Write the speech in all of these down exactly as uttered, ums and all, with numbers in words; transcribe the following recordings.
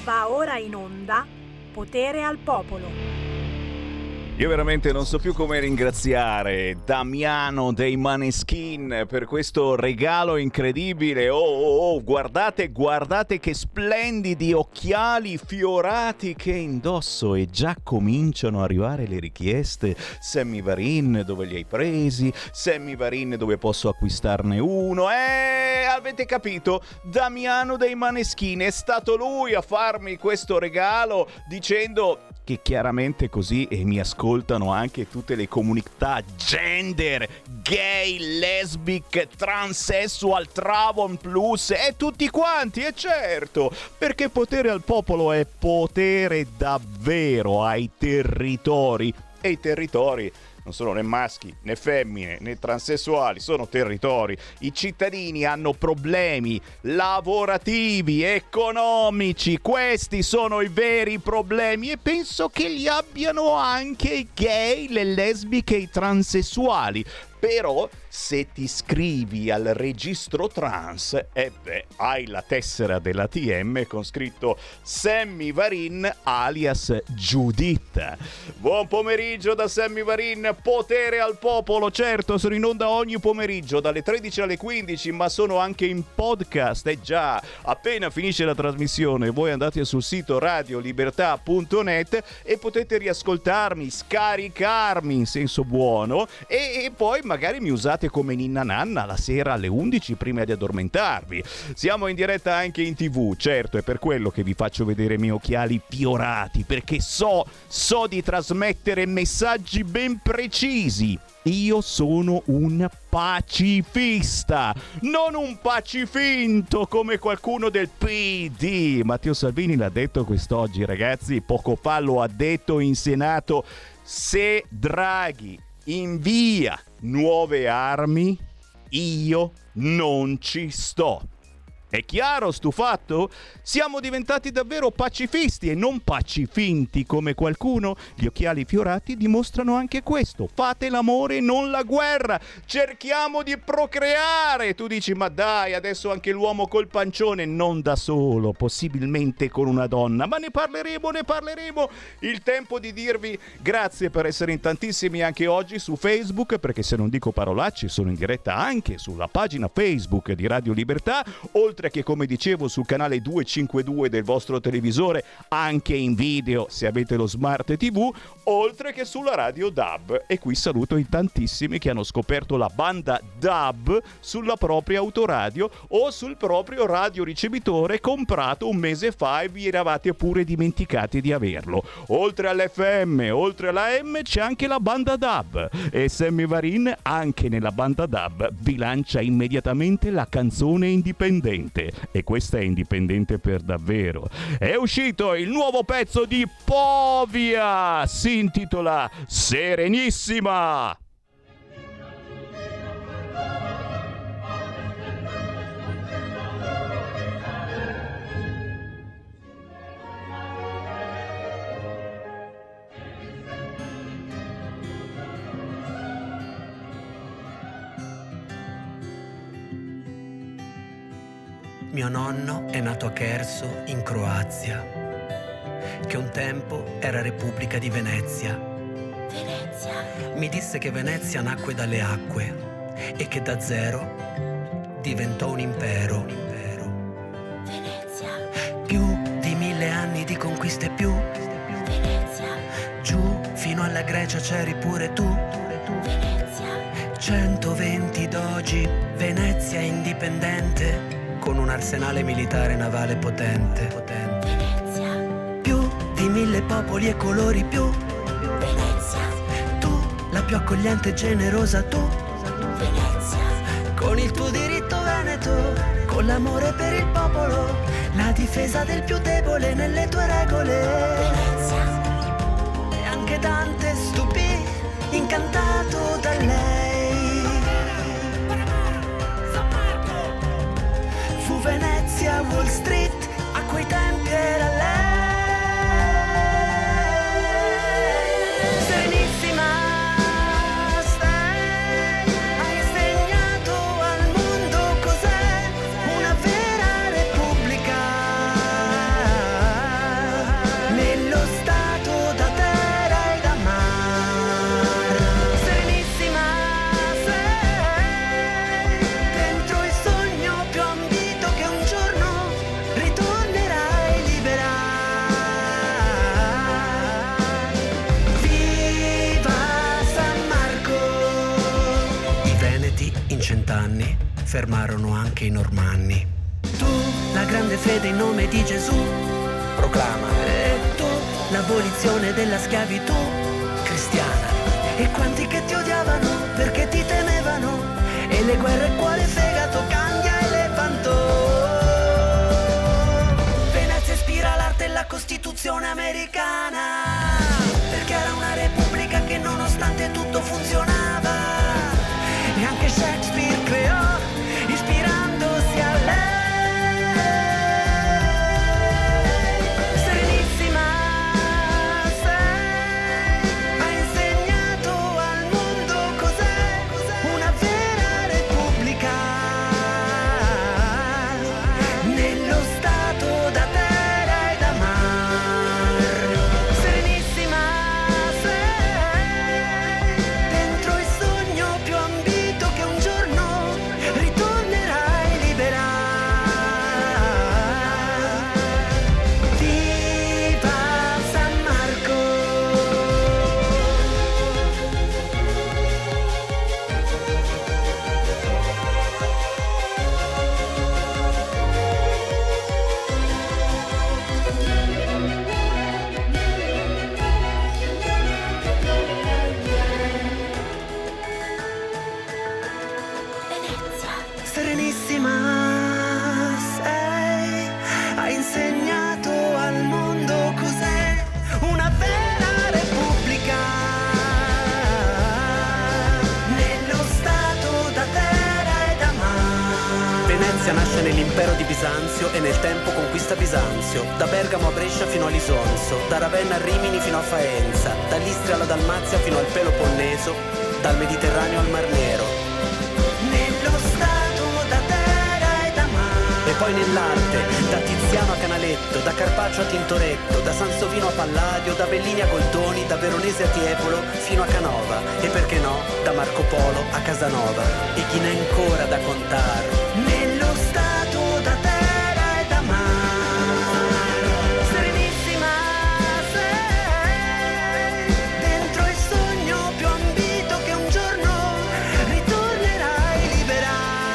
Va ora in onda Potere al Popolo. Io veramente non so più come ringraziare Damiano dei Maneskin per questo regalo incredibile. Oh, oh, oh, guardate, guardate che splendidi occhiali fiorati che indosso, e già cominciano a arrivare le richieste. Sammy Varin, dove li hai presi? Sammy Varin, dove posso acquistarne uno? Eh, avete capito? Damiano dei Maneskin, è stato lui a farmi questo regalo dicendo che chiaramente così, e mi ascoltano anche tutte le comunità gender, gay, lesbic, transexual, travon plus e tutti quanti, e certo, perché potere al popolo è potere davvero ai territori, e i territori non sono né maschi, né femmine, né transessuali, sono territori. I cittadini hanno problemi lavorativi, economici, questi sono i veri problemi, e penso che li abbiano anche i gay, le lesbiche e i transessuali. Però se ti iscrivi al registro trans, eh beh, hai la tessera della T M con scritto Sammy Varin alias Giuditta. Buon pomeriggio da Sammy Varin, potere al popolo. Certo, sono in onda ogni pomeriggio dalle tredici alle quindici, ma sono anche in podcast. E eh già, appena finisce la trasmissione voi andate sul sito radio libertà punto net e potete riascoltarmi, scaricarmi in senso buono, e, e poi magari mi usate come ninna nanna la sera alle undici prima di addormentarvi. Siamo in diretta anche in tv, certo, è per quello che vi faccio vedere i miei occhiali fiorati, perché so, so di trasmettere messaggi ben precisi. Io sono un pacifista, non un pacifinto come qualcuno del P D. Matteo Salvini l'ha detto quest'oggi, ragazzi, poco fa lo ha detto in Senato. Se Draghi invia nuove armi, io non ci sto. È chiaro stu fatto? Siamo diventati davvero pacifisti e non pacifinti come qualcuno. Gli occhiali fiorati dimostrano anche questo. Fate l'amore, non la guerra. Cerchiamo di procreare. Tu dici, ma dai, adesso anche l'uomo col pancione, non da solo, possibilmente con una donna. Ma ne parleremo, ne parleremo. Il tempo di dirvi grazie per essere in tantissimi anche oggi su Facebook, perché se non dico parolacce sono in diretta anche sulla pagina Facebook di Radio Libertà, oltre che, come dicevo, sul canale duecentocinquantadue del vostro televisore, anche in video se avete lo smart tivù, oltre che sulla radio D A B. E qui saluto i tantissimi che hanno scoperto la banda D A B sulla propria autoradio o sul proprio radioricevitore comprato un mese fa e vi eravate pure dimenticati di averlo. Oltre all'F M, oltre alla M, c'è anche la banda D A B, e Sammy Varin anche nella banda D A B vi lancia immediatamente la canzone indipendente. E questa è indipendente per davvero. È uscito il nuovo pezzo di Povia, si intitola Serenissima. Mio nonno è nato a Cherso, in Croazia, che un tempo era Repubblica di Venezia. Venezia. Mi disse che Venezia nacque dalle acque e che da zero diventò un impero. Un impero. Venezia. Più di mille anni di conquiste, più. Venezia. Giù fino alla Grecia c'eri pure tu. Venezia. centoventi dogi, Venezia indipendente, con un arsenale militare navale potente, potente. Venezia. Più di mille popoli e colori, più. Venezia. Tu, la più accogliente e generosa, tu. Venezia. Con il tuo diritto veneto, con l'amore per il popolo, la difesa del più debole nelle tue regole. Venezia. E anche Dante stupì, incantato da lei. Venezia, Wall Street, a quei tempi era lei. Serenissima, sei, hai insegnato al mondo cos'è una vera repubblica. fermarono anche i normanni. Tu, la grande fede in nome di Gesù, proclama. E tu, l'abolizione della schiavitù cristiana. E quanti che ti odiavano perché ti temevano. E le guerre, cuore, fegato, candia, elefanto. Venezia ispira l'arte e la Costituzione americana, perché era una repubblica che nonostante tutto funzionava. E anche Shakespeare creò ispirandosi a lei. Serenissima sei, ha insegnato al mondo cos'è una vera repubblica, nello stato da terra e da mar. Serenissima sei, dentro il sogno più ambito che un giorno ritornerai libera. Viva San Marco. Venezia, Serenissima sei, ha insegnato al mondo cos'è una vera repubblica, nello stato da terra e da mar. Venezia nasce nell'impero di Bisanzio e nel tempo conquista Bisanzio, da Bergamo a Brescia fino a Lisonzo, da Ravenna a Rimini fino a Faenza, dall'Istria alla Dalmazia fino al Peloponneso, dal Mediterraneo al Mar Nero. Nello stato da terra e da mare. E poi nell'arte, da Tiziano a Canaletto, da Carpaccio a Tintoretto, da Sansovino a Palladio, da Bellini a Goldoni, da Veronese a Tiepolo fino a Canova. E perché no, da Marco Polo a Casanova. E chi n'è ancora da contare. Nello stato da terra e da mare. Serenissima sei, dentro il sogno più ambito che un giorno ritornerai libera.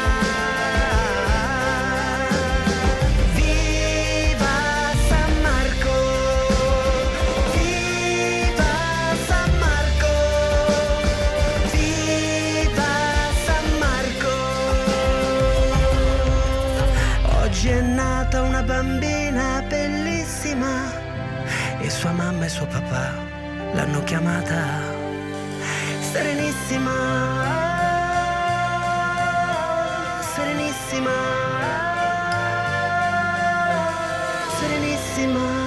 Viva San Marco, viva San Marco, viva San Marco. Oggi è nata una bambina bellissima e sua mamma e suo papà l'hanno chiamata Serenissima. Serenissima, Serenissima.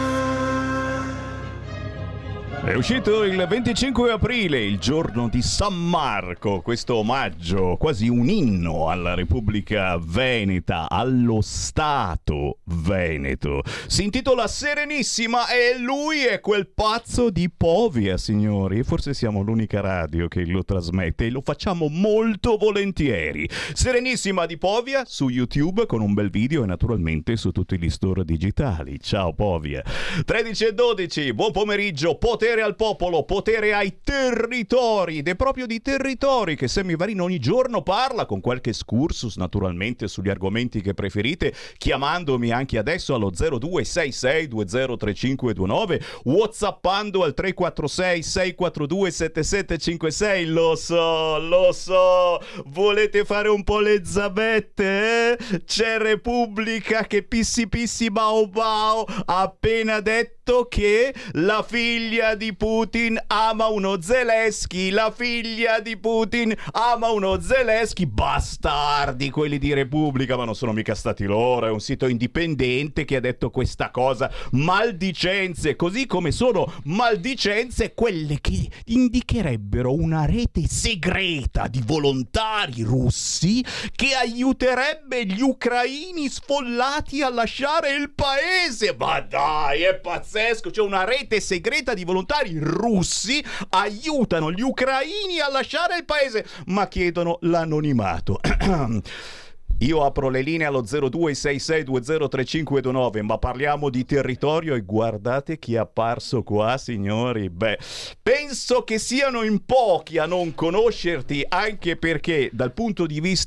È uscito il venticinque aprile, il giorno di San Marco, questo omaggio, quasi un inno alla Repubblica Veneta, allo Stato Veneto. Si intitola Serenissima e lui è quel pazzo di Povia, signori. Forse siamo l'unica radio che lo trasmette e lo facciamo molto volentieri. Serenissima di Povia su YouTube con un bel video e naturalmente su tutti gli store digitali. Ciao Povia. tredici e dodici, buon pomeriggio, potere al popolo, potere ai territori, ed è proprio di territori che Semivarino ogni giorno parla, con qualche excursus naturalmente sugli argomenti che preferite, chiamandomi anche adesso allo zero due sei sei due zero tre cinque due nove, whatsappando al tre quattro sei sei quattro due sette sette cinque sei. Lo so, lo so, volete fare un po' le zabette, eh? C'è Repubblica che pissi pissi bao bao ha appena detto che la figlia di Putin ama uno Zelensky, la figlia di Putin ama uno Zelensky. Bastardi quelli di Repubblica, ma non sono mica stati loro, è un sito indipendente che ha detto questa cosa. Maldicenze, così come sono maldicenze quelle che indicherebbero una rete segreta di volontari russi che aiuterebbe gli ucraini sfollati a lasciare il paese. Ma dai, è pazzesco, c'è una rete segreta di volontari russi aiutano gli ucraini a lasciare il paese, ma chiedono l'anonimato. Io apro le linee allo zero due sei sei due zero tre cinque due nove, ma parliamo di territorio e guardate chi è apparso qua, signori. Beh, penso che siano in pochi a non conoscerti, anche perché dal punto di vista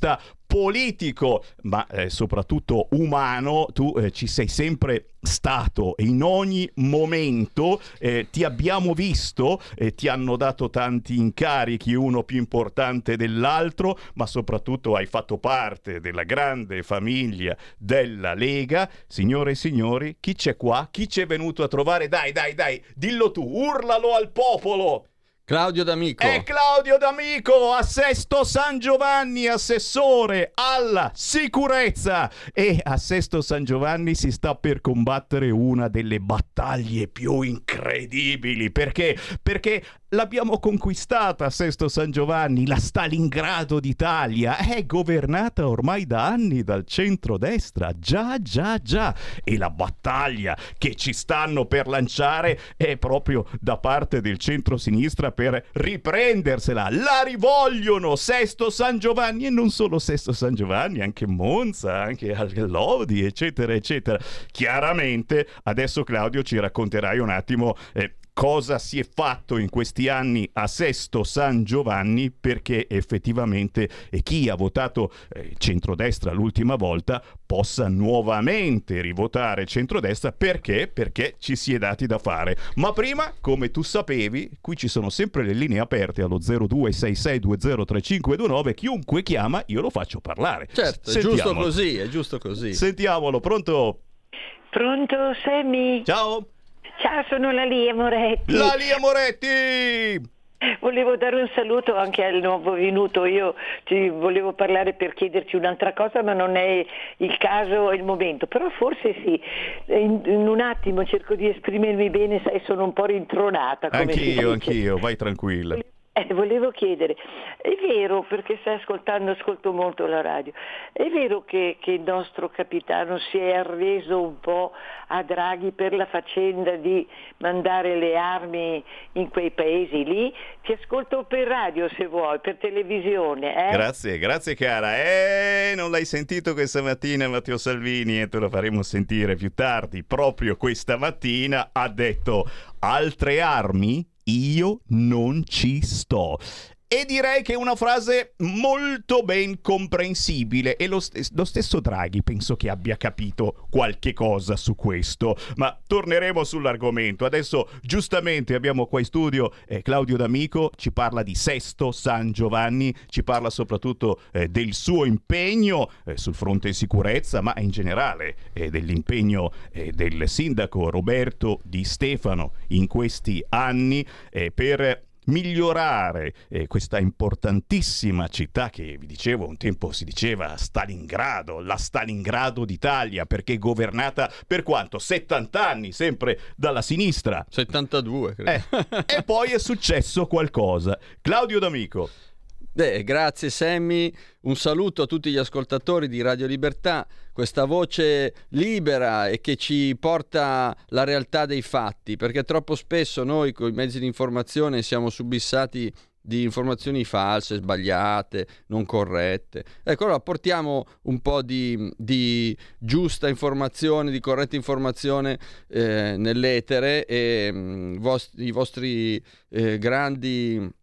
politico, ma eh, soprattutto umano. Tu eh, ci sei sempre stato e in ogni momento eh, ti abbiamo visto e ti hanno dato tanti incarichi, uno più importante dell'altro, ma soprattutto hai fatto parte della grande famiglia della Lega. Signore e signori, chi c'è qua? Chi ci è venuto a trovare? Dai, dai, dai, dillo tu, urlalo al popolo! Claudio D'Amico. È Claudio D'Amico, a Sesto San Giovanni, assessore alla sicurezza. E a Sesto San Giovanni si sta per combattere una delle battaglie più incredibili. Perché? Perché l'abbiamo conquistata a Sesto San Giovanni, la Stalingrado d'Italia. È governata ormai da anni dal centrodestra. Già, già, già. E la battaglia che ci stanno per lanciare è proprio da parte del centro-sinistra per riprendersela. La rivogliono Sesto San Giovanni, e non solo Sesto San Giovanni, anche Monza, anche Lodi, eccetera eccetera. Chiaramente adesso, Claudio, ci racconterai un attimo eh, cosa si è fatto in questi anni a Sesto San Giovanni, perché effettivamente eh, chi ha votato eh, centrodestra l'ultima volta possa nuovamente rivotare centrodestra. Perché? Perché ci si è dati da fare. Ma prima, come tu sapevi, qui ci sono sempre le linee aperte allo zero due sei sei due zero tre cinque due nove. Chiunque chiama io lo faccio parlare. Certo, è giusto così, è giusto così. Sentiamolo, pronto? Pronto, Sammy? Ciao. Ciao, sono la Lia Moretti. La Lia Moretti! Volevo dare un saluto anche al nuovo venuto. Io ti volevo parlare per chiederti un'altra cosa, ma non è il caso e il momento. Però forse sì. In, in un attimo cerco di esprimermi bene, sai, sono un po' rintronata. Come anch'io, anch'io, vai tranquilla. Eh, volevo chiedere, è vero, perché stai ascoltando, ascolto molto la radio, è vero che, che il nostro capitano si è arreso un po' a Draghi per la faccenda di mandare le armi in quei paesi lì? Ti ascolto per radio se vuoi, per televisione. Eh? Grazie, grazie cara. Eh, non l'hai sentito questa mattina Matteo Salvini, e te lo faremo sentire più tardi. Proprio questa mattina ha detto: altre armi? Io non ci sto. E direi che è una frase molto ben comprensibile, e lo, st- lo stesso Draghi penso che abbia capito qualche cosa su questo. Ma torneremo sull'argomento. Adesso giustamente abbiamo qua in studio eh, Claudio D'Amico, ci parla di Sesto San Giovanni, ci parla soprattutto eh, del suo impegno eh, sul fronte sicurezza, ma in generale eh, dell'impegno eh, del sindaco Roberto Di Stefano in questi anni eh, per migliorare eh, questa importantissima città che, vi dicevo, un tempo si diceva Stalingrado, la Stalingrado d'Italia, perché governata per quanto? settanta anni, sempre dalla sinistra. settantadue, credo. Eh, e poi è successo qualcosa. Claudio D'Amico. Beh, grazie Sammy, un saluto a tutti gli ascoltatori di Radio Libertà, questa voce libera e che ci porta la realtà dei fatti, perché troppo spesso noi con i mezzi di informazione siamo subissati di informazioni false, sbagliate, non corrette. Ecco, allora portiamo un po' di, di giusta informazione, di corretta informazione eh, nell'etere, e mh, vost- i vostri eh, grandi...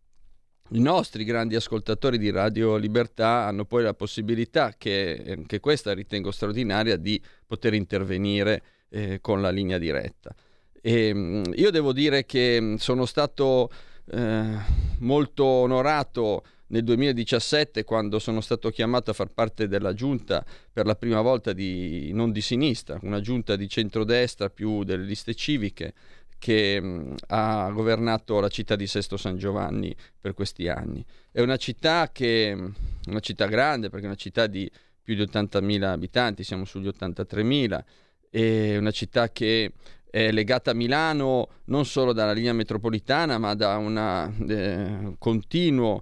I nostri grandi ascoltatori di Radio Libertà hanno poi la possibilità, che, che questa ritengo straordinaria, di poter intervenire eh, con la linea diretta. E, io devo dire che sono stato eh, molto onorato nel duemiladiciassette, quando sono stato chiamato a far parte della giunta per la prima volta di, non di sinistra, una giunta di centrodestra più delle liste civiche, che mh, ha governato la città di Sesto San Giovanni per questi anni. È una città che una città grande, perché è una città di più di ottantamila abitanti, siamo sugli ottantatremila, è una città che è legata a Milano non solo dalla linea metropolitana, ma da una eh, continuo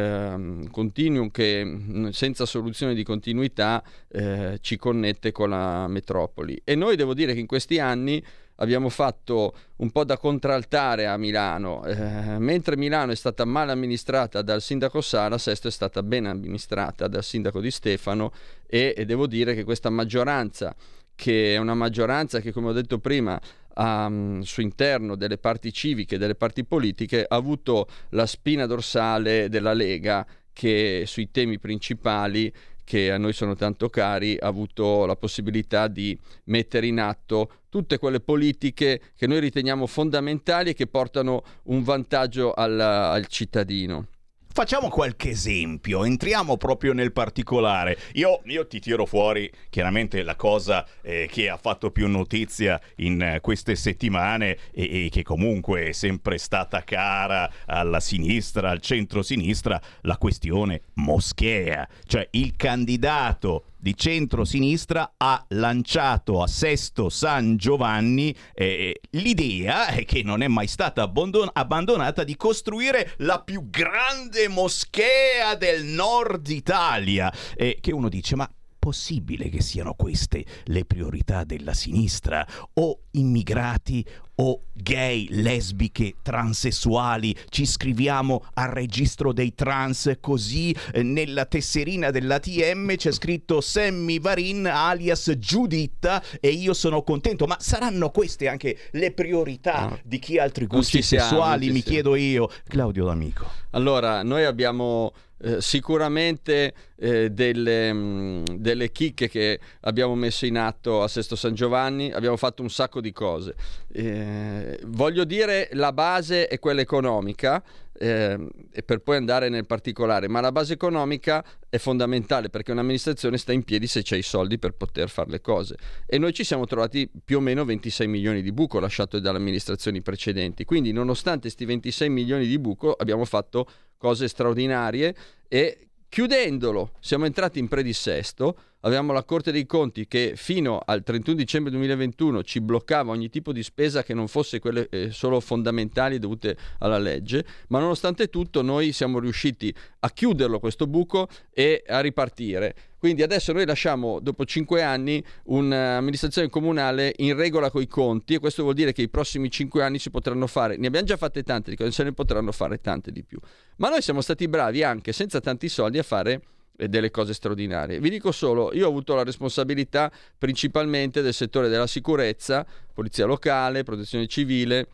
eh, continuum che senza soluzione di continuità eh, ci connette con la metropoli. E noi, devo dire che in questi anni abbiamo fatto un po' da contraltare a Milano. Eh, mentre Milano è stata mal amministrata dal sindaco Sala, Sesto è stata ben amministrata dal sindaco Di Stefano, e, e devo dire che questa maggioranza, che è una maggioranza che, come ho detto prima, ha um, su interno delle parti civiche, delle parti politiche, ha avuto la spina dorsale della Lega, che sui temi principali che a noi sono tanto cari, ha avuto la possibilità di mettere in atto tutte quelle politiche che noi riteniamo fondamentali e che portano un vantaggio al, al cittadino. Facciamo qualche esempio, entriamo proprio nel particolare. Io, io ti tiro fuori chiaramente la cosa eh, che ha fatto più notizia in eh, queste settimane e, e che comunque è sempre stata cara alla sinistra, al centro-sinistra, la questione moschea. Cioè il candidato di centro-sinistra ha lanciato a Sesto San Giovanni eh, l'idea, eh, che non è mai stata abbandon- abbandonata, di costruire la più grande moschea del nord Italia. Eh, che uno dice, ma possibile che siano queste le priorità della sinistra? O immigrati o gay, lesbiche, transessuali? Ci iscriviamo al registro dei trans, così eh, nella tesserina dell'A T M c'è scritto Sammy Varin alias Giuditta e io sono contento. Ma saranno queste anche le priorità no. di chi ha altri gusti sessuali? Mi siamo. chiedo io. Claudio D'Amico. Allora, noi abbiamo Eh, sicuramente eh, delle, mh, delle chicche che abbiamo messo in atto a Sesto San Giovanni. Abbiamo fatto un sacco di cose, eh, voglio dire, la base è quella economica, eh, e per poi andare nel particolare, ma la base economica è fondamentale, perché un'amministrazione sta in piedi se c'è i soldi per poter fare le cose, e noi ci siamo trovati più o meno ventisei milioni di buco lasciato dalle amministrazioni precedenti. Quindi nonostante questi ventisei milioni di buco abbiamo fatto cose straordinarie, e chiudendolo siamo entrati in predissesto. Avevamo la Corte dei Conti che fino al trentuno dicembre duemilaventuno ci bloccava ogni tipo di spesa che non fosse quelle eh, solo fondamentali dovute alla legge, ma nonostante tutto noi siamo riusciti a chiuderlo questo buco e a ripartire. Quindi adesso noi lasciamo, dopo cinque anni, un'amministrazione comunale in regola coi conti, e questo vuol dire che i prossimi cinque anni si potranno fare, ne abbiamo già fatte tante di cose, se ne potranno fare tante di più. Ma noi siamo stati bravi anche senza tanti soldi a fare delle cose straordinarie. Vi dico solo, io ho avuto la responsabilità principalmente del settore della sicurezza, polizia locale, protezione civile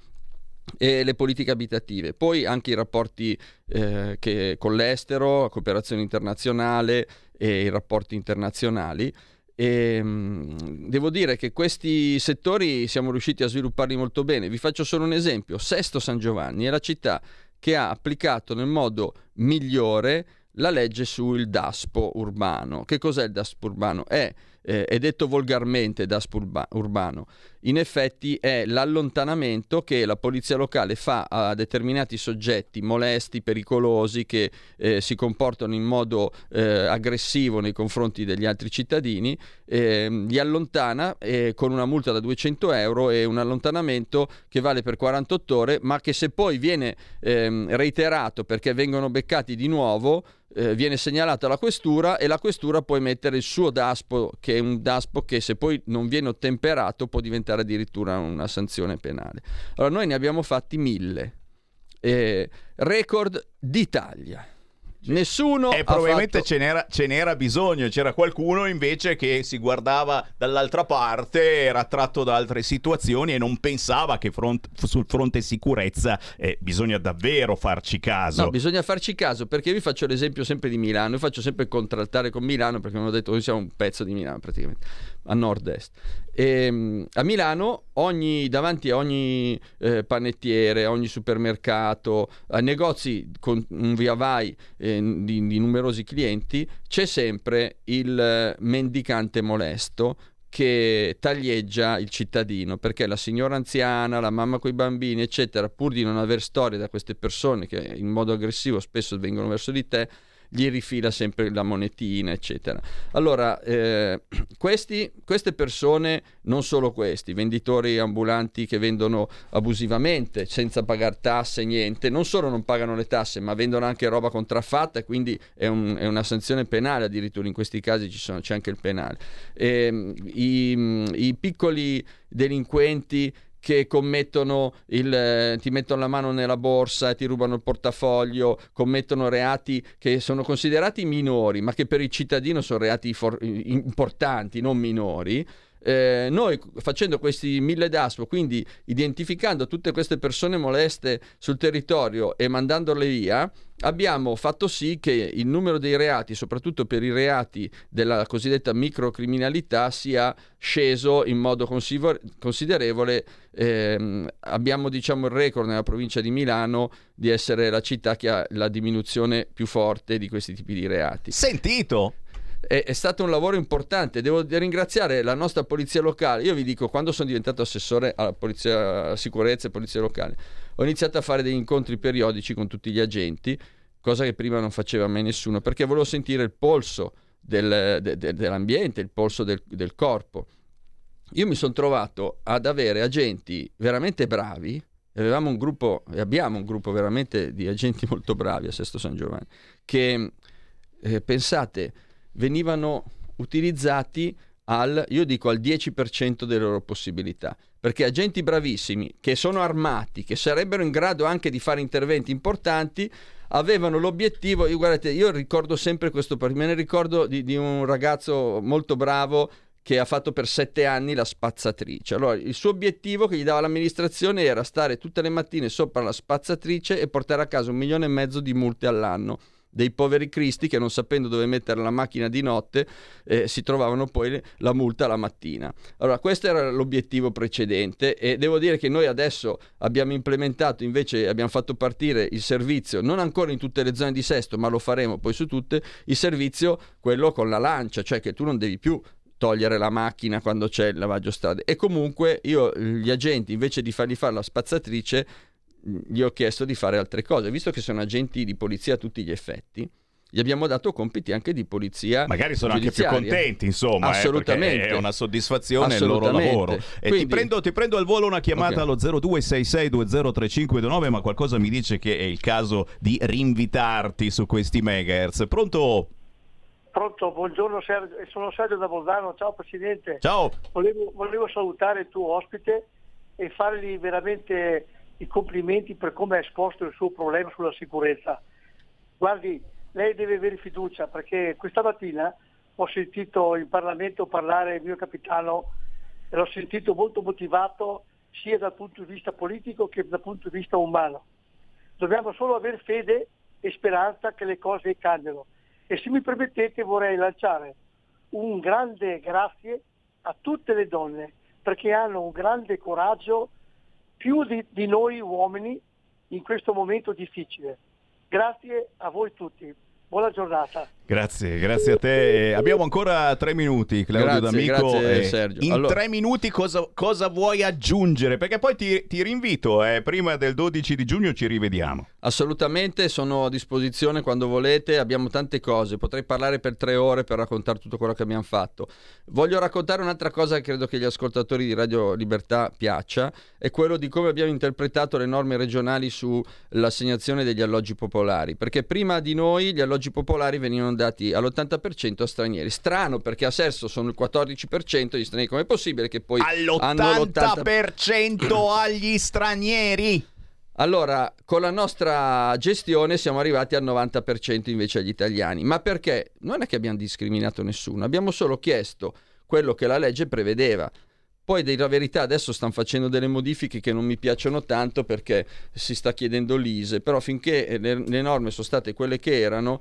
e le politiche abitative, poi anche i rapporti eh, che, con l'estero, la cooperazione internazionale e i rapporti internazionali. E mh, devo dire che questi settori siamo riusciti a svilupparli molto bene. Vi faccio solo un esempio: Sesto San Giovanni è la città che ha applicato nel modo migliore la legge sul daspo urbano. Che cos'è il daspo urbano? È, eh, è detto volgarmente daspo urba- urbano. In effetti è l'allontanamento che la polizia locale fa a determinati soggetti molesti, pericolosi, che eh, si comportano in modo eh, aggressivo nei confronti degli altri cittadini, eh, li allontana eh, con una multa da duecento euro e un allontanamento che vale per quarantotto ore, ma che se poi viene eh, reiterato perché vengono beccati di nuovo, Eh, viene segnalato alla questura, e la questura può emettere il suo daspo, che è un daspo che se poi non viene ottemperato può diventare addirittura una sanzione penale. Allora noi ne abbiamo fatti mille, eh, record d'Italia. Nessuno e probabilmente fatto... ce, n'era, ce n'era bisogno. C'era qualcuno invece che si guardava dall'altra parte, era attratto da altre situazioni e non pensava che front, sul fronte sicurezza eh, bisogna davvero farci caso. No, bisogna farci caso, perché vi faccio l'esempio sempre di Milano. Io faccio sempre il contraltare con Milano, perché mi hanno detto che noi siamo un pezzo di Milano praticamente, a nord-est. E, a Milano ogni, davanti a ogni eh, panettiere, a ogni supermercato, a negozi con un via vai eh, di, di numerosi clienti, c'è sempre il eh, mendicante molesto che taglieggia il cittadino, perché la signora anziana, la mamma coi bambini eccetera, pur di non aver storie da queste persone che in modo aggressivo spesso vengono verso di te, gli rifila sempre la monetina eccetera. Allora eh, questi, queste persone, non solo questi venditori ambulanti che vendono abusivamente senza pagare tasse, niente, non solo non pagano le tasse ma vendono anche roba contraffatta, e quindi è, un, è una sanzione penale, addirittura in questi casi ci sono, c'è anche il penale. E, i, i piccoli delinquenti che commettono il, ti mettono la mano nella borsa e ti rubano il portafoglio, commettono reati che sono considerati minori ma che per il cittadino sono reati for- importanti, non minori. Eh, noi facendo questi mille DASPO, quindi identificando tutte queste persone moleste sul territorio e mandandole via, abbiamo fatto sì che il numero dei reati, soprattutto per i reati della cosiddetta microcriminalità, sia sceso in modo considerevole. Eh, abbiamo, diciamo, il record nella provincia di Milano di essere la città che ha la diminuzione più forte di questi tipi di reati. Sentito? È, è stato un lavoro importante, devo ringraziare la nostra polizia locale. Io vi dico, quando sono diventato assessore alla polizia, alla sicurezza e polizia locale, ho iniziato a fare degli incontri periodici con tutti gli agenti, cosa che prima non faceva mai nessuno, perché volevo sentire il polso del, de, de, dell'ambiente, il polso del, del corpo. Io mi sono trovato ad avere agenti veramente bravi, avevamo un gruppo, e abbiamo un gruppo veramente di agenti molto bravi a Sesto San Giovanni, che eh, pensate, venivano utilizzati al, io dico al dieci per cento delle loro possibilità, perché agenti bravissimi che sono armati, che sarebbero in grado anche di fare interventi importanti, avevano l'obiettivo. Io, guardate, io ricordo sempre questo, me ne ricordo di, di un ragazzo molto bravo che ha fatto per sette anni la spazzatrice. Allora, il suo obiettivo che gli dava l'amministrazione era stare tutte le mattine sopra la spazzatrice e portare a casa un milione e mezzo di multe all'anno. Dei poveri cristi che, non sapendo dove mettere la macchina di notte, eh, si trovavano poi la multa la mattina. Allora, questo era l'obiettivo precedente, e devo dire che noi adesso abbiamo implementato, invece abbiamo fatto partire il servizio, non ancora in tutte le zone di Sesto, ma lo faremo poi su tutte, il servizio quello con la lancia, cioè che tu non devi più togliere la macchina quando c'è il lavaggio strade. E comunque io gli agenti, invece di fargli fare la spazzatrice, gli ho chiesto di fare altre cose, visto che sono agenti di polizia a tutti gli effetti. Gli abbiamo dato compiti anche di polizia. Magari sono giudiziaria. Anche più contenti, insomma, assolutamente. Eh, è una soddisfazione il loro lavoro. E Quindi... ti, prendo, ti prendo al volo una chiamata okay. allo zero due sei sei due zero tre cinque due nove, ma qualcosa mi dice che è il caso di rinvitarti su questi megahertz. Pronto? Pronto, buongiorno Sergio, sono Sergio da Bolzano, ciao Presidente. Ciao. Volevo, volevo salutare il tuo ospite e fargli veramente i complimenti per come ha esposto il suo problema sulla sicurezza. Guardi, lei deve avere fiducia, perché questa mattina ho sentito in Parlamento parlare il mio capitano e l'ho sentito molto motivato sia dal punto di vista politico che dal punto di vista umano. Dobbiamo solo avere fede e speranza che le cose cambiano. E se mi permettete vorrei lanciare un grande grazie a tutte le donne, perché hanno un grande coraggio, più di, di noi uomini, in questo momento difficile. Grazie a voi tutti. Buona giornata. Grazie, grazie a te. Eh, abbiamo ancora tre minuti, Claudio grazie, D'Amico. Grazie, eh, Sergio. In allora... tre minuti cosa, cosa vuoi aggiungere? Perché poi ti, ti rinvito, eh, prima del dodici di giugno ci rivediamo. Assolutamente, sono a disposizione quando volete, abbiamo tante cose, potrei parlare per tre ore per raccontare tutto quello che abbiamo fatto. Voglio raccontare un'altra cosa che credo che gli ascoltatori di Radio Libertà piaccia, è quello di come abbiamo interpretato le norme regionali sull'assegnazione degli alloggi popolari, perché prima di noi gli alloggi popolari venivano dati all'ottanta per cento a stranieri. Strano, perché a Sesto sono il quattordici per cento gli stranieri. Com'è possibile che poi all'ottanta per cento agli stranieri? Allora, con la nostra gestione siamo arrivati al novanta per cento invece agli italiani. Ma perché? Non è che abbiamo discriminato nessuno, abbiamo solo chiesto quello che la legge prevedeva. Poi, di la verità, adesso stanno facendo delle modifiche che non mi piacciono tanto, perché si sta chiedendo l'I S E, però finché le, le norme sono state quelle che erano,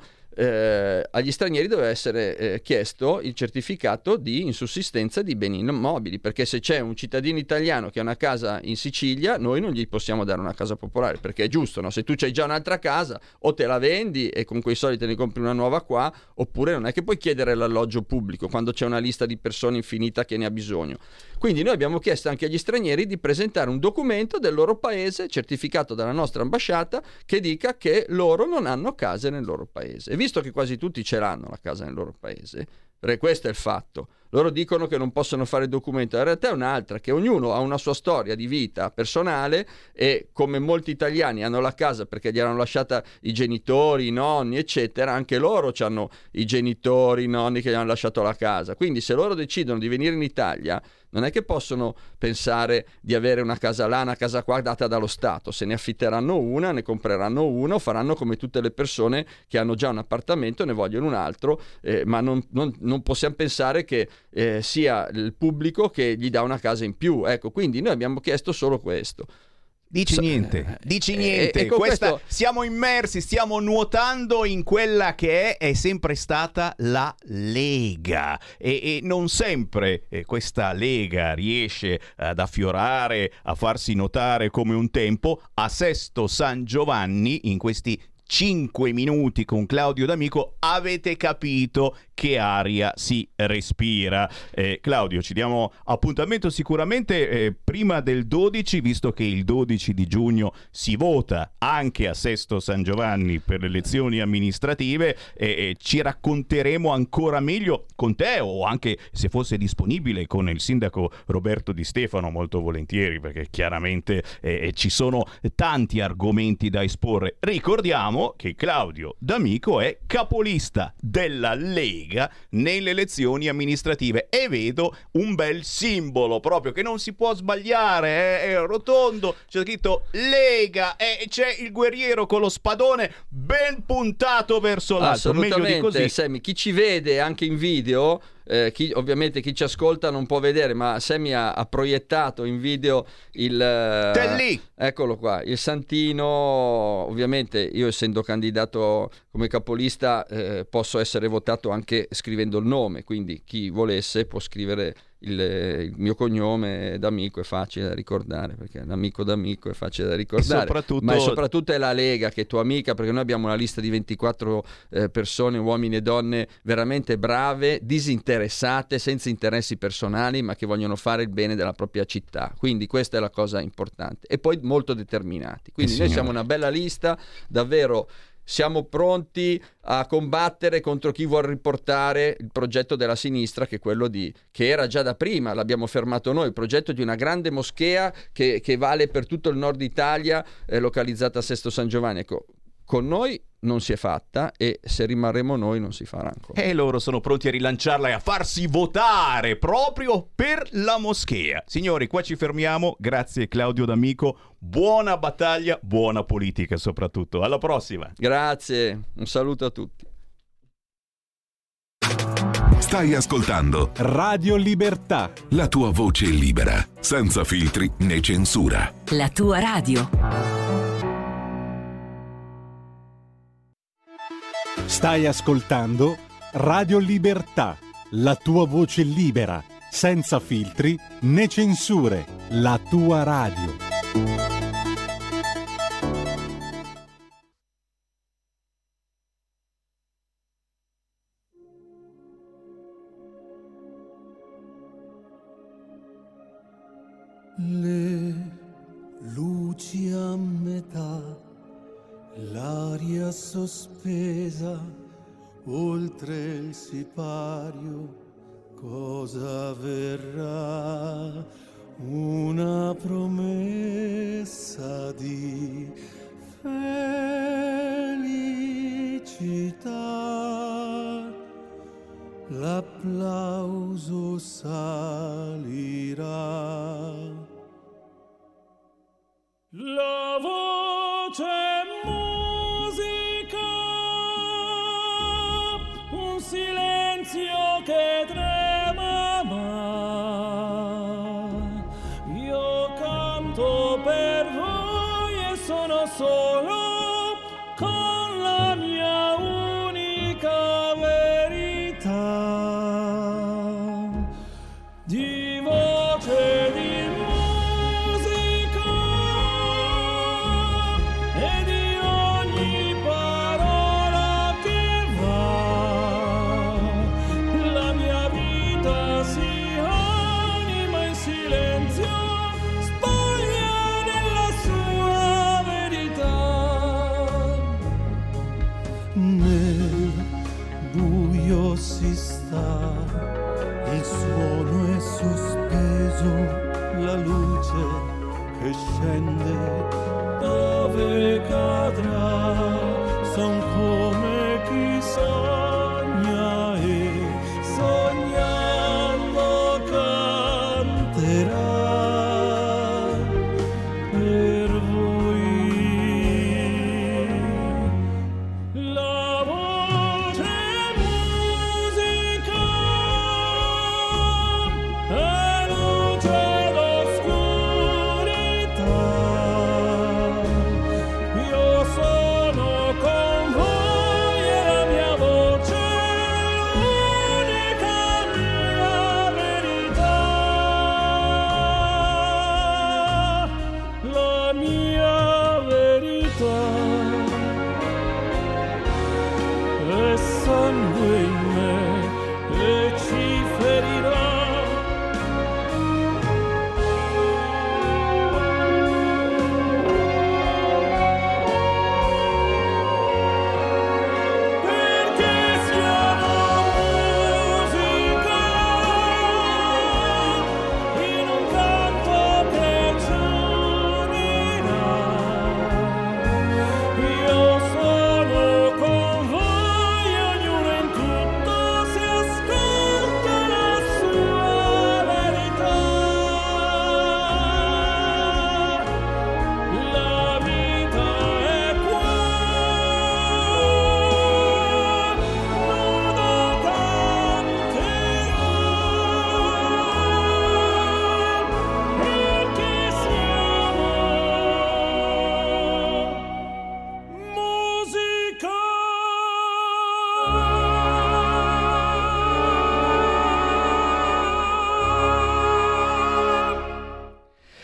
eh, agli stranieri doveva essere eh, chiesto il certificato di insussistenza di beni immobili, perché se c'è un cittadino italiano che ha una casa in Sicilia, noi non gli possiamo dare una casa popolare, perché è giusto, no? Se tu c'hai già un'altra casa, o te la vendi e con quei soldi te ne compri una nuova qua, oppure non è che puoi chiedere l'alloggio pubblico quando c'è una lista di persone infinita che ne ha bisogno. Quindi noi abbiamo chiesto anche agli stranieri di presentare un documento del loro paese, certificato dalla nostra ambasciata, che dica che loro non hanno case nel loro paese. E visto che quasi tutti ce l'hanno la casa nel loro paese, perché questo è il fatto, loro dicono che non possono fare documento, in realtà è un'altra, che ognuno ha una sua storia di vita personale, e come molti italiani hanno la casa perché gli hanno lasciata i genitori, i nonni, eccetera, anche loro hanno i genitori, i nonni che gli hanno lasciato la casa. Quindi se loro decidono di venire in Italia non è che possono pensare di avere una casa là, una casa qua data dallo Stato. Se ne affitteranno una, ne compreranno uno, faranno come tutte le persone che hanno già un appartamento e ne vogliono un altro, eh, ma non, non, non possiamo pensare che eh, sia il pubblico che gli dà una casa in più. Ecco, quindi noi abbiamo chiesto solo questo. Dici niente, dici niente. E, e Questa, questo... Siamo immersi, stiamo nuotando in quella che è, è sempre stata la Lega e, e non sempre eh, questa Lega riesce ad affiorare, a farsi notare come un tempo. A Sesto San Giovanni, in questi cinque minuti con Claudio D'Amico, avete capito che aria si respira. Eh, Claudio, ci diamo appuntamento sicuramente eh, prima del dodici, visto che il dodici di giugno si vota anche a Sesto San Giovanni per le elezioni amministrative, e eh, ci racconteremo ancora meglio con te, o anche se fosse disponibile con il sindaco Roberto Di Stefano, molto volentieri, perché chiaramente eh, ci sono tanti argomenti da esporre. Ricordiamo che Claudio D'Amico è capolista della Lega nelle elezioni amministrative e vedo un bel simbolo proprio che non si può sbagliare, è, è rotondo, c'è scritto Lega e c'è il guerriero con lo spadone ben puntato verso l'alto. Meglio di così. Sammy, chi ci vede anche in video, eh, chi, ovviamente chi ci ascolta non può vedere, ma Sammy ha, ha proiettato in video il T'è lì. Eccolo qua, il santino. Ovviamente io, essendo candidato come capolista, eh, posso essere votato anche scrivendo il nome, quindi chi volesse può scrivere il, il mio cognome D'Amico, è facile da ricordare, perché l'amico D'Amico è facile da ricordare, soprattutto... ma è soprattutto è la Lega che è tua amica, perché noi abbiamo una lista di ventiquattro eh, persone, uomini e donne veramente brave, disinteressate, senza interessi personali, ma che vogliono fare il bene della propria città, quindi questa è la cosa importante, e poi molto determinati, quindi eh, noi signore. siamo una bella lista, davvero. Siamo pronti a combattere contro chi vuol riportare il progetto della sinistra, che è quello di, che era già da prima, l'abbiamo fermato noi, il progetto di una grande moschea che, che vale per tutto il nord Italia, eh, localizzata a Sesto San Giovanni. Ecco, con noi non si è fatta, e se rimarremo noi non si farà ancora. E loro sono pronti a rilanciarla e a farsi votare proprio per la moschea. Signori, qua ci fermiamo. Grazie Claudio D'Amico. Buona battaglia, buona politica soprattutto. Alla prossima. Grazie, un saluto a tutti. Stai ascoltando Radio Libertà, la tua voce libera, senza filtri né censura. La tua radio. Stai ascoltando Radio Libertà, la tua voce libera, senza filtri né censure, la tua radio. Le luci a metà, l'aria sospesa, oltre il sipario, cosa verrà? Una promessa di felicità, l'applauso salirà. La voce musica, un silenzio che trema, ma io canto per voi e sono solo con la mia unica verità. Di voce di si sta, il suono è sospeso, la luce che scende, dove cadrà, son come chi sogna e sognando canta.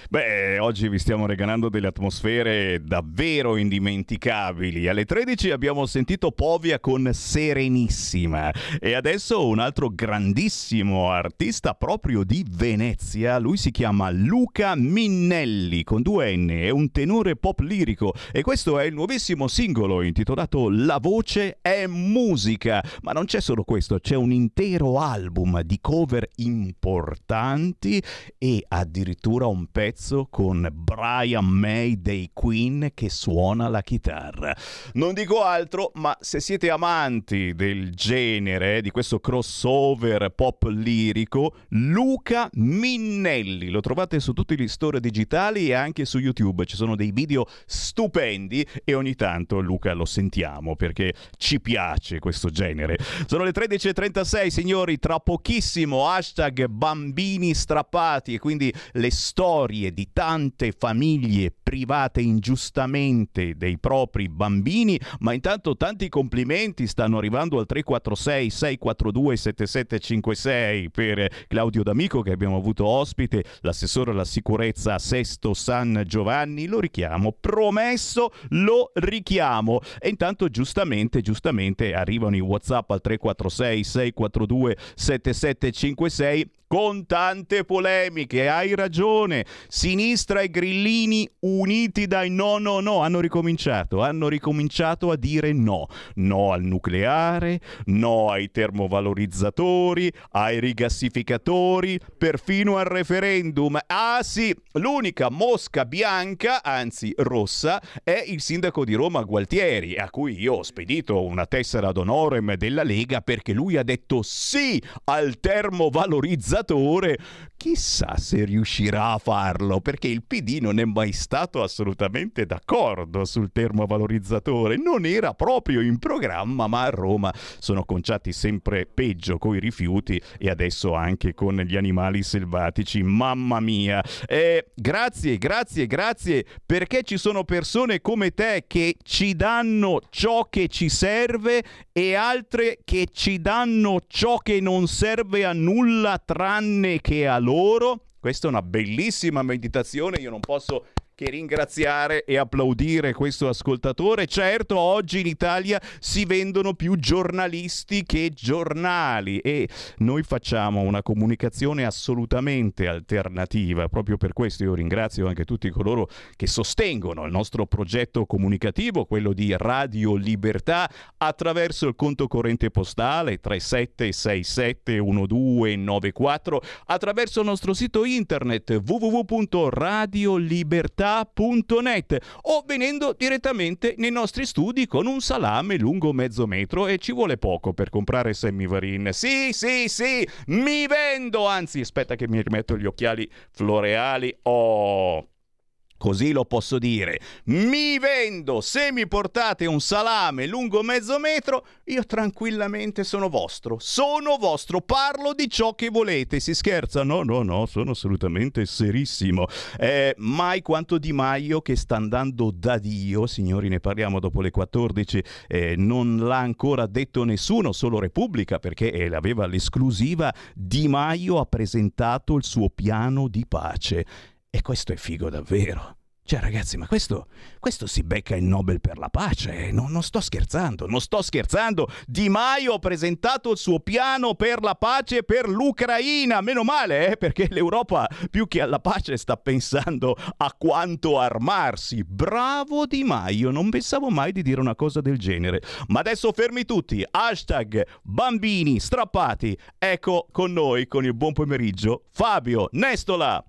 Beh, oggi vi stiamo regalando delle atmosfere davvero indimenticabili. Alle tredici abbiamo sentito Povia con Serenissima e adesso un altro grandissimo artista proprio di Venezia. Lui si chiama Luca Minnelli con due N, è un tenore pop lirico e questo è il nuovissimo singolo intitolato La voce è musica. Ma non c'è solo questo, c'è un intero album di cover importanti e addirittura un pezzo con Brian May dei Queen che suona la chitarra. Non dico altro, ma se siete amanti del genere, di questo crossover pop lirico, Luca Minnelli lo trovate su tutti gli store digitali e anche su YouTube. Ci sono dei video stupendi e ogni tanto Luca lo sentiamo perché ci piace questo genere. Sono le tredici e trentasei, signori, tra pochissimo hashtag bambini strappati e quindi le storie di tante famiglie private ingiustamente dei propri bambini, ma intanto tanti complimenti stanno arrivando al tre quattro sei sei quattro due sette sette cinque sei per Claudio D'Amico che abbiamo avuto ospite, l'assessore alla sicurezza Sesto San Giovanni. Lo richiamo, promesso, lo richiamo. E intanto giustamente, giustamente arrivano i WhatsApp al tre quattro sei sei quattro due sette sette cinque sei con tante polemiche. Hai ragione, sinistra e grillini uniti dai no no no hanno ricominciato, hanno ricominciato a dire no, no al nucleare, no ai termovalorizzatori, ai rigassificatori, perfino al referendum. Ah sì, l'unica mosca bianca, anzi rossa, è il sindaco di Roma Gualtieri, a cui io ho spedito una tessera d'onorem della Lega perché lui ha detto sì al termovalorizzatore. Chissà se riuscirà a farlo, perché il P D non è mai stato assolutamente d'accordo sul termovalorizzatore, non era proprio in programma, ma a Roma sono conciati sempre peggio coi rifiuti e adesso anche con gli animali selvatici. Mamma mia, eh, grazie, grazie, grazie, perché ci sono persone come te che ci danno ciò che ci serve e altre che ci danno ciò che non serve a nulla tranne che a loro. Questa è una bellissima meditazione, io non posso che ringraziare e applaudire questo ascoltatore. Certo, oggi in Italia si vendono più giornalisti che giornali e noi facciamo una comunicazione assolutamente alternativa. Proprio per questo io ringrazio anche tutti coloro che sostengono il nostro progetto comunicativo, quello di Radio Libertà, attraverso il conto corrente postale tre sette sei sette uno due nove quattro, attraverso il nostro sito internet w w w punto radio libertà punto net o venendo direttamente nei nostri studi con un salame lungo mezzo metro e ci vuole poco per comprare Semivarin. Sì, sì, sì, mi vendo, anzi aspetta che mi rimetto gli occhiali floreali. Oh, così lo posso dire, mi vendo. Se mi portate un salame lungo mezzo metro, io tranquillamente sono vostro, sono vostro, parlo di ciò che volete. Si scherza? No, no, no, sono assolutamente serissimo. Eh, mai quanto Di Maio che sta andando da Dio, signori, ne parliamo dopo le quattordici, eh, non l'ha ancora detto nessuno, solo Repubblica, perché eh, aveva l'esclusiva. Di Maio ha presentato il suo piano di pace. E questo è figo davvero. Cioè ragazzi, ma questo, questo si becca il Nobel per la pace. Non, non sto scherzando, non sto scherzando. Di Maio ha presentato il suo piano per la pace per l'Ucraina. Meno male, eh, perché l'Europa più che alla pace sta pensando a quanto armarsi. Bravo Di Maio, non pensavo mai di dire una cosa del genere. Ma adesso fermi tutti. Hashtag bambini strappati. Ecco con noi, con il buon pomeriggio, Fabio Nestola.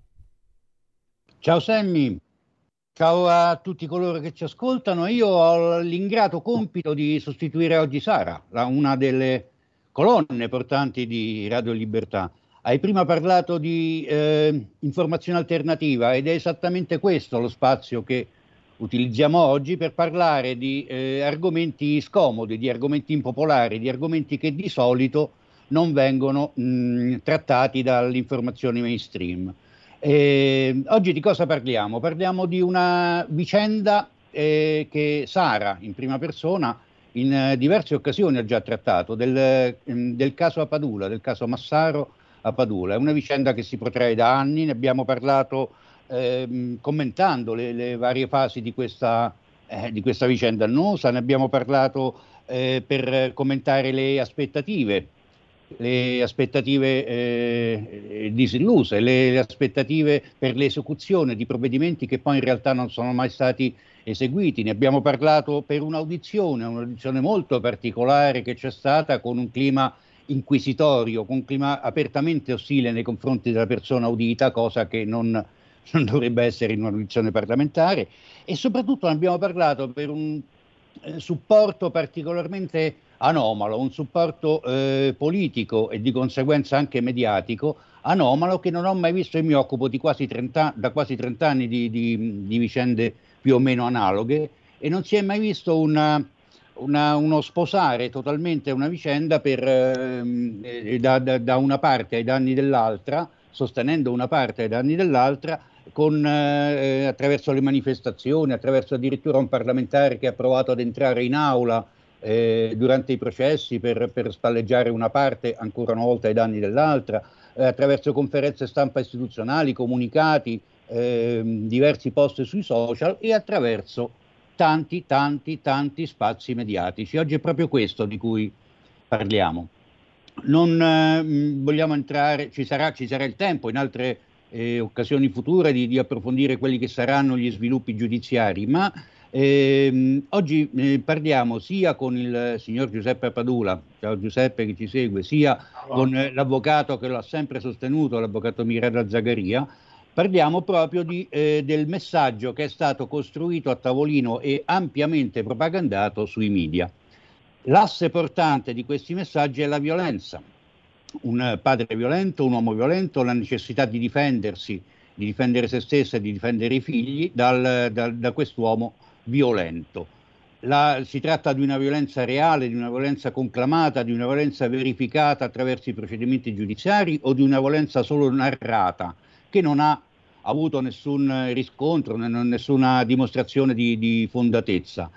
Ciao Sammy, ciao a tutti coloro che ci ascoltano. Io ho l'ingrato compito di sostituire oggi Sara, una delle colonne portanti di Radio Libertà. Hai prima parlato di eh, informazione alternativa ed è esattamente questo lo spazio che utilizziamo oggi per parlare di eh, argomenti scomodi, di argomenti impopolari, di argomenti che di solito non vengono mh, trattati dall'informazione mainstream. Eh, oggi di cosa parliamo? Parliamo di una vicenda eh, che Sara, in prima persona, in eh, diverse occasioni ha già trattato, del, ehm, del caso a Padula, del caso Massaro a Padula. È una vicenda che si protrae da anni, ne abbiamo parlato ehm, commentando le, le varie fasi di questa, eh, di questa vicenda annosa, ne abbiamo parlato eh, per commentare le aspettative, le aspettative eh, disilluse, le, le aspettative per l'esecuzione di provvedimenti che poi in realtà non sono mai stati eseguiti. Ne abbiamo parlato per un'audizione, un'audizione molto particolare che c'è stata, con un clima inquisitorio, con un clima apertamente ostile nei confronti della persona udita, cosa che non, non dovrebbe essere in un'audizione parlamentare, e soprattutto ne abbiamo parlato per un eh, supporto particolarmente anomalo, un supporto eh, politico e di conseguenza anche mediatico anomalo, che non ho mai visto. Io mi occupo di quasi trenta, da quasi trenta anni di, di, di vicende più o meno analoghe, e non si è mai visto una, una, uno sposare totalmente una vicenda per, eh, da, da, da una parte ai danni dell'altra, sostenendo una parte ai danni dell'altra, con, eh, attraverso le manifestazioni, attraverso addirittura un parlamentare che ha provato ad entrare in aula Eh, durante i processi per, per spalleggiare una parte ancora una volta ai danni dell'altra, eh, attraverso conferenze stampa istituzionali, comunicati, eh, diversi post sui social, e attraverso tanti, tanti, tanti spazi mediatici. Oggi è proprio questo di cui parliamo. Non eh, vogliamo entrare, ci sarà, ci sarà il tempo in altre eh, occasioni future di, di approfondire quelli che saranno gli sviluppi giudiziari, ma Eh, oggi eh, parliamo sia con il signor Giuseppe Padula, ciao Giuseppe che ci segue, sia con eh, l'avvocato che lo ha sempre sostenuto, l'avvocato Mirella Zagaria. Parliamo proprio di, eh, del messaggio che è stato costruito a tavolino e ampiamente propagandato sui media. L'asse portante di questi messaggi è la violenza. Un padre violento, un uomo violento, la necessità di difendersi, di difendere se stessa e di difendere i figli dal, dal, da quest'uomo violento. La, si tratta di una violenza reale, di una violenza conclamata, di una violenza verificata attraverso i procedimenti giudiziari, o di una violenza solo narrata, che non ha avuto nessun riscontro, nessuna dimostrazione di, di fondatezza.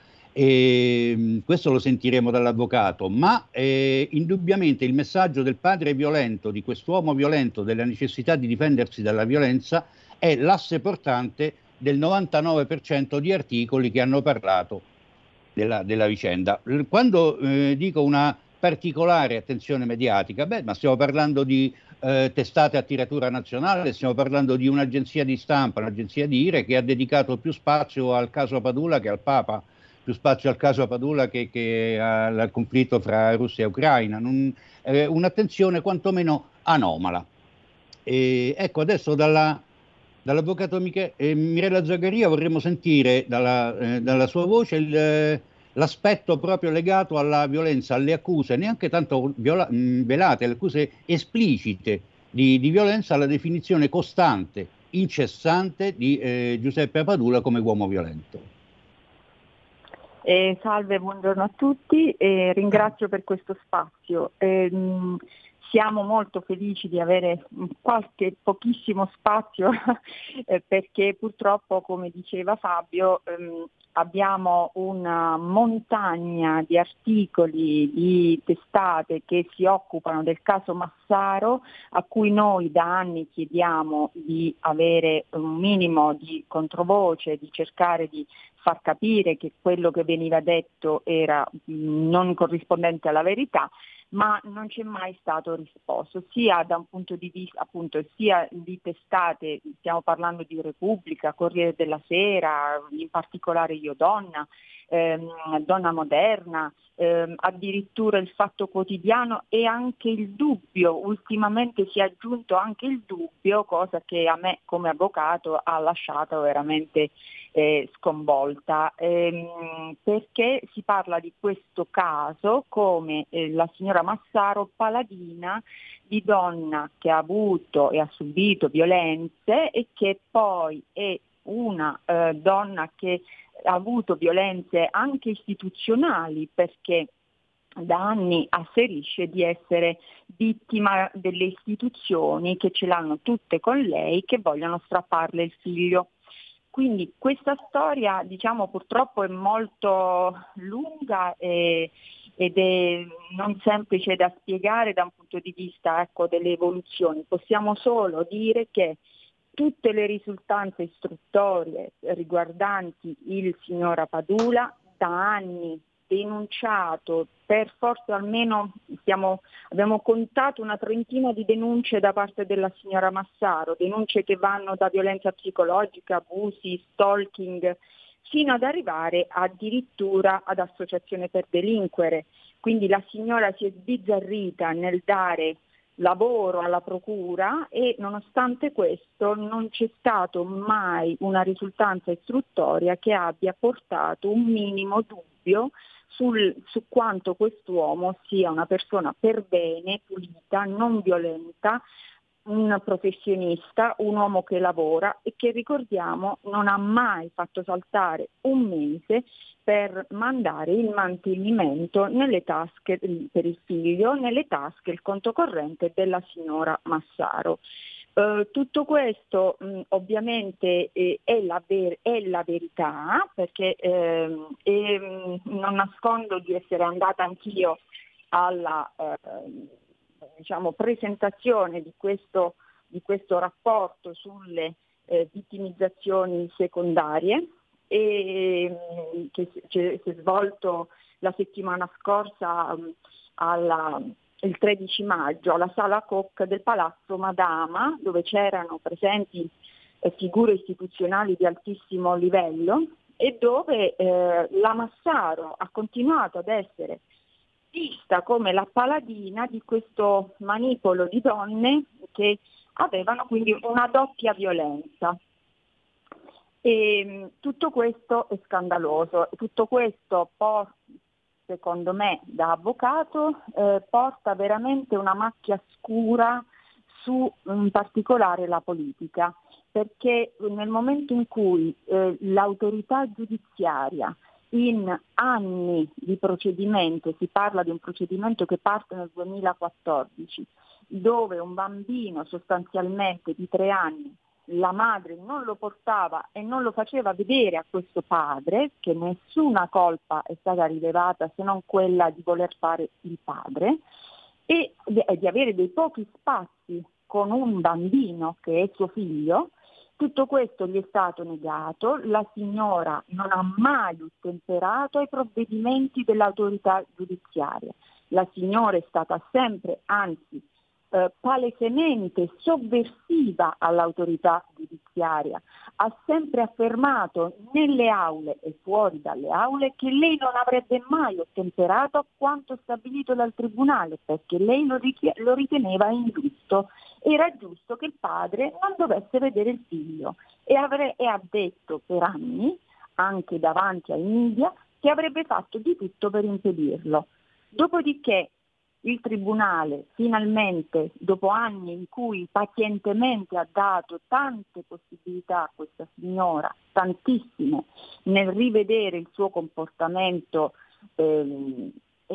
E questo lo sentiremo dall'avvocato, ma eh, indubbiamente il messaggio del padre violento, di quest'uomo violento, della necessità di difendersi dalla violenza, è l'asse portante del novantanove per cento di articoli che hanno parlato della, della vicenda. Quando eh, dico una particolare attenzione mediatica, beh, ma stiamo parlando di eh, testate a tiratura nazionale, stiamo parlando di un'agenzia di stampa, un'agenzia di I R E, che ha dedicato più spazio al caso Padula che al Papa, più spazio al caso Padula che, che al, al conflitto fra Russia e Ucraina. Non, eh, un'attenzione quantomeno anomala. E, ecco, adesso dalla Dall'avvocato Miche- eh, Mirella Zagaria vorremmo sentire dalla, eh, dalla sua voce il, eh, l'aspetto proprio legato alla violenza, alle accuse, neanche tanto viola- mh, velate, alle accuse esplicite di, di violenza, alla definizione costante, incessante di eh, Giuseppe Padula come uomo violento. Eh, salve, buongiorno a tutti, eh, ringrazio per questo spazio. Eh, mh, Siamo molto felici di avere qualche pochissimo spazio eh, perché purtroppo, come diceva Fabio, ehm, abbiamo una montagna di articoli, di testate che si occupano del caso Massaro, a cui noi da anni chiediamo di avere un minimo di controvoce, di cercare di far capire che quello che veniva detto era mh, non corrispondente alla verità, ma non c'è mai stato risposto, sia da un punto di vista appunto sia di testate, stiamo parlando di Repubblica, Corriere della Sera, in particolare Io Donna, ehm, Donna Moderna, ehm, addirittura il Fatto Quotidiano, e anche il Dubbio. Ultimamente si è aggiunto anche il Dubbio, cosa che a me come avvocato ha lasciato veramente eh, sconvolta, ehm, perché si parla di questo caso come eh, la signora Massaro paladina di donna che ha avuto e ha subito violenze e che poi è una eh, donna che ha avuto violenze anche istituzionali, perché da anni asserisce di essere vittima delle istituzioni che ce l'hanno tutte con lei, che vogliono strapparle il figlio. Quindi questa storia, diciamo, purtroppo è molto lunga e, ed è non semplice da spiegare da un punto di vista, ecco, delle evoluzioni. Possiamo solo dire che tutte le risultanze istruttorie riguardanti il signor Apadula, da anni denunciato per forse almeno stiamo, abbiamo contato una trentina di denunce da parte della signora Massaro, denunce che vanno da violenza psicologica, abusi, stalking, fino ad arrivare addirittura ad associazione per delinquere. Quindi la signora si è sbizzarrita nel dare lavoro alla procura e nonostante questo non c'è stato mai una risultanza istruttoria che abbia portato un minimo dubbio sul, su quanto quest'uomo sia una persona per bene, pulita, non violenta, un professionista, un uomo che lavora e che, ricordiamo, non ha mai fatto saltare un mese per mandare il mantenimento nelle tasche per il figlio, nelle tasche il conto corrente della signora Massaro. Uh, tutto questo mh, ovviamente eh, è, la ver- è la verità, perché eh, e, mh, non nascondo di essere andata anch'io alla eh, diciamo, presentazione di questo, di questo rapporto sulle eh, vittimizzazioni secondarie e, mh, che, che si è svolto la settimana scorsa mh, alla il tredici maggio alla Sala Koch del Palazzo Madama, dove c'erano presenti eh, figure istituzionali di altissimo livello e dove eh, la Massaro ha continuato ad essere vista come la paladina di questo manipolo di donne che avevano quindi una doppia violenza. E tutto questo è scandaloso, tutto questo porta, secondo me, da avvocato, eh, porta veramente una macchia scura su in particolare la politica, perché nel momento in cui eh, l'autorità giudiziaria in anni di procedimento, si parla di un procedimento che parte nel duemilaquattordici, dove un bambino sostanzialmente di tre anni, la madre non lo portava e non lo faceva vedere a questo padre, che nessuna colpa è stata rilevata se non quella di voler fare il padre, e di avere dei pochi spazi con un bambino che è suo figlio. Tutto questo gli è stato negato, la signora non ha mai ottemperato ai provvedimenti dell'autorità giudiziaria, la signora è stata sempre, anzi, Eh, palesemente sovversiva all'autorità giudiziaria, ha sempre affermato nelle aule e fuori dalle aule che lei non avrebbe mai ottemperato a quanto stabilito dal tribunale, perché lei lo, rit- lo riteneva ingiusto, era giusto che il padre non dovesse vedere il figlio e, avre- e ha detto per anni, anche davanti ai media, che avrebbe fatto di tutto per impedirlo. Dopodiché il tribunale finalmente, dopo anni in cui pazientemente ha dato tante possibilità a questa signora, tantissime, nel rivedere il suo comportamento, ehm,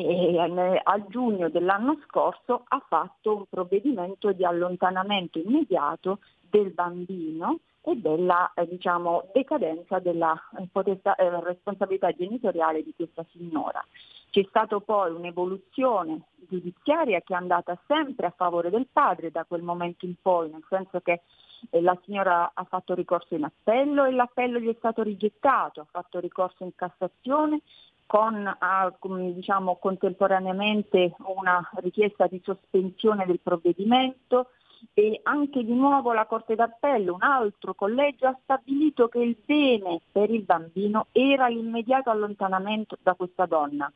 e a giugno dell'anno scorso ha fatto un provvedimento di allontanamento immediato del bambino e della eh, diciamo, decadenza della eh, potestà, eh, responsabilità genitoriale di questa signora. C'è stata poi un'evoluzione giudiziaria che è andata sempre a favore del padre da quel momento in poi, nel senso che eh, la signora ha fatto ricorso in appello e l'appello gli è stato rigettato, ha fatto ricorso in Cassazione con ah, com, diciamo, contemporaneamente una richiesta di sospensione del provvedimento e anche di nuovo la Corte d'Appello, un altro collegio, ha stabilito che il bene per il bambino era l'immediato allontanamento da questa donna.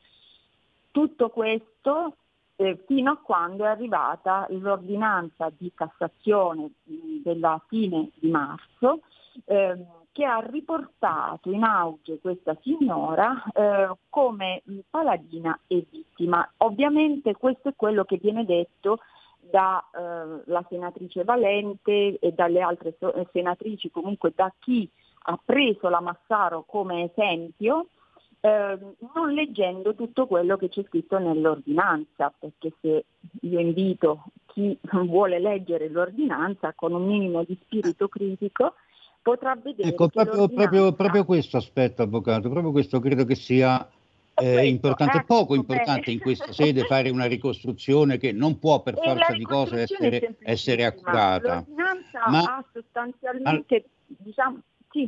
Tutto questo eh, fino a quando è arrivata l'ordinanza di Cassazione mh, della fine di marzo eh, che ha riportato in auge questa signora eh, come mh, paladina e vittima. Ovviamente questo è quello che viene detto dalla eh, senatrice Valente e dalle altre so- senatrici, comunque da chi ha preso la Massaro come esempio, eh, non leggendo tutto quello che c'è scritto nell'ordinanza, perché se io invito chi vuole leggere l'ordinanza con un minimo di spirito critico potrà vedere ecco, che proprio, proprio, proprio questo aspetto, avvocato, proprio questo credo che sia eh, importante, è poco importante in questa sede fare una ricostruzione che non può per forza di cose essere, essere accurata. L'ordinanza ma, ha sostanzialmente, ma, diciamo, sì.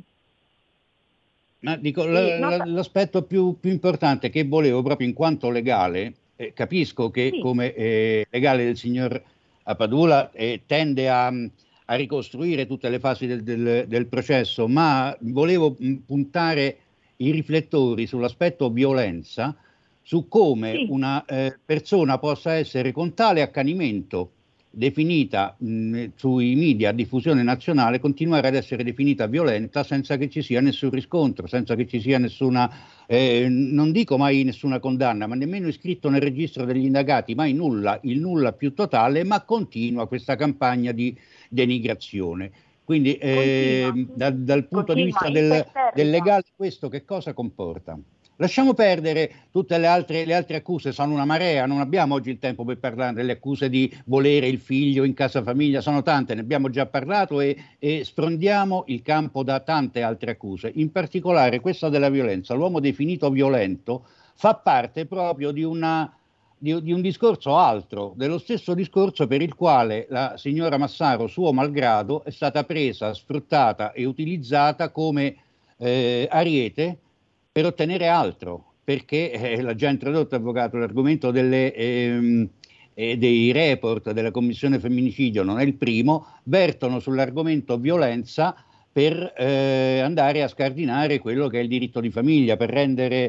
Ma dico, sì, l- no, l- l'aspetto più, più importante che volevo proprio in quanto legale, eh, capisco che sì. come eh, legale del signor Apadula eh, tende a, a ricostruire tutte le fasi del, del, del processo, ma volevo mh, puntare i riflettori sull'aspetto violenza, su come Sì. una eh, persona possa essere con tale accanimento definita mh, sui media a diffusione nazionale, continuare ad essere definita violenta senza che ci sia nessun riscontro, senza che ci sia nessuna, eh, non dico mai nessuna condanna, ma nemmeno iscritto nel registro degli indagati, mai nulla, il nulla più totale, ma continua questa campagna di denigrazione. Quindi eh, da, dal punto continua, di vista del, del legale questo che cosa comporta? Lasciamo perdere tutte le altre, le altre accuse, sono una marea, non abbiamo oggi il tempo per parlare delle accuse di volere il figlio in casa famiglia, sono tante, ne abbiamo già parlato e, e sfrondiamo il campo da tante altre accuse. In particolare questa della violenza, l'uomo definito violento fa parte proprio di, una, di, di un discorso altro, dello stesso discorso per il quale la signora Massaro, suo malgrado, è stata presa, sfruttata e utilizzata come eh, ariete per ottenere altro, perché eh, l'ha già introdotto, avvocato, l'argomento delle, ehm, eh, dei report della Commissione Femminicidio, non è il primo, vertono sull'argomento violenza per eh, andare a scardinare quello che è il diritto di famiglia, per rendere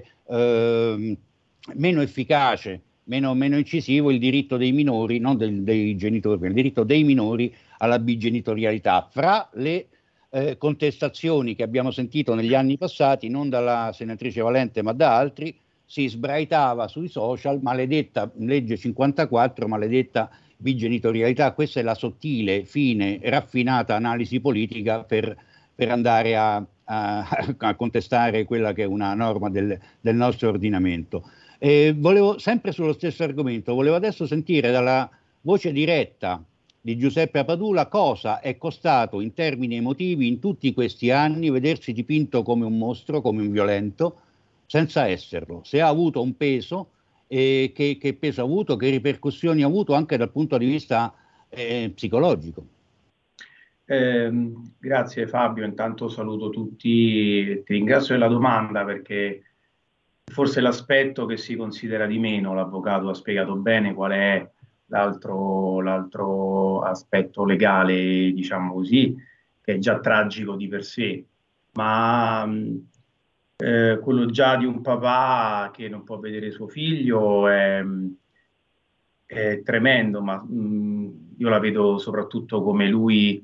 eh, meno efficace, meno, meno incisivo il diritto dei minori, non del, dei genitori, ma il diritto dei minori alla bigenitorialità. Fra le Eh, contestazioni che abbiamo sentito negli anni passati, non dalla senatrice Valente ma da altri, si sbraitava sui social, maledetta legge cinquantaquattro, maledetta bigenitorialità. Questa è la sottile, fine, raffinata analisi politica per, per andare a, a, a contestare quella che è una norma del, del nostro ordinamento. Eh, volevo, sempre sullo stesso argomento, volevo adesso sentire dalla voce diretta di Giuseppe Apadula cosa è costato in termini emotivi in tutti questi anni vedersi dipinto come un mostro, come un violento, senza esserlo. Se ha avuto un peso, eh, che, che peso ha avuto, che ripercussioni ha avuto anche dal punto di vista eh, psicologico. Eh, grazie Fabio, intanto saluto tutti, ti ringrazio della domanda perché forse l'aspetto che si considera di meno, l'avvocato ha spiegato bene qual è L'altro, l'altro aspetto legale, diciamo così, che è già tragico di per sé, ma eh, quello già di un papà che non può vedere suo figlio è, è tremendo, ma mh, io la vedo soprattutto come lui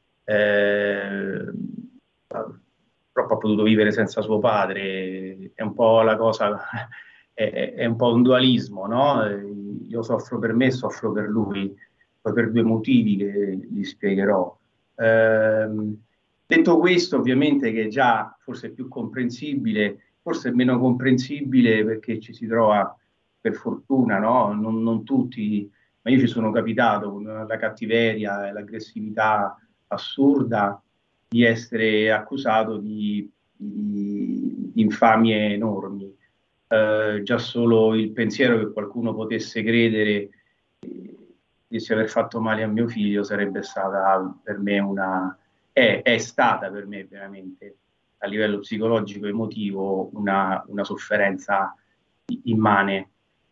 eh, purtroppo ha potuto vivere senza suo padre, è un po' la cosa... È, è un po' un dualismo, no? Io soffro per me, soffro per lui, poi per due motivi che gli spiegherò. Ehm, detto questo, ovviamente che già forse è più comprensibile, forse è meno comprensibile perché ci si trova, per fortuna, no? Non, non tutti, ma io ci sono capitato con la cattiveria e l'aggressività assurda di essere accusato di, di, di infamie enormi. Uh, già solo il pensiero che qualcuno potesse credere eh, di aver fatto male a mio figlio sarebbe stata per me una è, è stata per me veramente a livello psicologico e emotivo una, una sofferenza immane.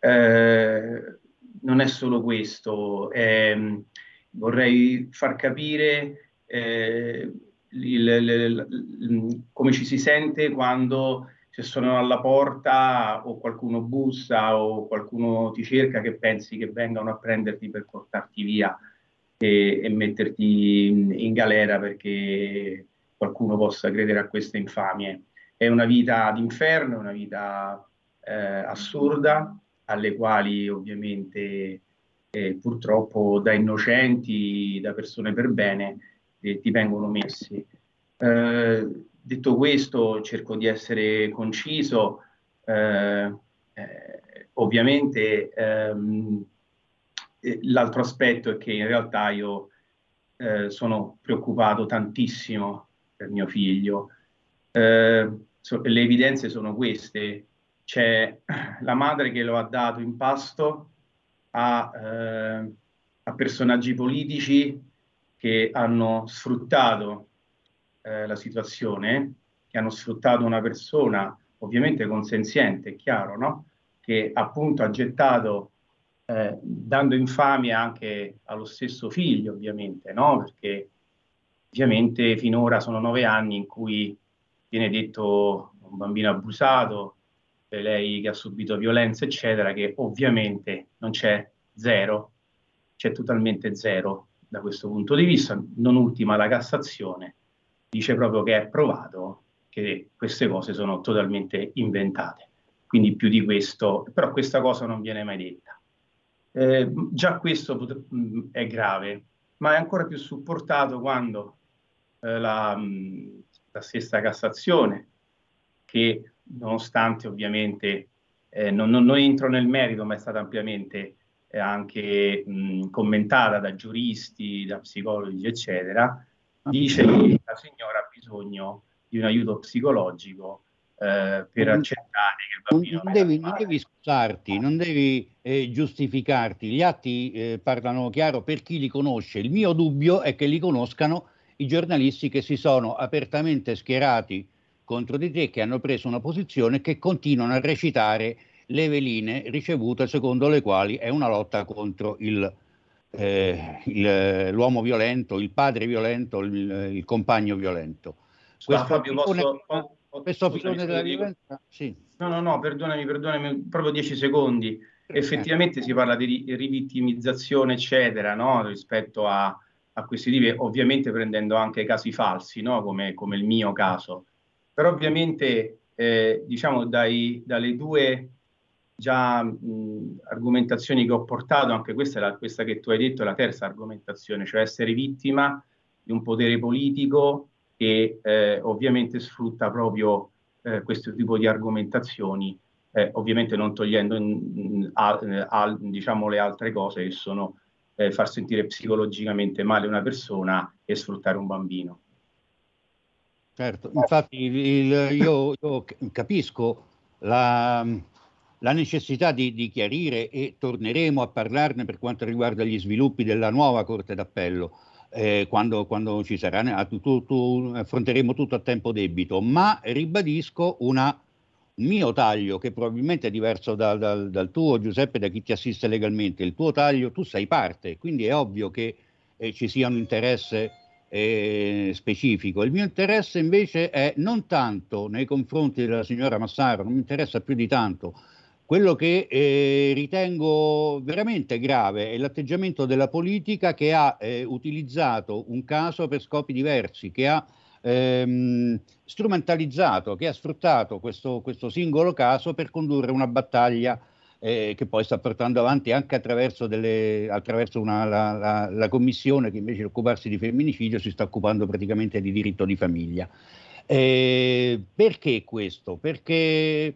Uh, non è solo questo, eh, vorrei far capire eh, il, il, il, come ci si sente quando se sono alla porta o qualcuno bussa o qualcuno ti cerca, che pensi che vengano a prenderti per portarti via e, e metterti in, in galera perché qualcuno possa credere a queste infamie. È una vita d'inferno, è una vita eh, assurda, alle quali ovviamente eh, purtroppo da innocenti, da persone per bene, eh, ti vengono messi. Eh, Detto questo, cerco di essere conciso. Eh, eh, ovviamente ehm, l'altro aspetto è che in realtà io eh, sono preoccupato tantissimo per mio figlio. Eh, so, le evidenze sono queste. c'è la madre che lo ha dato in pasto a, eh, a personaggi politici che hanno sfruttato eh, la situazione, che hanno sfruttato una persona ovviamente consenziente, è chiaro, no? Che appunto ha gettato, eh, dando infamia anche allo stesso figlio, ovviamente, no? Perché ovviamente finora sono nove anni in cui viene detto un bambino abusato, lei che ha subito violenza, eccetera, che ovviamente non c'è zero, c'è totalmente zero da questo punto di vista. Non ultima la Cassazione, dice proprio che è provato che queste cose sono totalmente inventate. Quindi più di questo, però questa cosa non viene mai detta. Eh, già questo pot- è grave, ma è ancora più supportato quando eh, la, mh, la stessa Cassazione, che nonostante ovviamente, eh, non, non, non entro nel merito, ma è stata ampiamente eh, anche mh, commentata da giuristi, da psicologi, eccetera, dice che la signora ha bisogno di un aiuto psicologico eh, per non, accettare che il bambino... Non devi, non devi scusarti, non devi eh, giustificarti, gli atti eh, parlano chiaro per chi li conosce. Il mio dubbio è che li conoscano i giornalisti che si sono apertamente schierati contro di te, che hanno preso una posizione e che continuano a recitare le veline ricevute secondo le quali è una lotta contro il, eh, il, l'uomo violento, il padre violento, il, il compagno violento. Questo Fabio, posso, filone, questo filone della violenza? Sì. No, no, no, perdonami, perdonami, proprio dieci secondi. Effettivamente eh. si parla di rivittimizzazione, eccetera, no? Rispetto a, a questi tipi, ovviamente prendendo anche casi falsi, no? Come, come il mio caso. Però ovviamente, eh, diciamo, dai, dalle due già mh, argomentazioni che ho portato, anche questa, è la, questa che tu hai detto, è la terza argomentazione, cioè essere vittima di un potere politico che eh, ovviamente sfrutta proprio eh, questo tipo di argomentazioni, eh, ovviamente non togliendo in, in, a, a, diciamo, le altre cose che sono eh, far sentire psicologicamente male una persona e sfruttare un bambino. Certo, infatti il, io, io capisco la, la necessità di, di chiarire, e torneremo a parlarne per quanto riguarda gli sviluppi della nuova Corte d'Appello, eh, quando, quando ci sarà, tu, tu, tu, affronteremo tutto a tempo debito, ma ribadisco una, un mio taglio che probabilmente è diverso da, da, dal tuo, Giuseppe, da chi ti assiste legalmente. Il tuo taglio, tu sei parte, quindi è ovvio che eh, ci sia un interesse Eh, specifico. Il mio interesse invece è non tanto nei confronti della signora Massaro, non mi interessa più di tanto. Quello che eh, ritengo veramente grave è l'atteggiamento della politica, che ha eh, utilizzato un caso per scopi diversi, che ha ehm, strumentalizzato, che ha sfruttato questo, questo singolo caso per condurre una battaglia Eh, che poi sta portando avanti anche attraverso, delle, attraverso una, la, la, la commissione che invece di occuparsi di femminicidio si sta occupando praticamente di diritto di famiglia. Eh, perché questo? Perché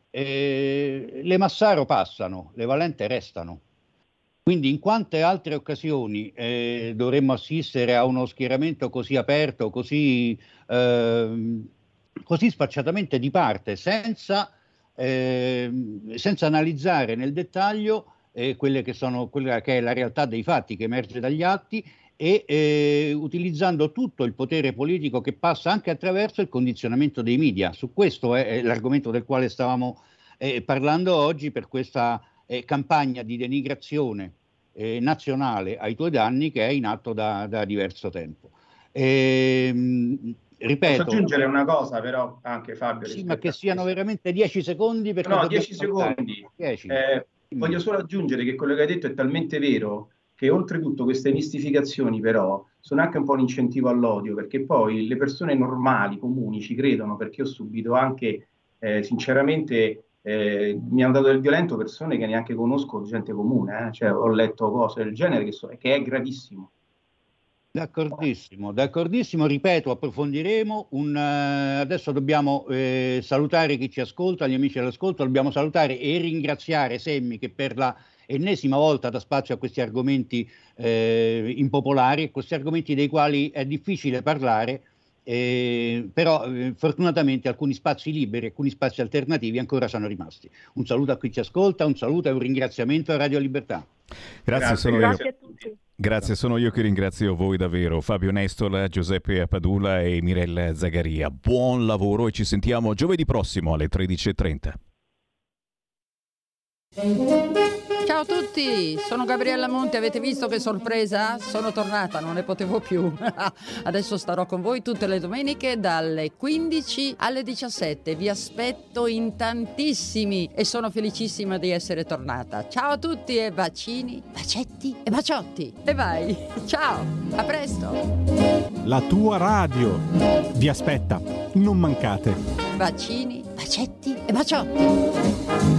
eh, le Massaro passano, le Valente restano. Quindi in quante altre occasioni eh, dovremmo assistere a uno schieramento così aperto, così, eh, così sfacciatamente di parte, senza... Eh, senza analizzare nel dettaglio eh, quelle che sono, quella che è la realtà dei fatti che emerge dagli atti, e eh, utilizzando tutto il potere politico che passa anche attraverso il condizionamento dei media. Su questo è, è l'argomento del quale stavamo eh, parlando oggi, per questa eh, campagna di denigrazione eh, nazionale ai tuoi danni che è in atto da, da diverso tempo. E, ripeto, posso aggiungere una cosa però anche, Fabio? Sì, ma che siano veramente dieci secondi, perché no, dieci secondi. dieci. Eh, voglio solo aggiungere che quello che hai detto è talmente vero che oltretutto queste mistificazioni però sono anche un po' un incentivo all'odio, perché poi le persone normali, comuni, ci credono, perché ho subito anche eh, sinceramente eh, mi hanno dato del violento persone che neanche conosco, gente comune, eh? Cioè ho letto cose del genere che, so, che è gravissimo. D'accordissimo, d'accordissimo, ripeto, approfondiremo. Un, uh, adesso dobbiamo eh, salutare chi ci ascolta, gli amici all'ascolto, dobbiamo salutare e ringraziare Semmi, che per la ennesima volta dà spazio a questi argomenti eh, impopolari, questi argomenti dei quali è difficile parlare, Eh, però eh, fortunatamente alcuni spazi liberi, alcuni spazi alternativi ancora sono rimasti. Un saluto a chi ci ascolta, un saluto e un ringraziamento a Radio Libertà. Grazie, Grazie, sono Grazie io. a tutti. Grazie, sono io che ringrazio voi davvero. Fabio Nestola, Giuseppe Padula e Mirella Zagaria. Buon lavoro e ci sentiamo giovedì prossimo alle tredici e trenta. Ciao a tutti, sono Gabriella Monti, avete visto che sorpresa? Sono tornata, non ne potevo più. Adesso starò con voi tutte le domeniche dalle quindici alle diciassette, vi aspetto in tantissimi e sono felicissima di essere tornata. Ciao a tutti e bacini, bacetti e baciotti. E vai, ciao, a presto. La tua radio vi aspetta, non mancate. Bacini, bacetti e baciotti.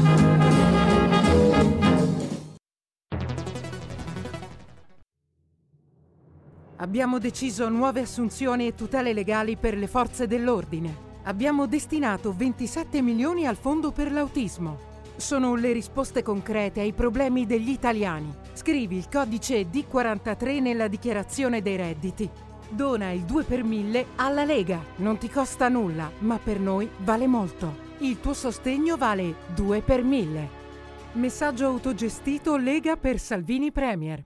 Abbiamo deciso nuove assunzioni e tutele legali per le forze dell'ordine. Abbiamo destinato ventisette milioni al fondo per l'autismo. Sono le risposte concrete ai problemi degli italiani. Scrivi il codice D quarantatré nella dichiarazione dei redditi. Dona il due per mille alla Lega. Non ti costa nulla, ma per noi vale molto. Il tuo sostegno vale due per mille. Messaggio autogestito Lega per Salvini Premier.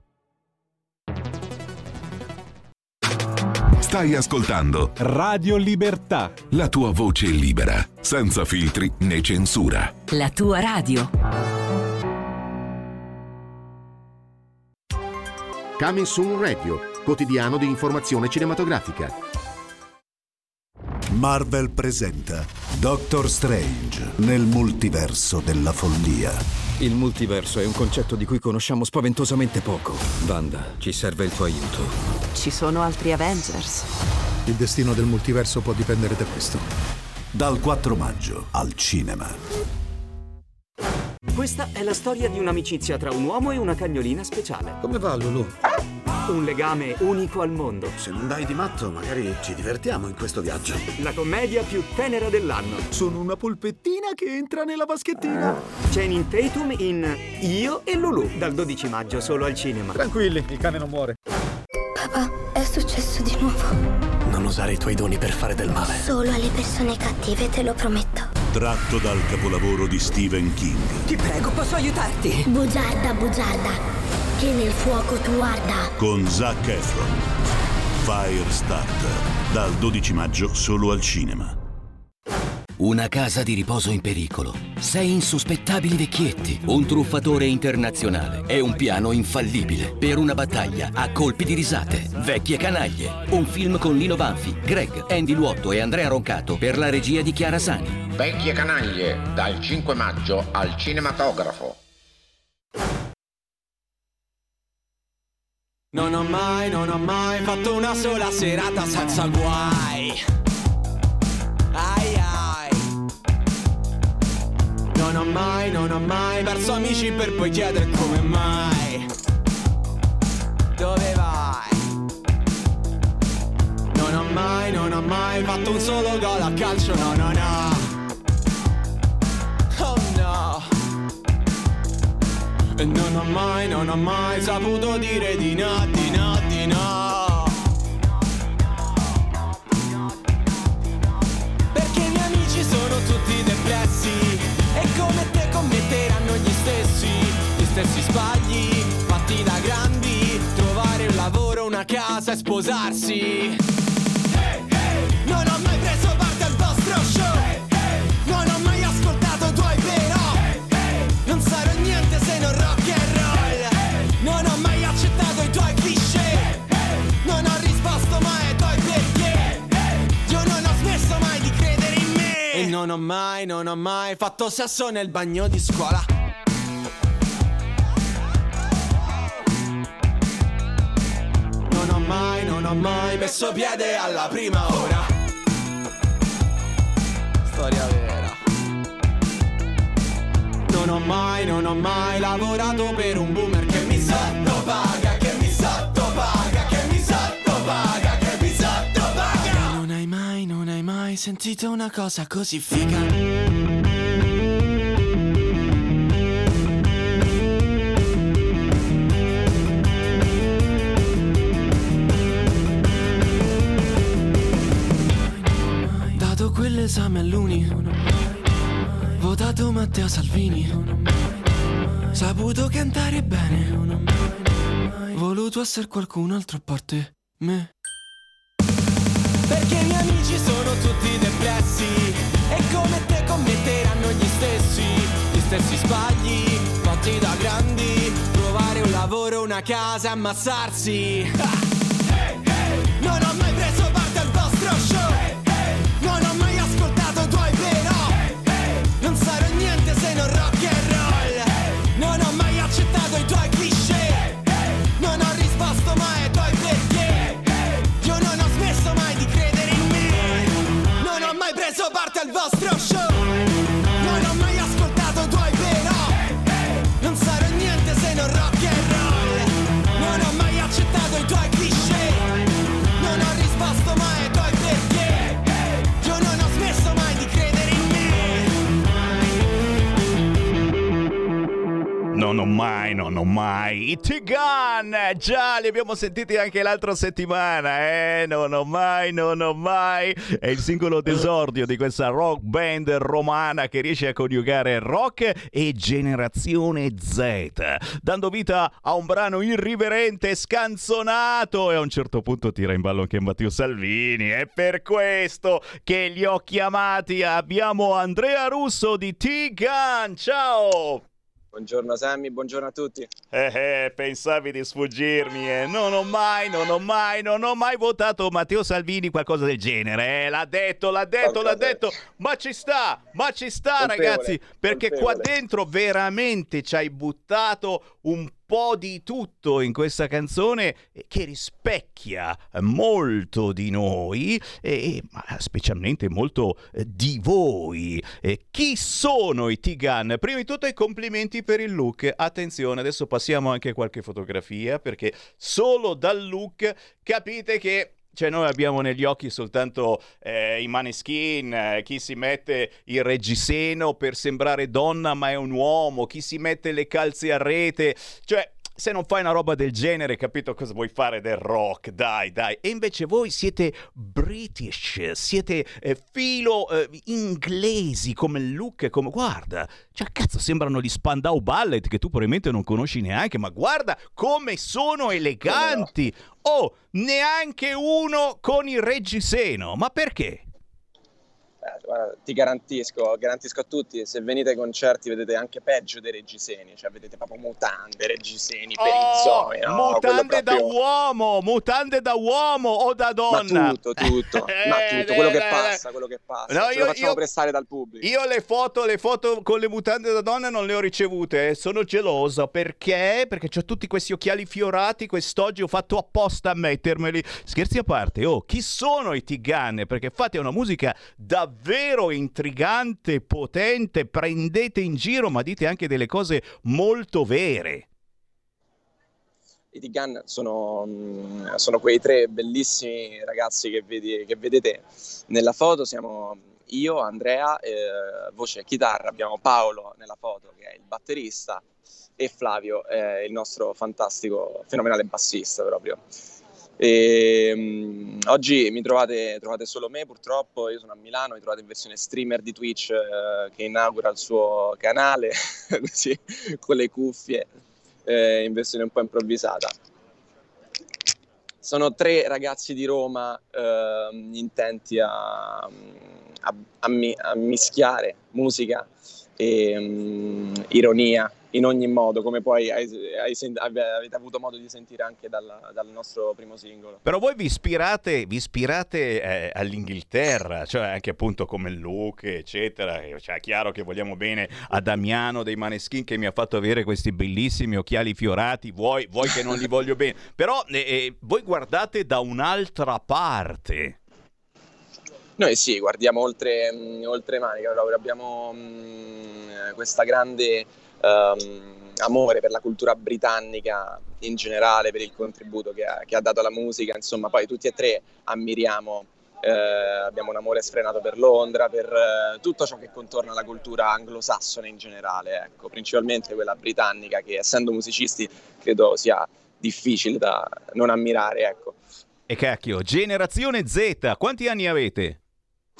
Stai ascoltando Radio Libertà, la tua voce libera, senza filtri né censura. La tua radio. Coming Soon Radio, quotidiano di informazione cinematografica. Marvel presenta Doctor Strange nel multiverso della follia. Il multiverso è un concetto di cui conosciamo spaventosamente poco. Wanda, ci serve il tuo aiuto. Ci sono altri Avengers. Il destino del multiverso può dipendere da questo. Dal quattro maggio al cinema. Questa è la storia di un'amicizia tra un uomo e una cagnolina speciale. Come va, Lulu? Un legame unico al mondo. Se non dai di matto, magari ci divertiamo in questo viaggio. La commedia più tenera dell'anno. Sono una polpettina che entra nella vaschettina. Channing Tatum in Io e Lulu, dal dodici maggio solo al cinema. Tranquilli, il cane non muore. Papà, è successo di nuovo. Non usare i tuoi doni per fare del male. Solo alle persone cattive, te lo prometto. Tratto dal capolavoro di Stephen King. Ti prego, posso aiutarti? Bugiarda, bugiarda, che nel fuoco tu arda. Con Zac Efron. Firestarter. Dal dodici maggio solo al cinema. Una casa di riposo in pericolo. Sei insospettabili vecchietti. Un truffatore internazionale. E un piano infallibile. Per una battaglia a colpi di risate. Vecchie canaglie. Un film con Lino Banfi, Greg, Andy Luotto e Andrea Roncato per la regia di Chiara Sani. Vecchie canaglie, dal cinque maggio al cinematografo. Non ho mai, non ho mai fatto una sola serata senza guai. Ai ai. Non ho mai, non ho mai perso amici per poi chiedere come mai. Dove vai? Non ho mai, non ho mai fatto un solo gol a calcio, no, no, no. Oh no. E non ho mai, non ho mai saputo dire di no, di no, di no. Perché i miei amici sono tutti depressi e come te commetteranno gli stessi, gli stessi sbagli fatti da grandi. Trovare un lavoro, una casa e sposarsi. Non ho mai preso parte al vostro show. Non ho mai ascoltato i tuoi però. Non sarò niente se non rock and roll. Non ho mai accettato i tuoi cliché. Non ho risposto mai ai tuoi perché. Io non ho smesso mai di credere in me. E non ho mai, non ho mai fatto sesso nel bagno di scuola. Non ho mai, non ho mai messo piede alla prima ora. Storia vera. Non ho mai, non ho mai lavorato per un boomer che mi sottopaga, che mi sottopaga, che mi sottopaga, che mi sottopaga. Non hai mai, non hai mai sentito una cosa così figa. quell'esame all'uni, votato Matteo Salvini, saputo cantare bene, voluto essere qualcun altro a parte me. Perché i miei amici sono tutti depressi e come te commetteranno gli stessi, gli stessi sbagli fatti da grandi, trovare un lavoro, una casa, ammazzarsi. Non ho mai preso parte al vostro show, non ho mai ascoltato i tuoi però, non sarò niente se non rock and roll, non ho mai accettato i tuoi cliché, non ho risposto mai ai tuoi perché, io non ho smesso mai di credere in me, non ho mai preso parte al vostro show, non ho mai ascoltato i tuoi però, non sarò niente se non rock and roll, non ho mai accettato i tuoi cliché, non ho risposto mai ai tuoi perché, io non ho smesso mai di credere in me. Non ho mai, non ho mai. I T-Gun, già li abbiamo sentiti anche l'altra settimana, eh? Non ho mai, non ho mai. È il singolo d'esordio di questa rock band romana che riesce a coniugare rock e generazione Z, dando vita a un brano irriverente, scanzonato, e a un certo punto tira in ballo anche Matteo Salvini. È per questo che li ho chiamati. Abbiamo Andrea Russo di T-Gun. Ciao! Buongiorno Sammy, buongiorno a tutti. Eh, eh, pensavi di sfuggirmi, eh. Non ho mai, non ho mai, non ho mai votato Matteo Salvini, qualcosa del genere, eh. L'ha detto, l'ha detto, l'ha detto. Ma ci sta, ma ci sta, Colpevole, ragazzi, perché colpevole. qua dentro veramente ci hai buttato un po' di tutto in questa canzone che rispecchia molto di noi e ma specialmente molto eh, di voi. E chi sono i T-Gun? Prima di tutto i complimenti per il look. Attenzione, adesso passiamo anche a qualche fotografia, perché solo dal look capite che cioè noi abbiamo negli occhi soltanto eh, i Maneskin, eh, chi si mette il reggiseno per sembrare donna ma è un uomo, chi si mette le calze a rete, cioè se non fai una roba del genere, capito cosa vuoi fare del rock, dai, dai. E invece voi siete British, siete eh, filo eh, inglesi come look, come guarda, cioè cazzo sembrano gli Spandau Ballet che tu probabilmente non conosci neanche, ma guarda come sono eleganti. Oh, neanche uno con il reggiseno, ma perché? Eh, guarda, ti garantisco, garantisco a tutti, se venite ai concerti vedete anche peggio dei reggiseni, cioè vedete proprio mutande, reggiseni, perizzoni, oh, no? mutande proprio... da uomo, mutande da uomo o da donna? Ma tutto, tutto, eh, ma tutto, quello eh, che eh, passa, quello che passa, no, ce io, lo facciamo io, prestare dal pubblico. Io le foto, le foto con le mutande da donna non le ho ricevute, eh. Sono gelosa, perché? Perché c'ho tutti questi occhiali fiorati, quest'oggi ho fatto apposta a mettermeli. Scherzi a parte, oh, chi sono i T-Gun? Perché fate una musica davvero intrigante, potente, prendete in giro, ma dite anche delle cose molto vere. I T-Gun sono, sono quei tre bellissimi ragazzi che, vedi, che vedete nella foto. Siamo io, Andrea, eh, voce e chitarra, abbiamo Paolo nella foto che è il batterista e Flavio è il nostro fantastico, fenomenale bassista proprio. E, um, oggi mi trovate, trovate solo me, purtroppo io sono a Milano, mi trovate in versione streamer di Twitch eh, che inaugura il suo canale così, con le cuffie eh, in versione un po' improvvisata. Sono tre ragazzi di Roma eh, intenti a, a, a, a mischiare musica e um, ironia in ogni modo, come poi hai, hai, avete avuto modo di sentire anche dal, dal nostro primo singolo. Però voi vi ispirate, vi ispirate eh, all'Inghilterra, cioè anche appunto come il look, eccetera. Cioè, è chiaro che vogliamo bene a Damiano dei Maneskin che mi ha fatto avere questi bellissimi occhiali fiorati, voi, voi che non li voglio bene. Però eh, eh, voi guardate da un'altra parte. Noi sì, guardiamo oltre, mh, oltre Manica, proprio abbiamo mh, questa grande um, amore per la cultura britannica in generale, per il contributo che ha, che ha dato alla musica, insomma poi tutti e tre ammiriamo, eh, abbiamo un amore sfrenato per Londra, per eh, tutto ciò che contorna la cultura anglosassone in generale, ecco, principalmente quella britannica che essendo musicisti credo sia difficile da non ammirare, ecco. E cacchio, generazione Z, quanti anni avete?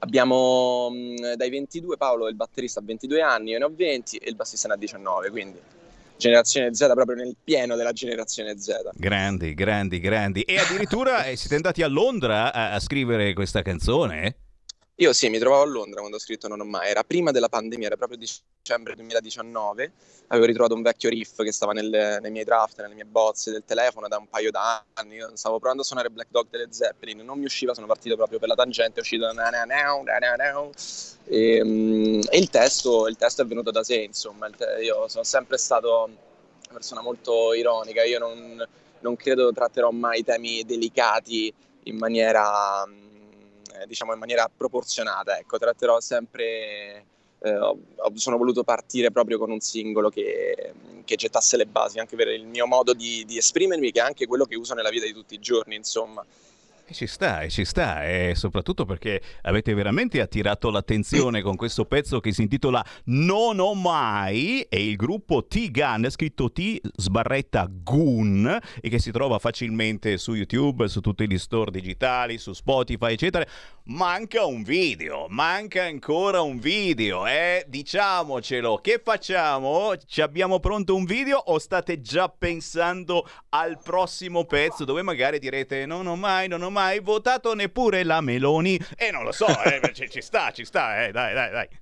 Abbiamo mh, dai ventidue, Paolo il batterista ha ventidue anni, io ne ho venti e il bassista ne ha diciannove, quindi generazione Z, proprio nel pieno della generazione Z. Grandi, grandi, grandi. E addirittura eh, siete andati a Londra a, a scrivere questa canzone? Io sì, mi trovavo a Londra quando ho scritto Non ho mai, era prima della pandemia, era proprio dicembre duemiladiciannove, avevo ritrovato un vecchio riff che stava nelle, nei miei draft, nelle mie bozze del telefono da un paio d'anni, io stavo provando a suonare Black Dog delle Zeppelin, non mi usciva, sono partito proprio per la tangente, è uscito na na na na na na, e, um, e il testo, il testo è venuto da sé, insomma, il te- io sono sempre stato una persona molto ironica, io non, non credo tratterò mai temi delicati in maniera... diciamo in maniera proporzionata, ecco, tratterò sempre, eh, ho, sono voluto partire proprio con un singolo che, che gettasse le basi anche per il mio modo di, di esprimermi, che è anche quello che uso nella vita di tutti i giorni, insomma. E ci sta, e ci sta, e soprattutto perché avete veramente attirato l'attenzione con questo pezzo che si intitola Non ho mai, e il gruppo T-Gun, scritto T sbarretta Gun, e che si trova facilmente su YouTube, su tutti gli store digitali, su Spotify, eccetera. Manca un video, manca ancora un video, eh? Diciamocelo, che facciamo? Ci abbiamo pronto un video o state già pensando al prossimo pezzo dove magari direte non ho mai, non ho mai votato neppure la Meloni? E eh, non lo so, eh, ci, ci sta, ci sta, eh, dai, dai, dai.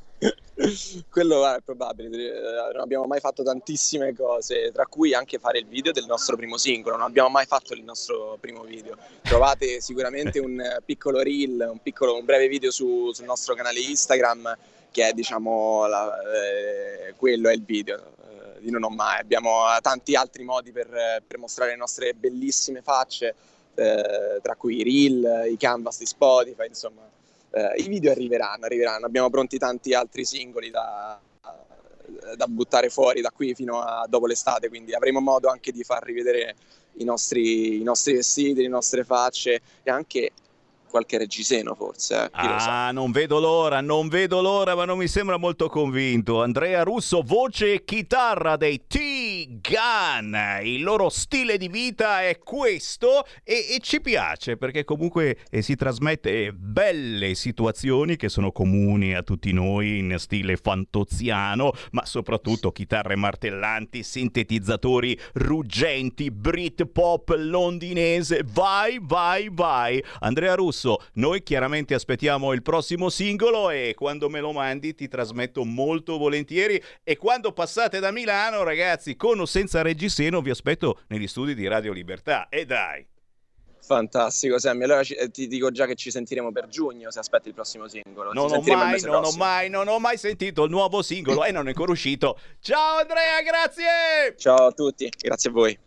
Quello è probabile, non abbiamo mai fatto tantissime cose, tra cui anche fare il video del nostro primo singolo, non abbiamo mai fatto il nostro primo video. Trovate sicuramente un piccolo reel, un piccolo, un breve video su, sul nostro canale Instagram, che è diciamo la, eh, quello è il video eh, di Non ho mai. Abbiamo tanti altri modi per, per mostrare le nostre bellissime facce, eh, tra cui i reel, i canvas di Spotify, insomma. Uh, i video arriveranno, arriveranno, abbiamo pronti tanti altri singoli da, da buttare fuori da qui fino a dopo l'estate, quindi avremo modo anche di far rivedere i nostri, i nostri vestiti, le nostre facce e anche qualche reggiseno forse, eh? Chi lo sa. Ah, non vedo l'ora, non vedo l'ora, ma non mi sembra molto convinto. Andrea Russo, voce e chitarra dei T-Gun. Il loro stile di vita è questo e, e ci piace perché comunque eh, si trasmette belle situazioni che sono comuni a tutti noi in stile fantoziano, ma soprattutto chitarre martellanti, sintetizzatori ruggenti, Britpop londinese. Vai, vai, vai. Andrea Russo, noi chiaramente aspettiamo il prossimo singolo e quando me lo mandi ti trasmetto molto volentieri, e quando passate da Milano, ragazzi, con o senza reggiseno, vi aspetto negli studi di Radio Libertà. E dai! Fantastico, Sammy. Allora ci, eh, ti dico già che ci sentiremo per giugno se aspetti il prossimo singolo. Non ho mai, non ho mai, non ho mai sentito il nuovo singolo e non è ancora uscito. Ciao Andrea, grazie! Ciao a tutti, grazie a voi.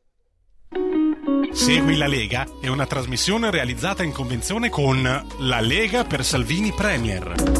Segui la Lega è una trasmissione realizzata in convenzione con La Lega per Salvini Premier.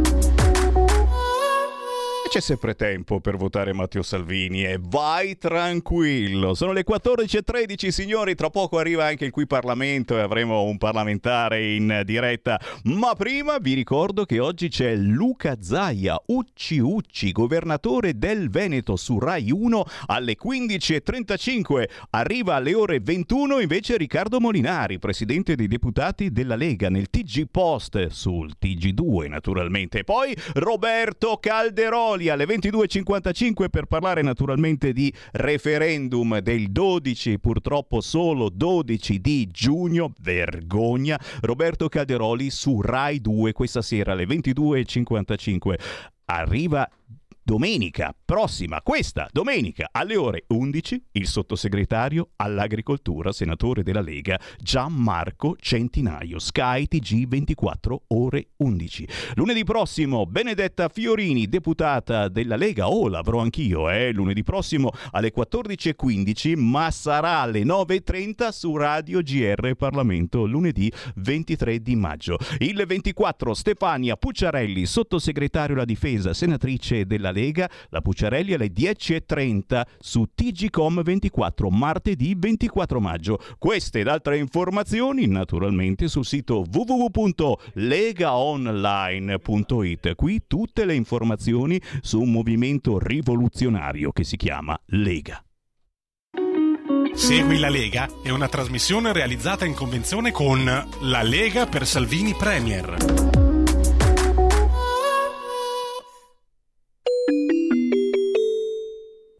C'è sempre tempo per votare Matteo Salvini e vai tranquillo. Sono le quattordici e tredici, signori, tra poco arriva anche il Qui Parlamento e avremo un parlamentare in diretta. Ma prima vi ricordo che oggi c'è Luca Zaia, Ucci Ucci, governatore del Veneto, su Rai uno alle quindici e trentacinque. Arriva alle ore ventuno invece Riccardo Molinari, presidente dei deputati della Lega, nel T G Post, sul T G due naturalmente. Poi Roberto Calderoli alle ventidue e cinquantacinque per parlare naturalmente di referendum del dodici, purtroppo solo dodici di giugno, vergogna. Roberto Calderoli su Rai due questa sera alle ventidue e cinquantacinque. Arriva domenica prossima, questa domenica alle ore undici, il sottosegretario all'agricoltura, senatore della Lega, Gianmarco Centinaio, Sky T G ventiquattro ore undici. Lunedì prossimo Benedetta Fiorini, deputata della Lega, o oh, l'avrò anch'io, eh, lunedì prossimo alle quattordici e quindici, ma sarà alle nove e trenta su Radio G R Parlamento, lunedì ventitré di maggio. Il ventiquattro Stefania Pucciarelli, sottosegretario alla difesa, senatrice della Lega, la Pucciarelli alle dieci e trenta su T G Com ventiquattro, martedì ventiquattro maggio. Queste ed altre informazioni naturalmente sul sito w w w punto legaonline punto it. Qui tutte le informazioni su un movimento rivoluzionario che si chiama Lega. Segui la Lega è una trasmissione realizzata in convenzione con La Lega per Salvini Premier.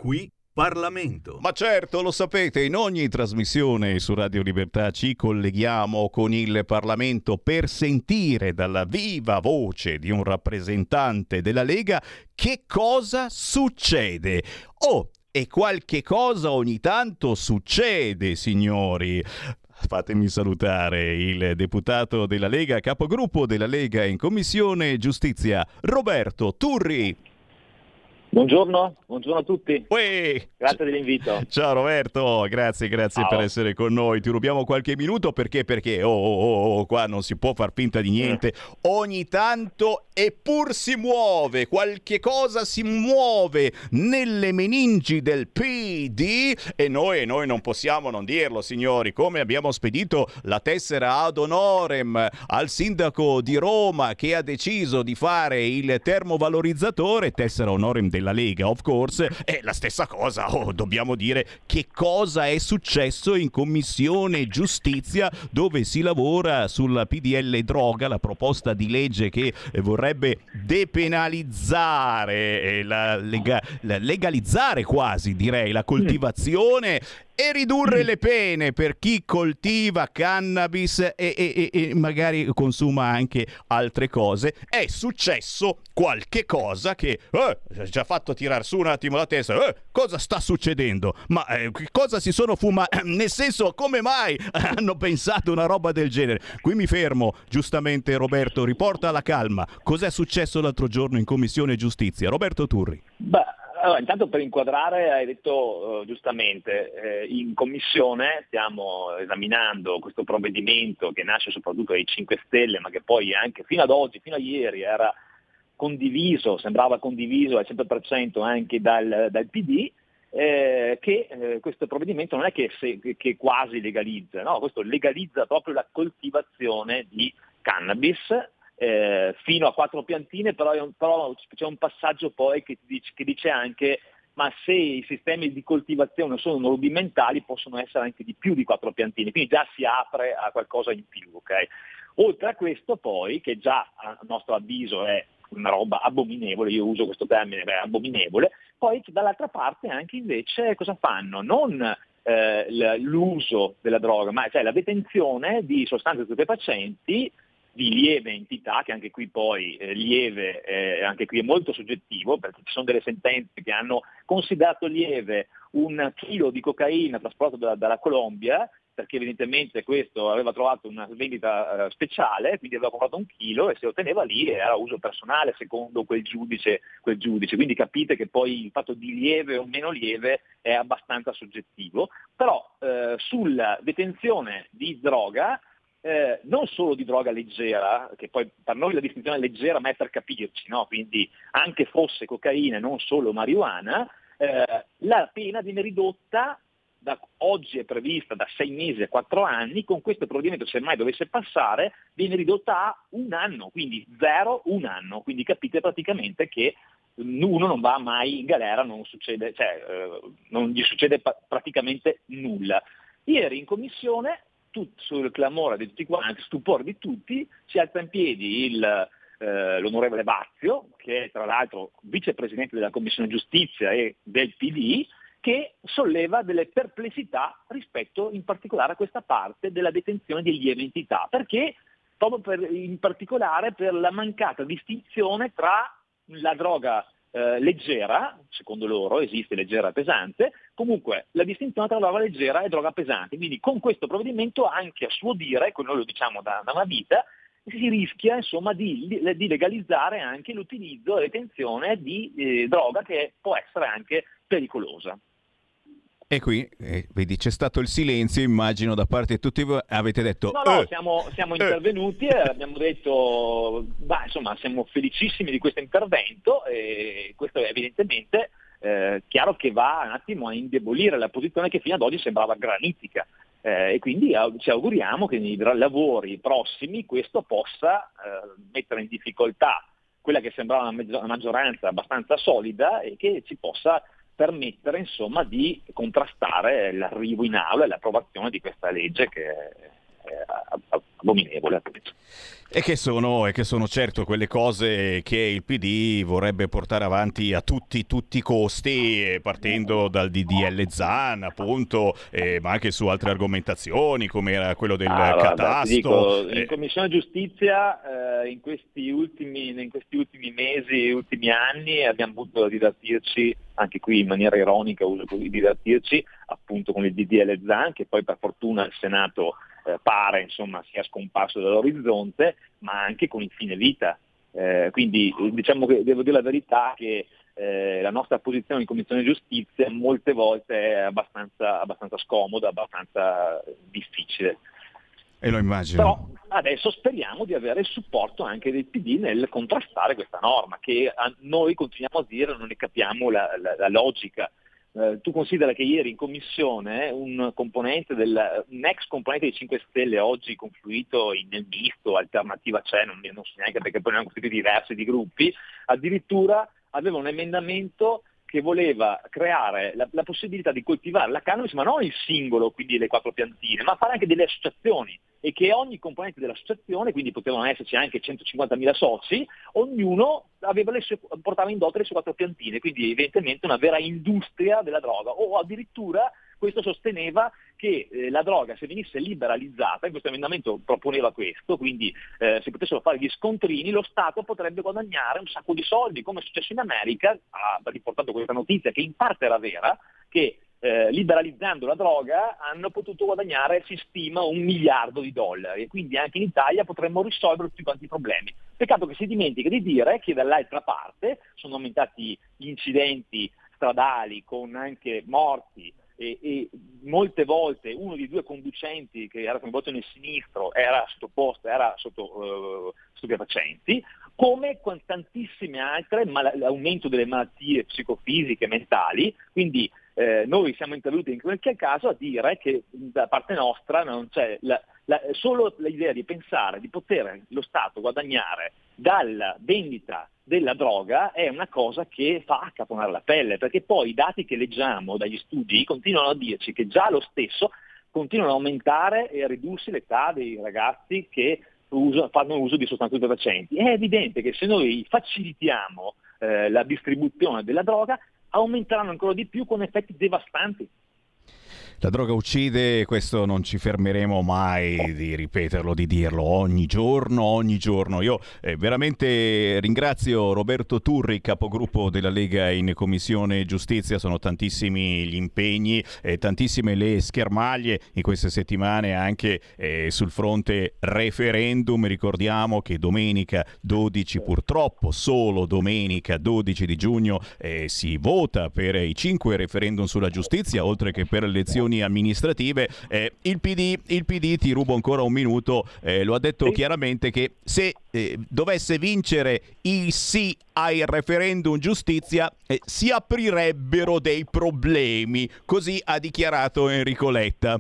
qui Parlamento. Ma certo, lo sapete, in ogni trasmissione su Radio Libertà ci colleghiamo con il Parlamento per sentire dalla viva voce di un rappresentante della Lega che cosa succede. Oh, e qualche cosa ogni tanto succede, signori. Fatemi salutare il deputato della Lega, capogruppo della Lega in Commissione Giustizia, Roberto Turri. Buongiorno, buongiorno a tutti. Uè. Grazie dell'invito. Ciao Roberto, grazie, grazie Ciao. per essere con noi. Ti rubiamo qualche minuto perché, perché, oh, oh, oh, oh, qua non si può far finta di niente. Ogni tanto, eppur si muove, qualche cosa si muove nelle meningi del P D e noi, noi non possiamo non dirlo, signori, come abbiamo spedito la tessera ad honorem al sindaco di Roma che ha deciso di fare il termovalorizzatore, tessera honorem della Lega, of course, è la stessa cosa. Oh, dobbiamo dire che cosa è successo in Commissione Giustizia, dove si lavora sulla P D L droga, la proposta di legge che vorrebbe depenalizzare, eh, la lega- la legalizzare quasi, direi, la coltivazione e ridurre le pene per chi coltiva cannabis e, e, e, e magari consuma anche altre cose. È successo qualche cosa che eh, ci ha fatto tirar su un attimo la testa. Eh, cosa sta succedendo? Ma eh, cosa si sono fumati? Nel senso, come mai hanno pensato una roba del genere? Qui mi fermo, giustamente Roberto, riporta la calma. Cos'è successo l'altro giorno in Commissione Giustizia? Roberto Turri. Beh, allora, intanto per inquadrare, hai detto uh, giustamente, eh, in commissione stiamo esaminando questo provvedimento che nasce soprattutto dai cinque Stelle, ma che poi anche fino ad oggi, fino a ieri, era condiviso, sembrava condiviso al cento per cento anche dal, dal P D, eh, che eh, questo provvedimento non è che, se, che quasi legalizza, no? Questo legalizza proprio la coltivazione di cannabis, Eh, fino a quattro piantine, però, è un, però c'è un passaggio poi che dice, che dice anche ma se i sistemi di coltivazione sono rudimentali possono essere anche di più di quattro piantine, quindi già si apre a qualcosa in più, ok? Oltre a questo poi, che già a nostro avviso è una roba abominevole, io uso questo termine, è abominevole, poi dall'altra parte anche invece cosa fanno? Non eh, l'uso della droga, ma cioè la detenzione di sostanze stupefacenti di lieve entità, che anche qui poi eh, lieve, eh, anche qui è molto soggettivo, perché ci sono delle sentenze che hanno considerato lieve un chilo di cocaina trasportato da, dalla Colombia, perché evidentemente questo aveva trovato una vendita eh, speciale, quindi aveva comprato un chilo e se lo teneva lì era uso personale secondo quel giudice, quel giudice. Quindi capite che poi il fatto di lieve o meno lieve è abbastanza soggettivo, però eh, sulla detenzione di droga, Eh, non solo di droga leggera, che poi per noi la distinzione leggera ma è per capirci, no? Quindi anche fosse cocaina e non solo marijuana, eh, la pena viene ridotta, da oggi è prevista da sei mesi a quattro anni, con questo provvedimento se mai dovesse passare viene ridotta a un anno, quindi zero, un anno, quindi capite praticamente che uno non va mai in galera, non succede, cioè, eh, non gli succede pa- praticamente nulla. Ieri in commissione, sul clamore di tutti quanti, stupore di tutti, si alza in piedi il, eh, l'onorevole Bazio, che è tra l'altro vicepresidente della Commissione Giustizia e del P D, che solleva delle perplessità rispetto in particolare a questa parte della detenzione di lieve entità, perché proprio per, in particolare per la mancata distinzione tra la droga Eh, leggera, secondo loro esiste leggera e pesante, comunque la distinzione tra droga leggera e droga pesante, quindi con questo provvedimento anche a suo dire, noi lo diciamo da, da una vita, si rischia insomma di, di legalizzare anche l'utilizzo e la detenzione di eh, droga che può essere anche pericolosa. E qui, eh, vedi, c'è stato il silenzio, immagino, da parte di tutti voi, avete detto... No, no, eh, siamo, siamo eh. intervenuti e abbiamo detto, bah, insomma, siamo felicissimi di questo intervento e questo è evidentemente eh, chiaro che va un attimo a indebolire la posizione che fino ad oggi sembrava granitica. Eh, e quindi au- ci auguriamo che nei lavori prossimi questo possa eh, mettere in difficoltà quella che sembrava una, meggi- una maggioranza abbastanza solida e che ci possa permettere insomma di contrastare l'arrivo in aula e l'approvazione di questa legge che eh, abominevole. E che sono, e che sono certo quelle cose che il P D vorrebbe portare avanti a tutti, tutti i costi, partendo dal D D L Zan, appunto, eh, ma anche su altre argomentazioni, come era quello del ah, catasto. Guarda, ti dico, eh. in Commissione Giustizia eh, in, questi ultimi, in questi ultimi mesi, ultimi anni, abbiamo avuto da divertirci, anche qui in maniera ironica, uso così, divertirci appunto con il D D L Zan, che poi per fortuna il Senato eh, pare insomma sia scomparso dall'orizzonte, ma anche con il fine vita. Eh, quindi diciamo che devo dire la verità che eh, la nostra posizione in Commissione Giustizia molte volte è abbastanza, abbastanza scomoda, abbastanza difficile. E lo immagino. Però adesso speriamo di avere il supporto anche del P D nel contrastare questa norma, che a noi continuiamo a dire non ne capiamo la, la, la logica. Uh, tu considera che ieri in commissione un componente del, un ex componente dei cinque Stelle, oggi confluito in, nel misto, Alternativa C'è, non, non so neanche perché poi ne hanno costituiti diversi di gruppi, addirittura aveva un emendamento che voleva creare la, la possibilità di coltivare la cannabis, ma non il singolo, quindi le quattro piantine, ma fare anche delle associazioni, e che ogni componente dell'associazione, quindi potevano esserci anche centocinquantamila soci, ognuno aveva le sue, portava in dote le sue quattro piantine, quindi evidentemente una vera industria della droga, o addirittura questo sosteneva che eh, la droga, se venisse liberalizzata, in questo emendamento proponeva questo, quindi eh, se potessero fare gli scontrini, lo Stato potrebbe guadagnare un sacco di soldi, come è successo in America. Ha riportato questa notizia che in parte era vera, che eh, liberalizzando la droga hanno potuto guadagnare, si stima, un miliardo di dollari, e quindi anche in Italia potremmo risolvere tutti quanti i problemi. Peccato che si dimentica di dire che dall'altra parte sono aumentati gli incidenti stradali con anche morti, E, e molte volte uno dei due conducenti che era coinvolto nel sinistro era sottoposto, era sotto uh, stupefacenti, come con tantissime altre, mal- l'aumento delle malattie psicofisiche e mentali. Quindi eh, noi siamo intervenuti in quel caso a dire che da parte nostra non c'è la, la, solo l'idea di pensare di poter lo Stato guadagnare dalla vendita della droga è una cosa che fa accaponare la pelle, perché poi i dati che leggiamo dagli studi continuano a dirci che già lo stesso continuano ad aumentare e a ridursi l'età dei ragazzi che uso, fanno uso di sostanze stupefacenti. È evidente che se noi facilitiamo eh, la distribuzione della droga, aumenteranno ancora di più con effetti devastanti. La droga uccide, questo non ci fermeremo mai di ripeterlo, di dirlo ogni giorno, ogni giorno. Io eh, veramente ringrazio Roberto Turri, capogruppo della Lega in Commissione Giustizia. Sono tantissimi gli impegni, eh, tantissime le schermaglie in queste settimane anche eh, sul fronte referendum. Ricordiamo che domenica dodici, purtroppo solo domenica dodici di giugno, eh, si vota per i cinque referendum sulla giustizia, oltre che per le elezioni amministrative. Eh, il P D, il P D, ti rubo ancora un minuto, eh, lo ha detto sì. chiaramente che se eh, dovesse vincere il sì ai referendum giustizia eh, si aprirebbero dei problemi, così ha dichiarato Enrico Letta.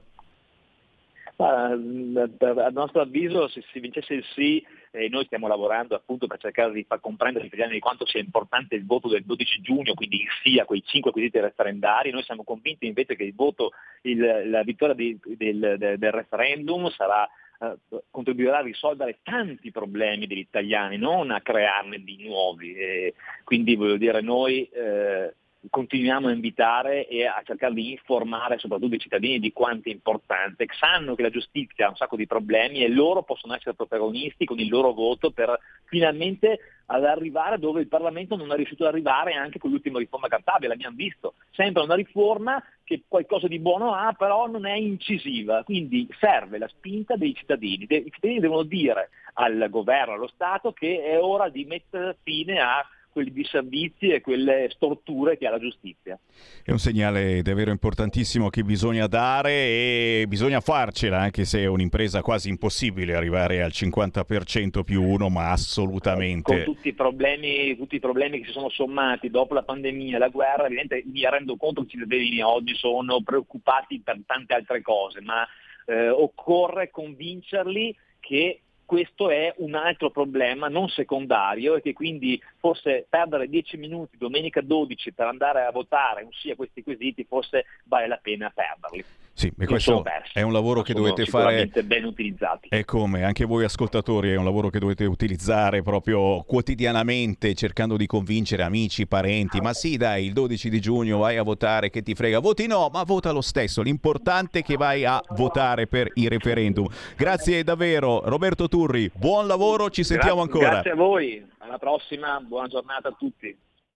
A nostro avviso, se si vincesse il sì, eh, noi stiamo lavorando appunto per cercare di far comprendere agli italiani di quanto sia importante il voto del dodici giugno, quindi il sì a quei cinque quesiti referendari. Noi siamo convinti invece che il voto, il, la vittoria di, del, del, del referendum sarà, eh, contribuirà a risolvere tanti problemi degli italiani, non a crearne di nuovi. E quindi voglio dire, noi eh, continuiamo a invitare e a cercare di informare soprattutto i cittadini di quanto è importante. Sanno che la giustizia ha un sacco di problemi e loro possono essere protagonisti con il loro voto per finalmente ad arrivare dove il Parlamento non è riuscito ad arrivare anche con l'ultima riforma Cartabia. L'abbiamo visto, sempre una riforma che qualcosa di buono ha, però non è incisiva, quindi serve la spinta dei cittadini. I cittadini devono dire al governo, allo Stato, che è ora di mettere fine a quelli disservizi e quelle storture che ha la giustizia. È un segnale davvero importantissimo che bisogna dare e bisogna farcela, anche se è un'impresa quasi impossibile arrivare al cinquanta per cento più uno, ma assolutamente. Con tutti i problemi, tutti i problemi che si sono sommati dopo la pandemia, la guerra, evidentemente mi rendo conto che i cittadini oggi sono preoccupati per tante altre cose, ma eh, occorre convincerli che questo è un altro problema non secondario e che quindi forse perdere dieci minuti domenica dodici per andare a votare un sì a questi quesiti forse vale la pena perderli. Sì, e non questo sono persi, è un lavoro che sono dovete fare. sicuramente ben utilizzati. E come anche voi ascoltatori è un lavoro che dovete utilizzare proprio quotidianamente, cercando di convincere amici, parenti. Ma sì, dai, il dodici di giugno vai a votare, che ti frega, voti no, ma vota lo stesso. L'importante è che vai a votare per il referendum. Grazie davvero Roberto Turri, buon lavoro, ci sentiamo Grazie, ancora. Grazie a voi, alla prossima, buona giornata a tutti.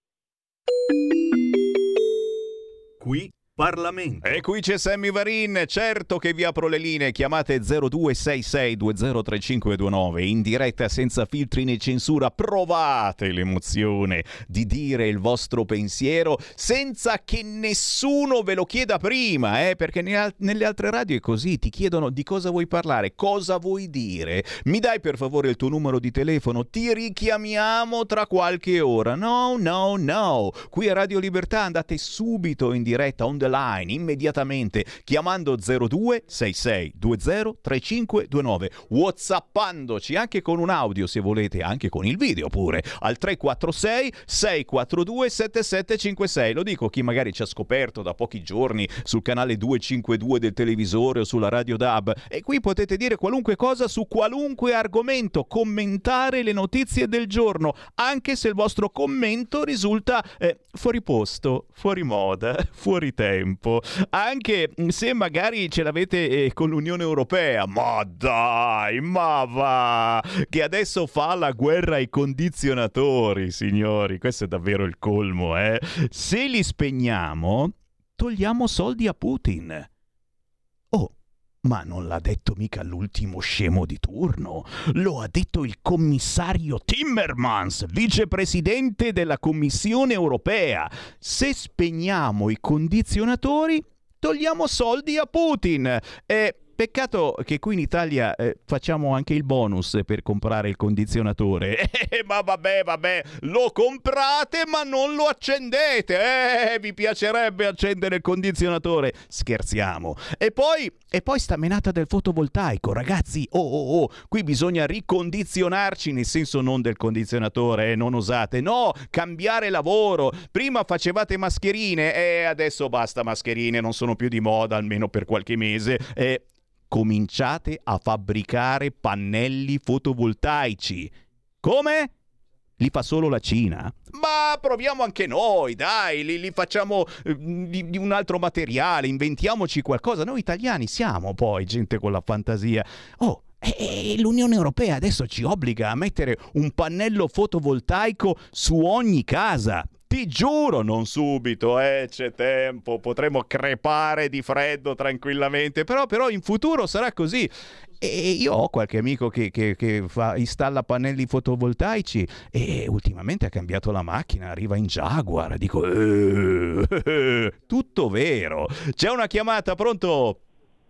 Qui Parlamento. E qui c'è Sammy Varin, certo che vi apro le linee, chiamate zero due sei sei due zero tre cinque due nove, in diretta senza filtri né censura, provate l'emozione di dire il vostro pensiero senza che nessuno ve lo chieda prima, eh? Perché nelle altre radio è così, ti chiedono di cosa vuoi parlare, cosa vuoi dire, mi dai per favore il tuo numero di telefono, ti richiamiamo tra qualche ora, no, no, no, qui a Radio Libertà andate subito in diretta, on the line, immediatamente, chiamando zero due sei sei due zero tre cinque due nove, whatsappandoci anche con un audio se volete, anche con il video pure, al tre quattro sei sei quattro due sette sette cinque sei. Lo dico chi magari ci ha scoperto da pochi giorni sul canale duecentocinquantadue del televisore o sulla radio D A B, e qui potete dire qualunque cosa su qualunque argomento, commentare le notizie del giorno, anche se il vostro commento risulta eh, fuori posto, fuori moda, fuori tempo, anche se magari ce l'avete eh, con l'Unione Europea. Ma dai, ma va, che adesso fa la guerra ai condizionatori, signori, questo è davvero il colmo, eh? Se li spegniamo togliamo soldi a Putin. Oh, ma non l'ha detto mica l'ultimo scemo di turno, lo ha detto il commissario Timmermans, vicepresidente della Commissione Europea. Se spegniamo i condizionatori, togliamo soldi a Putin. E peccato che qui in Italia eh, facciamo anche il bonus per comprare il condizionatore. Eh, ma vabbè, vabbè, lo comprate ma non lo accendete. Eh, vi piacerebbe accendere il condizionatore? Scherziamo. E poi, e poi sta menata del fotovoltaico, ragazzi. Oh, oh, oh, qui bisogna ricondizionarci, nel senso non del condizionatore, eh, non osate. No, cambiare lavoro. Prima facevate mascherine e eh, adesso basta mascherine, non sono più di moda, almeno per qualche mese. Eh, cominciate a fabbricare pannelli fotovoltaici. Come? Li fa solo la Cina? Ma proviamo anche noi, dai, li, li facciamo eh, di, di un altro materiale, inventiamoci qualcosa. Noi italiani siamo poi gente con la fantasia. Oh, e l'Unione Europea adesso ci obbliga a mettere un pannello fotovoltaico su ogni casa. Ti giuro, non subito, eh, c'è tempo, potremo crepare di freddo tranquillamente, però, però in futuro sarà così. E io ho qualche amico che, che, che fa, installa pannelli fotovoltaici e ultimamente ha cambiato la macchina, arriva in Jaguar, dico, eh, eh, tutto vero. C'è una chiamata, pronto?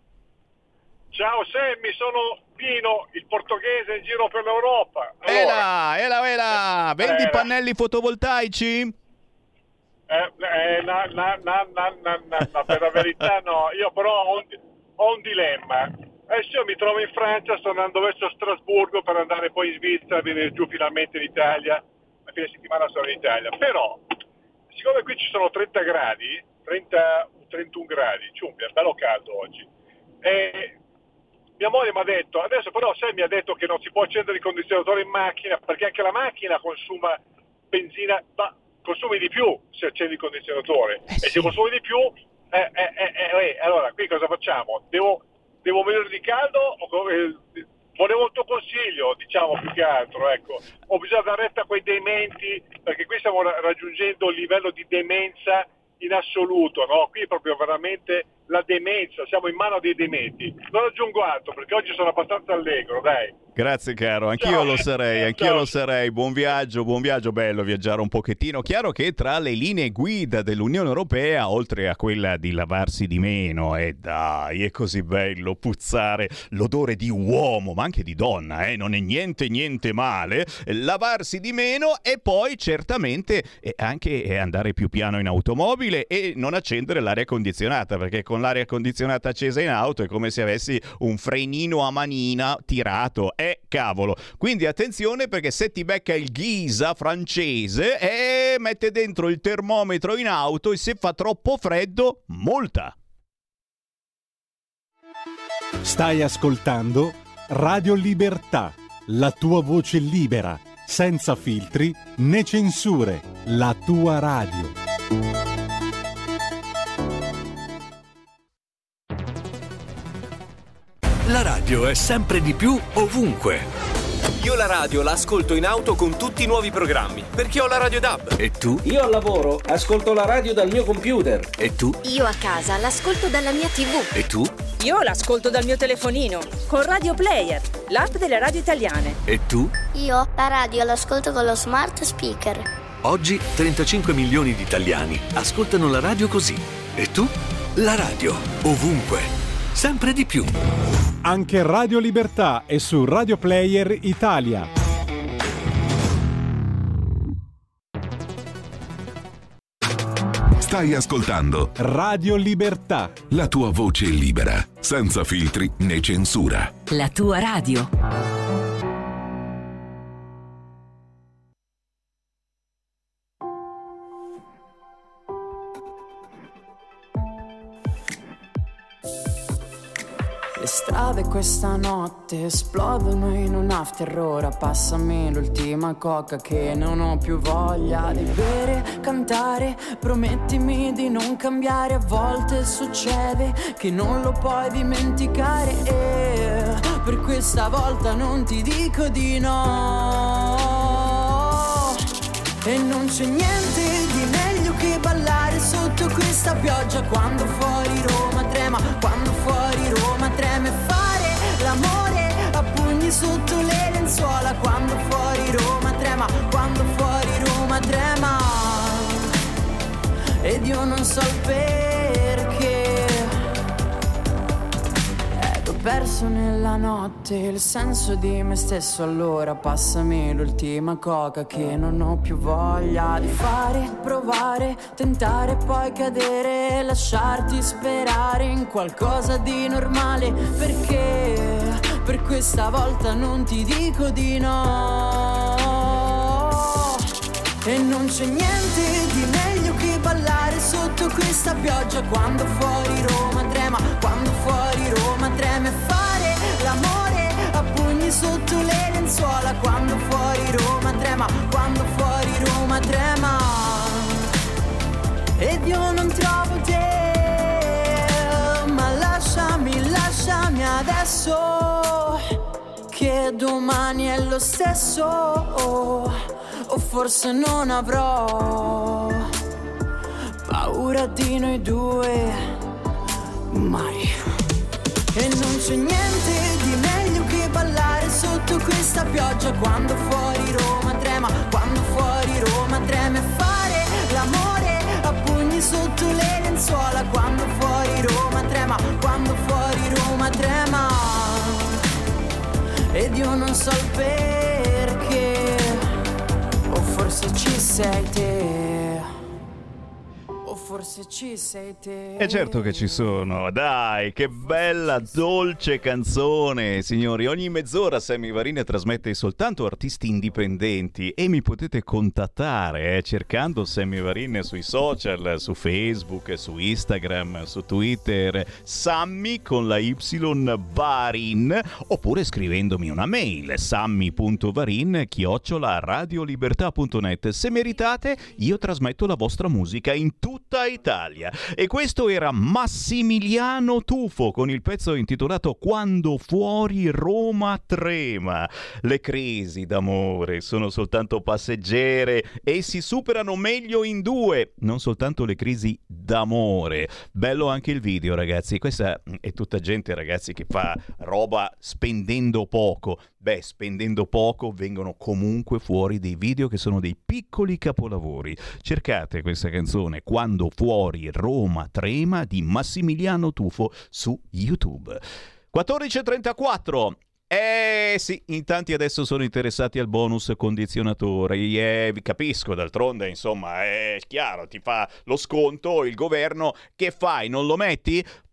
Ciao Sammy, sono Pino, il portoghese in giro per l'Europa. Allora, ela, ela, ela, vendi eh, pannelli fotovoltaici? Eh, eh, na, na, na, na, na, na, per la verità no, io però ho un, ho un dilemma. Adesso io mi trovo in Francia, sto andando verso Strasburgo per andare poi in Svizzera, venire giù finalmente in Italia, a fine settimana sono in Italia, però siccome qui ci sono trenta gradi, trenta, trentuno gradi, ciumpia, è bello caldo oggi, e mia moglie mi ha detto, adesso però sai mi ha detto che non si può accendere il condizionatore in macchina perché anche la macchina consuma benzina, ma consumi di più se accendi il condizionatore eh sì. E se consumi di più eh, eh, eh, eh, allora qui cosa facciamo? Devo, devo venire di caldo o, eh, volevo il tuo consiglio, diciamo, più che altro, ecco, o bisogna dare retta a quei dementi, perché qui stiamo raggiungendo il livello di demenza in assoluto, no? Qui è proprio veramente la demenza, siamo in mano dei dementi. Non aggiungo altro perché oggi sono abbastanza allegro, dai. Grazie caro, anch'io Ciao. lo sarei, anch'io Ciao. lo sarei. Buon viaggio, buon viaggio, bello viaggiare un pochettino. Chiaro che tra le linee guida dell'Unione Europea, oltre a quella di lavarsi di meno, e eh dai, è così bello puzzare l'odore di uomo, ma anche di donna, eh, non è niente niente male, lavarsi di meno e poi certamente eh, anche eh, andare più piano in automobile e non accendere l'aria condizionata, perché con l'aria condizionata accesa in auto è come se avessi un frenino a manina tirato. Eh, cavolo. Quindi attenzione, perché se ti becca il ghisa francese e eh, mette dentro il termometro in auto e se fa troppo freddo, multa. Stai ascoltando Radio Libertà, la tua voce libera, senza filtri né censure, la tua radio. La radio è sempre di più ovunque. Io la radio la ascolto in auto con tutti i nuovi programmi, perché ho la Radio D A B. E tu? Io al lavoro ascolto la radio dal mio computer. E tu? Io a casa l'ascolto dalla mia tivù. E tu? Io l'ascolto dal mio telefonino, con Radio Player, l'app delle radio italiane. E tu? Io la radio l'ascolto con lo smart speaker. Oggi trentacinque milioni di italiani ascoltano la radio così. E tu? La radio, ovunque, sempre di più. Anche Radio Libertà è su Radio Player Italia. Stai ascoltando Radio Libertà, la tua voce libera, senza filtri né censura. La tua radio. Le strade questa notte esplodono in un after. Ora passami l'ultima coca che non ho più voglia di bere, cantare. Promettimi di non cambiare, a volte succede che non lo puoi dimenticare. E per questa volta non ti dico di no. E non c'è niente di meglio che ballare sotto questa pioggia, quando fuori Roma trema, quando fuori Roma trema, e fare l'amore a pugni sotto le lenzuola, quando fuori Roma trema, quando fuori Roma trema. Ed io non so il perché, ed ho perso nella notte il senso di me stesso. Allora passami l'ultima coca che non ho più voglia di fare, provare, tentare, poi cadere, lasciarti sperare in qualcosa di normale, perché per questa volta non ti dico di no. E non c'è niente di meglio che ballare sotto questa pioggia, quando fuori Roma trema, quando fuori Roma trema, e fare l'amore a pugni sotto le lenzuola, quando fuori Roma trema, quando fuori Roma trema. Ed io non trovo te, ma lasciami, lasciami adesso, che domani è lo stesso, o forse non avrò paura di noi due mai. E non c'è niente di meglio che ballare sotto questa pioggia, quando fuori Roma trema, quando fuori Roma trema, e fare l'amore a pugni sotto le lenzuola, quando fuori Roma trema, quando fuori Roma trema. Ed io non so il perché, o forse ci sei te, o forse ci sei te. E certo che ci sono, dai, che bella, dolce canzone, signori. Ogni mezz'ora Sammy Varin trasmette soltanto artisti indipendenti e mi potete contattare eh, cercando Sammy Varin sui social, su Facebook, su Instagram, su Twitter, Sammy con la Y Varin, oppure scrivendomi una mail, sammy punto varin chiocciola radiolibertà punto net. Se meritate, io trasmetto la vostra musica in tutta Italia. E questo era Massimiliano Tufo con il pezzo intitolato Quando fuori Roma trema. Le crisi d'amore sono soltanto passeggere e si superano meglio in due, non soltanto le crisi d'amore. Bello anche il video, ragazzi. Questa è tutta gente, ragazzi, che fa roba spendendo poco. Beh, spendendo poco vengono comunque fuori dei video che sono dei piccoli capolavori. Cercate questa canzone Quando fuori Roma trema di Massimiliano Tufo su YouTube. quattordici e trentaquattro. Eh sì, in tanti adesso sono interessati al bonus condizionatori, eh, vi capisco, d'altronde insomma è chiaro, ti fa lo sconto il governo, che fai, non lo metti?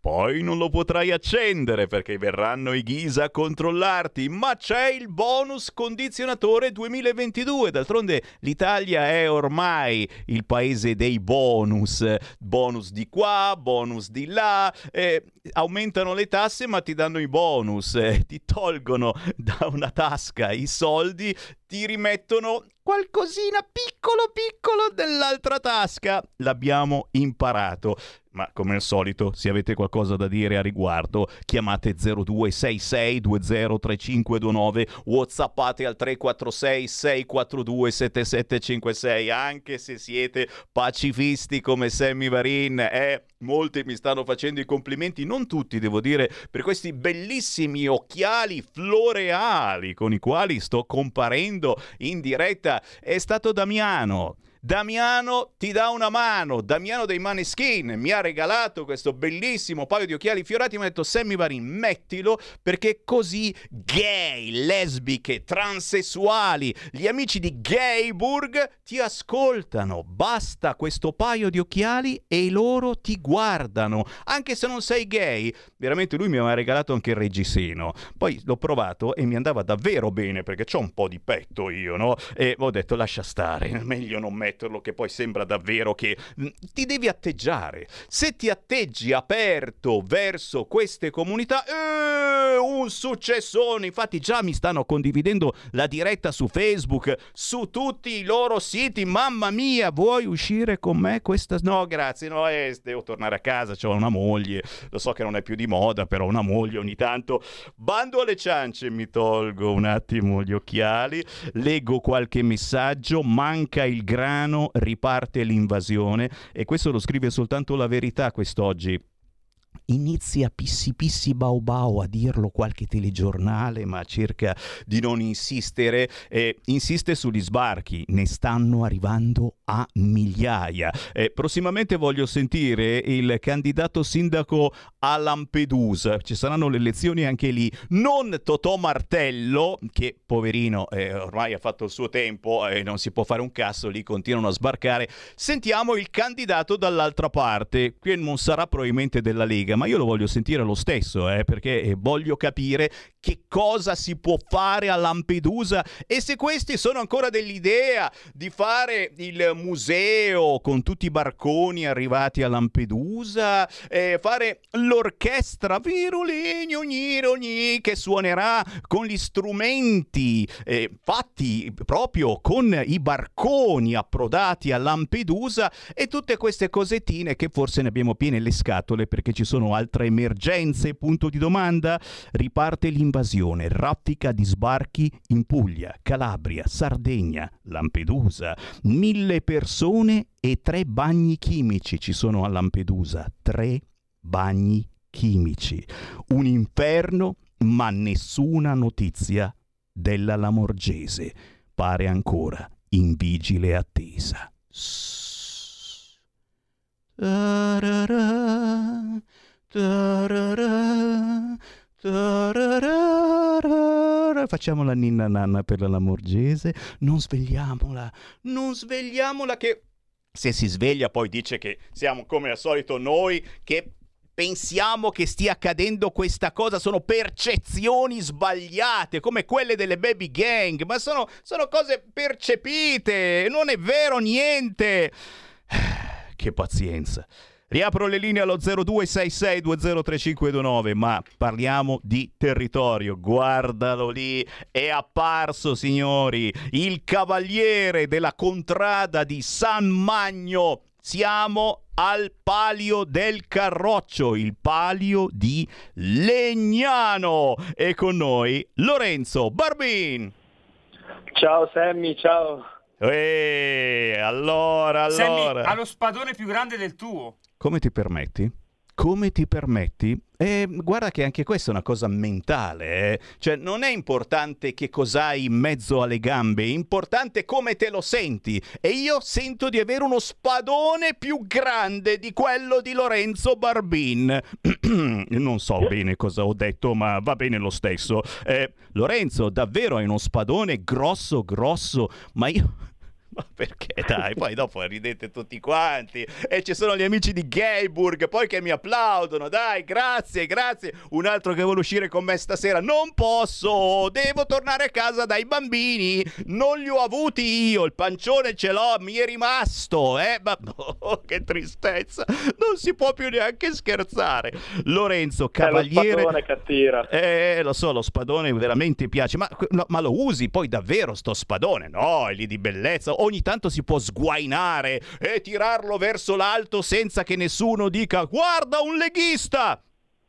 poi non lo potrai accendere perché verranno i Ghisa a controllarti, ma c'è il bonus condizionatore duemilaventidue. D'altronde l'Italia è ormai il paese dei bonus, bonus di qua, bonus di là, eh, aumentano le tasse ma ti danno i bonus, eh, ti tolgono da una tasca i soldi, ti rimettono qualcosina piccolo piccolo dell'altra tasca. L'abbiamo imparato. Ma come al solito, se avete qualcosa da dire a riguardo, chiamate zero due sei sei due zero tre cinque due nove, whatsappate al tre quattro sei sei quattro due sette sette cinque sei, anche se siete pacifisti come Sammy Varin. Eh, molti mi stanno facendo i complimenti, non tutti devo dire, per questi bellissimi occhiali floreali con i quali sto comparendo in diretta. È stato Damiano. Damiano ti dà una mano, Damiano dei Maneskin mi ha regalato questo bellissimo paio di occhiali fiorati, mi ha detto: Sammy Varin, mettilo perché così gay, lesbiche, transessuali, gli amici di Gayburg ti ascoltano. Basta questo paio di occhiali e loro ti guardano, anche se non sei gay. Veramente lui mi aveva regalato anche il reggiseno, poi l'ho provato e mi andava davvero bene perché c'ho un po' di petto io, no? E ho detto lascia stare, meglio non metterlo, che poi sembra davvero che ti devi atteggiare. Se ti atteggi aperto verso queste comunità, eh, un successone. Infatti già mi stanno condividendo la diretta su Facebook, su tutti i loro siti. Mamma mia, vuoi uscire con me questa? No grazie, no, eh, devo tornare a casa, c'ho una moglie, lo so che non è più di moda, però una moglie ogni tanto. Bando alle ciance, mi tolgo un attimo gli occhiali, leggo qualche messaggio. Manca il grano, riparte l'invasione, e questo lo scrive soltanto La Verità quest'oggi. Inizia pissi pissi bau bau a dirlo qualche telegiornale, ma cerca di non insistere. Eh, insiste sugli sbarchi, ne stanno arrivando a migliaia. Eh, prossimamente voglio sentire il candidato sindaco a Lampedusa, ci saranno le elezioni anche lì, non Totò Martello, che poverino eh, ormai ha fatto il suo tempo e eh, non si può fare un cazzo, lì continuano a sbarcare. Sentiamo il candidato dall'altra parte, che non sarà probabilmente della Lega, ma io lo voglio sentire lo stesso, eh, perché voglio capire che cosa si può fare a Lampedusa e se questi sono ancora dell'idea di fare il museo con tutti i barconi arrivati a Lampedusa, eh, fare l'orchestra Virulini che suonerà con gli strumenti eh, fatti proprio con i barconi approdati a Lampedusa, e tutte queste cosettine che forse ne abbiamo piene le scatole perché ci sono altre emergenze, punto di domanda. Riparte l'invasione, raffica di sbarchi in Puglia, Calabria, Sardegna, Lampedusa, mille persone e tre bagni chimici ci sono a Lampedusa, tre bagni chimici, un inferno, ma nessuna notizia della Lamorgese, pare ancora in vigile attesa. Tarara, tarara, tarara. Facciamo la ninna nanna per la Lamorgese. Non svegliamola, non svegliamola, che se si sveglia poi dice che siamo come al solito noi che pensiamo che stia accadendo questa cosa. Sono percezioni sbagliate come quelle delle baby gang, ma sono, sono cose percepite, non è vero niente. Che pazienza. Riapro le linee allo zero due sei sei due zero tre cinque due nove, ma parliamo di territorio. Guardalo lì, è apparso, signori, il cavaliere della contrada di San Magno. Siamo al Palio del Carroccio, il Palio di Legnano, e con noi Lorenzo Barbin. Ciao Sammy, ciao. Eeeh, allora, allora. Sammy ha lo spadone più grande del tuo. Come ti permetti? Come ti permetti? E guarda che anche questa è una cosa mentale, eh? Cioè non è importante che cos'hai in mezzo alle gambe, è importante come te lo senti, e io sento di avere uno spadone più grande di quello di Lorenzo Barbin. Non so bene cosa ho detto, ma va bene lo stesso. Eh, Lorenzo, davvero hai uno spadone grosso grosso, ma io... Ma perché dai, poi dopo ridete tutti quanti e ci sono gli amici di Gayburg poi che mi applaudono, dai, grazie, grazie. Un altro che vuole uscire con me stasera, non posso, devo tornare a casa dai bambini, non li ho avuti io, il pancione ce l'ho, mi è rimasto, eh, ma oh, che tristezza, non si può più neanche scherzare. Lorenzo Cavaliere, lo spadone cattiva. Eh, lo so, lo spadone veramente piace, ma, no, ma lo usi poi davvero sto spadone? No, è lì di bellezza. Ogni tanto si può sguainare e tirarlo verso l'alto senza che nessuno dica guarda un leghista.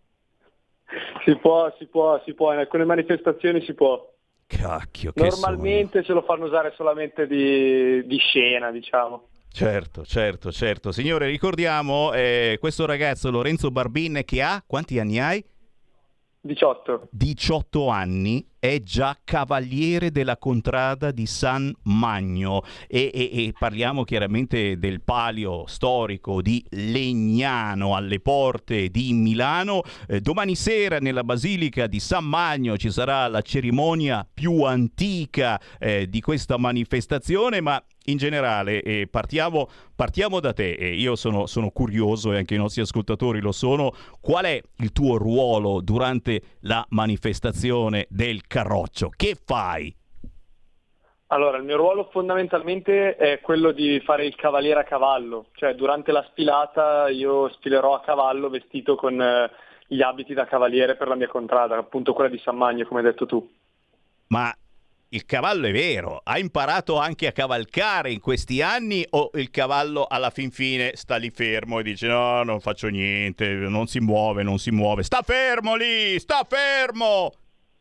Si può, si può, si può, in alcune manifestazioni si può. Cacchio, che normalmente ce lo fanno usare solamente di, di scena, diciamo. Certo, certo, certo. Signore, ricordiamo eh, questo ragazzo Lorenzo Barbin che ha, quanti anni hai? diciotto. diciotto anni, è già cavaliere della contrada di San Magno e, e, e parliamo chiaramente del palio storico di Legnano alle porte di Milano. Eh, domani sera nella Basilica di San Magno ci sarà la cerimonia più antica eh, di questa manifestazione, ma in generale eh, partiamo, partiamo da te, eh, io sono, sono curioso e anche i nostri ascoltatori lo sono. Qual è il tuo ruolo durante la manifestazione del Carroccio? Che fai? Allora, il mio ruolo fondamentalmente è quello di fare il cavaliere a cavallo, cioè durante la sfilata io sfilerò a cavallo vestito con eh, gli abiti da cavaliere per la mia contrada, appunto quella di San Magno, come hai detto tu. Ma il cavallo è vero, ha imparato anche a cavalcare in questi anni o il cavallo alla fin fine sta lì fermo e dice no, non faccio niente, non si muove, non si muove, sta fermo lì, sta fermo!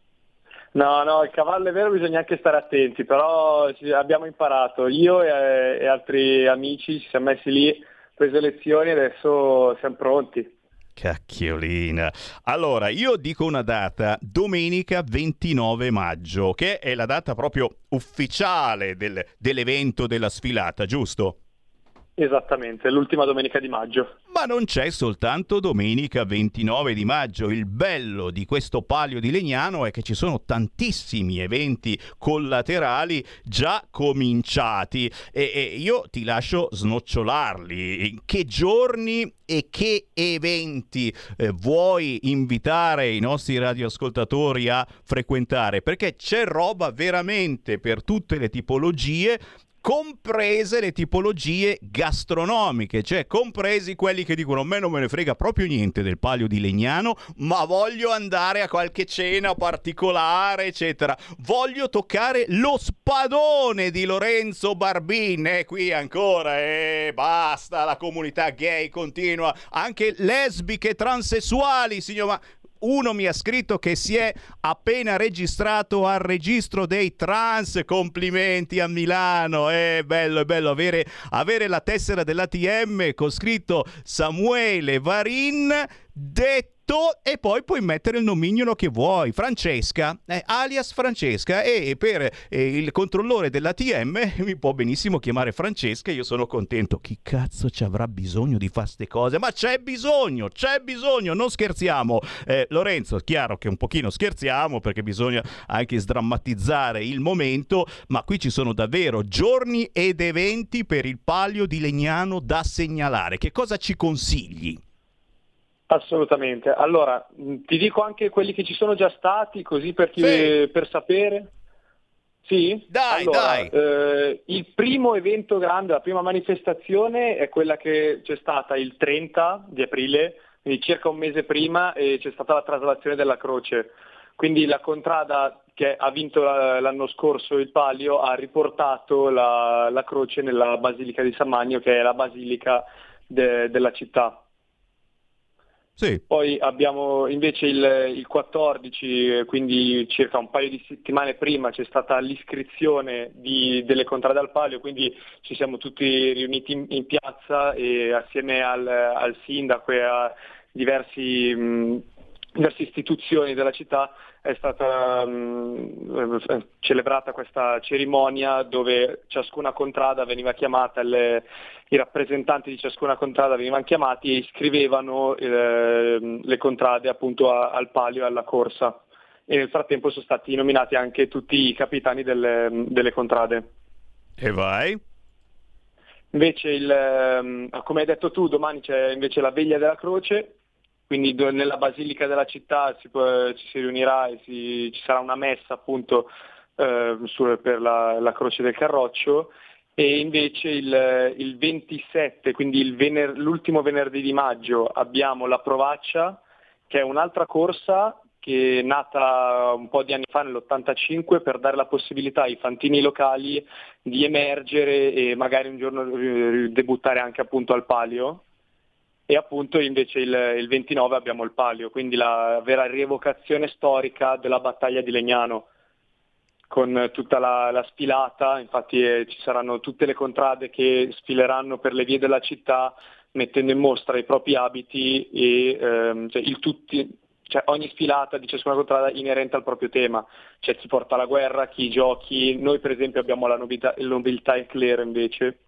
No, no, il cavallo è vero, bisogna anche stare attenti, però abbiamo imparato, io e, e altri amici ci siamo messi lì, preso lezioni e adesso siamo pronti. Cacchiolina. Allora, io dico una data, domenica ventinove maggio, che è la data proprio ufficiale del, dell'evento della sfilata, giusto? Esattamente, l'ultima domenica di maggio. Ma non c'è soltanto domenica ventinove di maggio. Il bello di questo palio di Legnano è che ci sono tantissimi eventi collaterali già cominciati e, e io ti lascio snocciolarli. In che giorni e che eventi eh, vuoi invitare i nostri radioascoltatori a frequentare? Perché c'è roba veramente per tutte le tipologie, comprese le tipologie gastronomiche, cioè compresi quelli che dicono a me non me ne frega proprio niente del palio di Legnano, ma voglio andare a qualche cena particolare, eccetera. Voglio toccare lo spadone di Lorenzo Barbin, e eh, qui ancora, e eh, basta, la comunità gay continua, anche lesbiche, transessuali, signor, ma uno mi ha scritto che si è appena registrato al registro dei trans, complimenti a Milano, è bello, è bello avere, avere la tessera dell'A T M con scritto Samuele Varin, detto, e poi puoi mettere il nomignolo che vuoi, Francesca, eh, alias Francesca, e per eh, il controllore dell'A T M mi può benissimo chiamare Francesca, io sono contento. Chi cazzo ci avrà bisogno di fare ste cose? Ma c'è bisogno, c'è bisogno, non scherziamo. Eh, Lorenzo, chiaro che un pochino scherziamo perché bisogna anche sdrammatizzare il momento, ma qui ci sono davvero giorni ed eventi per il palio di Legnano da segnalare. Che cosa ci consigli? Assolutamente. Allora, ti dico anche quelli che ci sono già stati, così per, chi, sì. per sapere. Sì? Dai, allora, dai. Eh, il primo evento grande, la prima manifestazione è quella che c'è stata il trenta di aprile, quindi circa un mese prima, e c'è stata la traslazione della croce. Quindi la contrada che ha vinto l'anno scorso il palio ha riportato la, la croce nella Basilica di San Magno, che è la basilica de, della città. Sì. Poi abbiamo invece il, il quattordici, quindi circa un paio di settimane prima, c'è stata l'iscrizione di, delle contrade al palio, quindi ci siamo tutti riuniti in, in piazza e assieme al, al sindaco e a diversi, mh, diverse istituzioni della città è stata mh, celebrata questa cerimonia dove ciascuna contrada veniva chiamata, le, i rappresentanti di ciascuna contrada venivano chiamati e iscrivevano eh, le contrade appunto a, al palio e alla corsa, e nel frattempo sono stati nominati anche tutti i capitani delle, delle contrade. E vai? Invece, il, come hai detto tu, domani c'è invece la veglia della croce, quindi nella basilica della città si può, ci si riunirà e si, ci sarà una messa appunto eh, su, per la, la croce del Carroccio, e invece il, il ventisette, quindi il vener, l'ultimo venerdì di maggio, abbiamo la Provaccia, che è un'altra corsa che è nata un po' di anni fa, nell'ottantacinque, per dare la possibilità ai fantini locali di emergere e magari un giorno debuttare anche appunto al Palio. E appunto invece il, il ventinove abbiamo il Palio, quindi la vera rievocazione storica della battaglia di Legnano, con tutta la, la sfilata. Infatti eh, ci saranno tutte le contrade che sfileranno per le vie della città mettendo in mostra i propri abiti e ehm, cioè, il tutti, cioè ogni sfilata di ciascuna contrada inerente al proprio tema. Cioè chi porta la guerra, chi giochi, noi per esempio abbiamo la nobiltà, la nobiltà e il clero invece.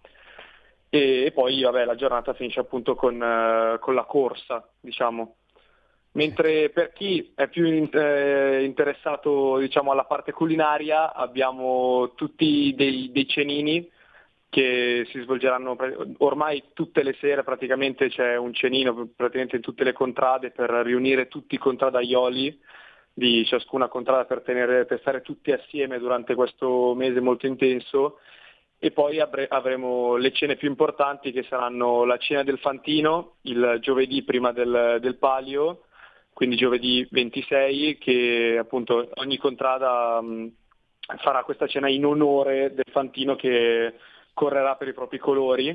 E poi vabbè, la giornata finisce appunto con, uh, con la corsa, diciamo. Mentre per chi è più in, eh, interessato, diciamo, alla parte culinaria, abbiamo tutti dei, dei cenini che si svolgeranno ormai tutte le sere. Praticamente c'è un cenino praticamente in tutte le contrade per riunire tutti i contradaioli di ciascuna contrada per, tenere, per stare tutti assieme durante questo mese molto intenso. E poi avremo le cene più importanti, che saranno la cena del Fantino il giovedì prima del, del Palio, quindi giovedì ventisei, che appunto ogni contrada mh, farà questa cena in onore del Fantino che correrà per i propri colori.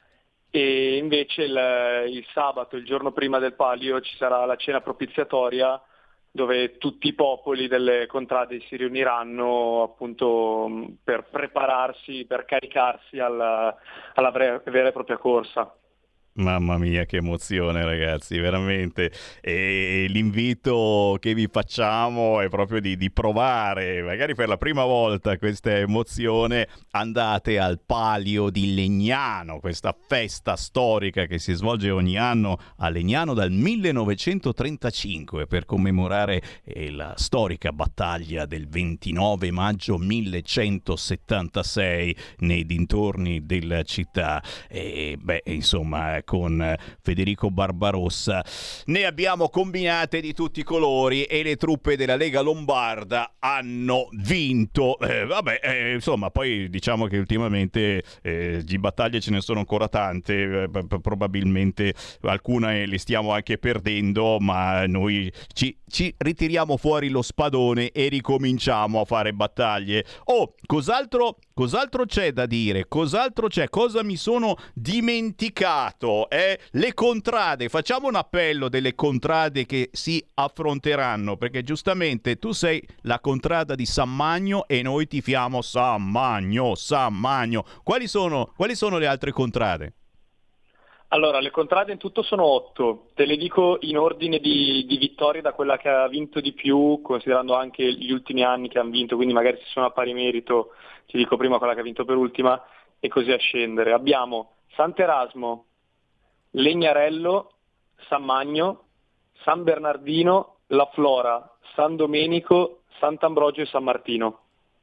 E invece il, il sabato, il giorno prima del Palio, ci sarà la cena propiziatoria, dove tutti i popoli delle contrade si riuniranno appunto per prepararsi, per caricarsi alla, alla vera e propria corsa. Mamma mia, che emozione ragazzi, veramente. E l'invito che vi facciamo è proprio di, di provare, magari per la prima volta, questa emozione. Andate al Palio di Legnano, questa festa storica che si svolge ogni anno a Legnano dal millenovecentotrentacinque per commemorare eh, la storica battaglia del ventinove maggio millecentosettantasei nei dintorni della città. E beh, insomma, con Federico Barbarossa ne abbiamo combinate di tutti i colori e le truppe della Lega Lombarda hanno vinto. Eh, vabbè, eh, insomma, poi diciamo che ultimamente eh, di battaglie ce ne sono ancora tante, eh, probabilmente alcune le stiamo anche perdendo, ma noi ci, ci ritiriamo fuori lo spadone e ricominciamo a fare battaglie. Oh, cos'altro, cos'altro c'è da dire? Cos'altro c'è? Cosa mi sono dimenticato? Eh? Le contrade, facciamo un appello delle contrade che si affronteranno, perché giustamente tu sei la contrada di San Magno e noi tifiamo San Magno, San Magno. Quali sono, quali sono le altre contrade? Allora, le contrade in tutto sono otto, te le dico in ordine di, di vittorie, da quella che ha vinto di più, considerando anche gli ultimi anni che hanno vinto, quindi magari se sono a pari merito ti dico prima quella che ha vinto per ultima e così a scendere. Abbiamo Sant'Erasmo, Legnarello, San Magno, San Bernardino, La Flora, San Domenico, Sant'Ambrogio e San Martino.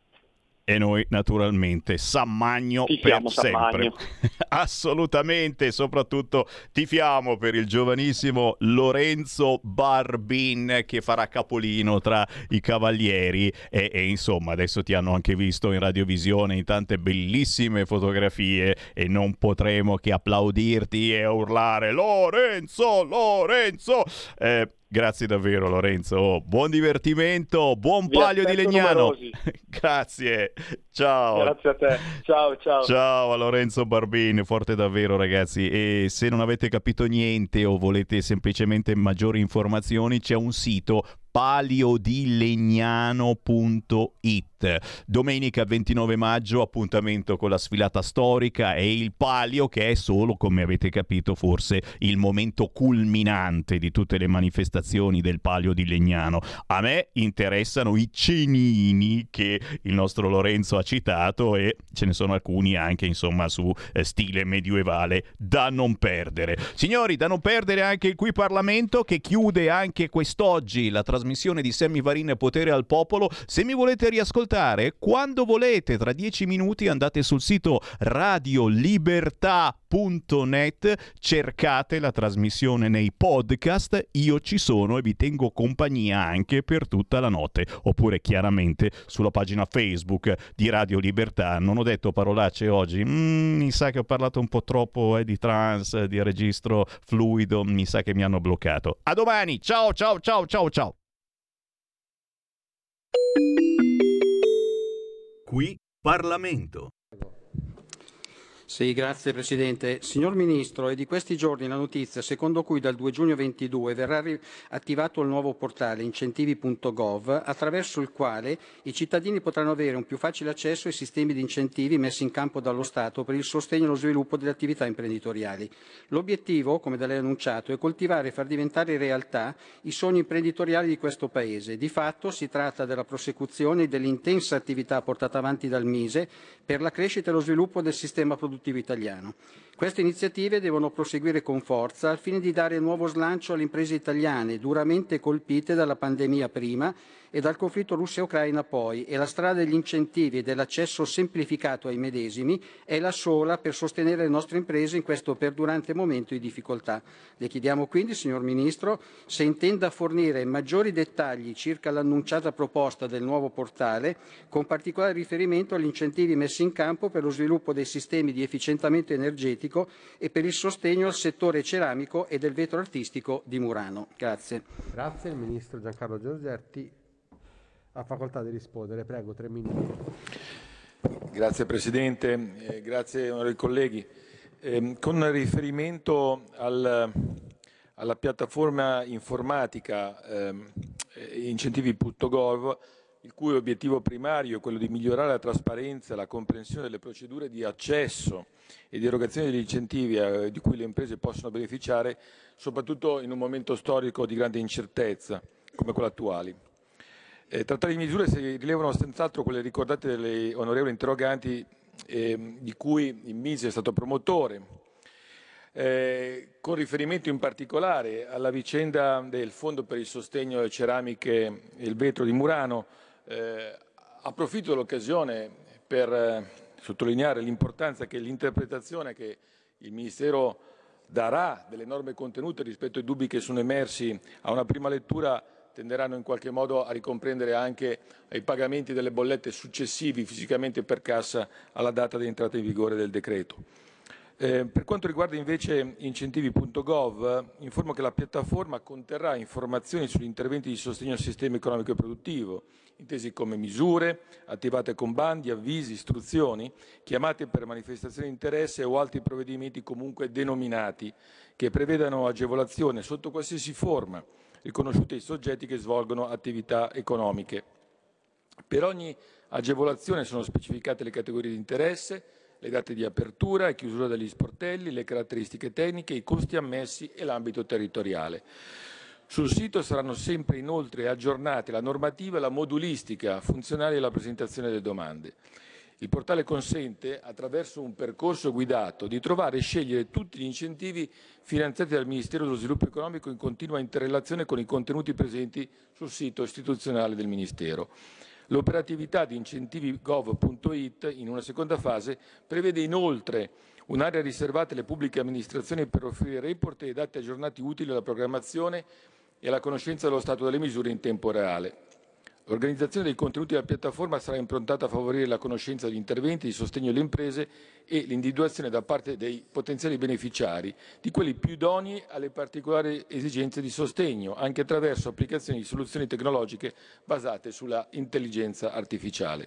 E noi naturalmente San Magno tifiamo per San sempre. Magno. Assolutamente, soprattutto tifiamo per il giovanissimo Lorenzo Barbin che farà capolino tra i cavalieri e, e insomma adesso ti hanno anche visto in radiovisione in tante bellissime fotografie e non potremo che applaudirti e urlare Lorenzo, Lorenzo! Eh, Grazie davvero Lorenzo, oh, buon divertimento, buon Vi Palio di Legnano. Grazie, ciao. Grazie a te, ciao ciao. Ciao a Lorenzo Barbin, forte davvero ragazzi. E se non avete capito niente o volete semplicemente maggiori informazioni, c'è un sito paliodilegnano punto it. Domenica ventinove maggio appuntamento con la sfilata storica e il Palio, che è solo, come avete capito, forse il momento culminante di tutte le manifestazioni del Palio di Legnano. A me interessano i cenini che il nostro Lorenzo ha citato e ce ne sono alcuni anche insomma su eh, stile medievale da non perdere. Signori, da non perdere anche il Qui Parlamento, che chiude anche quest'oggi la trasmissione di Sammy Varin Potere al Popolo. Se mi volete riascoltare ascoltare quando volete. Tra dieci minuti andate sul sito radio libertà punto net, cercate la trasmissione nei podcast, io ci sono e vi tengo compagnia anche per tutta la notte, oppure chiaramente sulla pagina Facebook di Radio Libertà. Non ho detto parolacce oggi, mm, mi sa che ho parlato un po' troppo eh, di trans, di registro fluido, mi sa che mi hanno bloccato. A domani, ciao ciao ciao ciao ciao. Qui Parlamento. Sì, grazie Presidente. Signor Ministro, è di questi giorni la notizia secondo cui dal due giugno ventidue verrà attivato il nuovo portale incentivi punto gov, attraverso il quale i cittadini potranno avere un più facile accesso ai sistemi di incentivi messi in campo dallo Stato per il sostegno e lo sviluppo delle attività imprenditoriali. L'obiettivo, come da lei annunciato, è coltivare e far diventare realtà i sogni imprenditoriali di questo Paese. Di fatto si tratta della prosecuzione dell'intensa attività portata avanti dal Mise per la crescita e lo sviluppo del sistema produttivo italiano. Queste iniziative devono proseguire con forza al fine di dare nuovo slancio alle imprese italiane duramente colpite dalla pandemia prima e dal conflitto Russia-Ucraina poi, e la strada degli incentivi e dell'accesso semplificato ai medesimi è la sola per sostenere le nostre imprese in questo perdurante momento di difficoltà. Le chiediamo quindi, signor Ministro, se intenda fornire maggiori dettagli circa l'annunciata proposta del nuovo portale, con particolare riferimento agli incentivi messi in campo per lo sviluppo dei sistemi di efficientamento energetico e per il sostegno al settore ceramico e del vetro artistico di Murano. Grazie. Grazie. Il Ministro Giancarlo Giorgetti ha facoltà di rispondere. Prego, tre minuti. Grazie Presidente, eh, grazie onorevoli colleghi. Eh, con riferimento al, alla piattaforma informatica eh, incentivi punto gov, il cui obiettivo primario è quello di migliorare la trasparenza e la comprensione delle procedure di accesso e di erogazione degli incentivi eh, di cui le imprese possono beneficiare, soprattutto in un momento storico di grande incertezza come quello attuale. Eh, tra tali misure si rilevano senz'altro quelle ricordate dalle onorevoli interroganti, eh, di cui il Mise è stato promotore, eh, con riferimento in particolare alla vicenda del Fondo per il sostegno alle ceramiche e il vetro di Murano. Eh, approfitto dell'occasione per eh, sottolineare l'importanza che l'interpretazione che il Ministero darà delle norme contenute rispetto ai dubbi che sono emersi a una prima lettura tenderanno in qualche modo a ricomprendere anche i pagamenti delle bollette successivi fisicamente per cassa alla data di entrata in vigore del decreto. Eh, per quanto riguarda invece incentivi punto gov, informo che la piattaforma conterrà informazioni sugli interventi di sostegno al sistema economico e produttivo, intesi come misure attivate con bandi, avvisi, istruzioni, chiamate per manifestazioni di interesse o altri provvedimenti comunque denominati, che prevedano agevolazione sotto qualsiasi forma riconosciute ai soggetti che svolgono attività economiche. Per ogni agevolazione sono specificate le categorie di interesse, le date di apertura e chiusura degli sportelli, le caratteristiche tecniche, i costi ammessi e l'ambito territoriale. Sul sito saranno sempre inoltre aggiornate la normativa e la modulistica funzionali alla presentazione delle domande. Il portale consente, attraverso un percorso guidato, di trovare e scegliere tutti gli incentivi finanziati dal Ministero dello Sviluppo Economico in continua interrelazione con i contenuti presenti sul sito istituzionale del Ministero. L'operatività di incentivi gov punto it, in una seconda fase, prevede inoltre un'area riservata alle pubbliche amministrazioni per offrire report e dati aggiornati utili alla programmazione e alla conoscenza dello stato delle misure in tempo reale. L'organizzazione dei contenuti della piattaforma sarà improntata a favorire la conoscenza degli interventi di sostegno alle imprese e l'individuazione da parte dei potenziali beneficiari di quelli più idonei alle particolari esigenze di sostegno, anche attraverso applicazioni di soluzioni tecnologiche basate sulla intelligenza artificiale.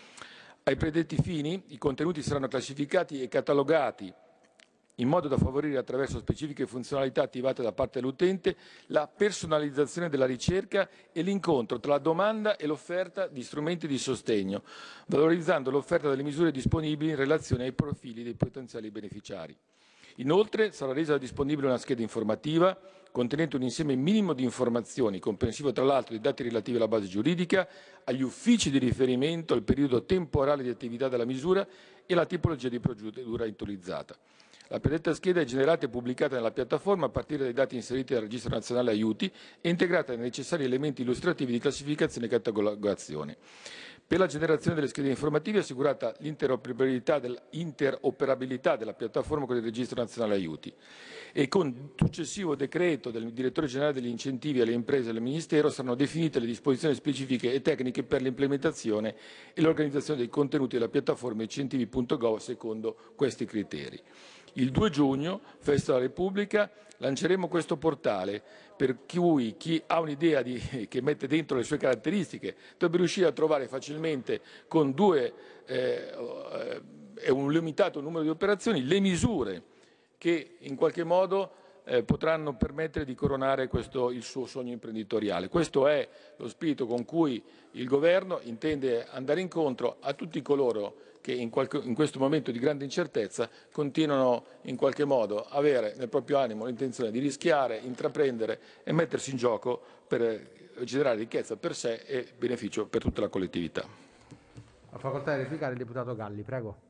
Ai predetti fini, i contenuti saranno classificati e catalogati in modo da favorire, attraverso specifiche funzionalità attivate da parte dell'utente, la personalizzazione della ricerca e l'incontro tra la domanda e l'offerta di strumenti di sostegno, valorizzando l'offerta delle misure disponibili in relazione ai profili dei potenziali beneficiari. Inoltre sarà resa disponibile una scheda informativa contenente un insieme minimo di informazioni, comprensivo tra l'altro dei dati relativi alla base giuridica, agli uffici di riferimento, al periodo temporale di attività della misura e alla tipologia di procedura autorizzata. La predetta scheda è generata e pubblicata nella piattaforma a partire dai dati inseriti dal Registro Nazionale Aiuti e integrata nei necessari elementi illustrativi di classificazione e catalogazione. Per la generazione delle schede informative è assicurata l'interoperabilità, dell'interoperabilità della piattaforma con il Registro Nazionale Aiuti e con successivo decreto del Direttore Generale degli Incentivi alle imprese e al Ministero saranno definite le disposizioni specifiche e tecniche per l'implementazione e l'organizzazione dei contenuti della piattaforma incentivi punto gov secondo questi criteri. Il due giugno, Festa della Repubblica, lanceremo questo portale per cui chi ha un'idea di, che mette dentro le sue caratteristiche dovrebbe riuscire a trovare facilmente con due eh, eh, un limitato numero di operazioni le misure che in qualche modo eh, potranno permettere di coronare questo, il suo sogno imprenditoriale. Questo è lo spirito con cui il Governo intende andare incontro a tutti coloro che in, qualche, in questo momento di grande incertezza continuano in qualche modo a avere nel proprio animo l'intenzione di rischiare, intraprendere e mettersi in gioco per generare ricchezza per sé e beneficio per tutta la collettività. Ha facoltà di replicare il deputato Galli, prego.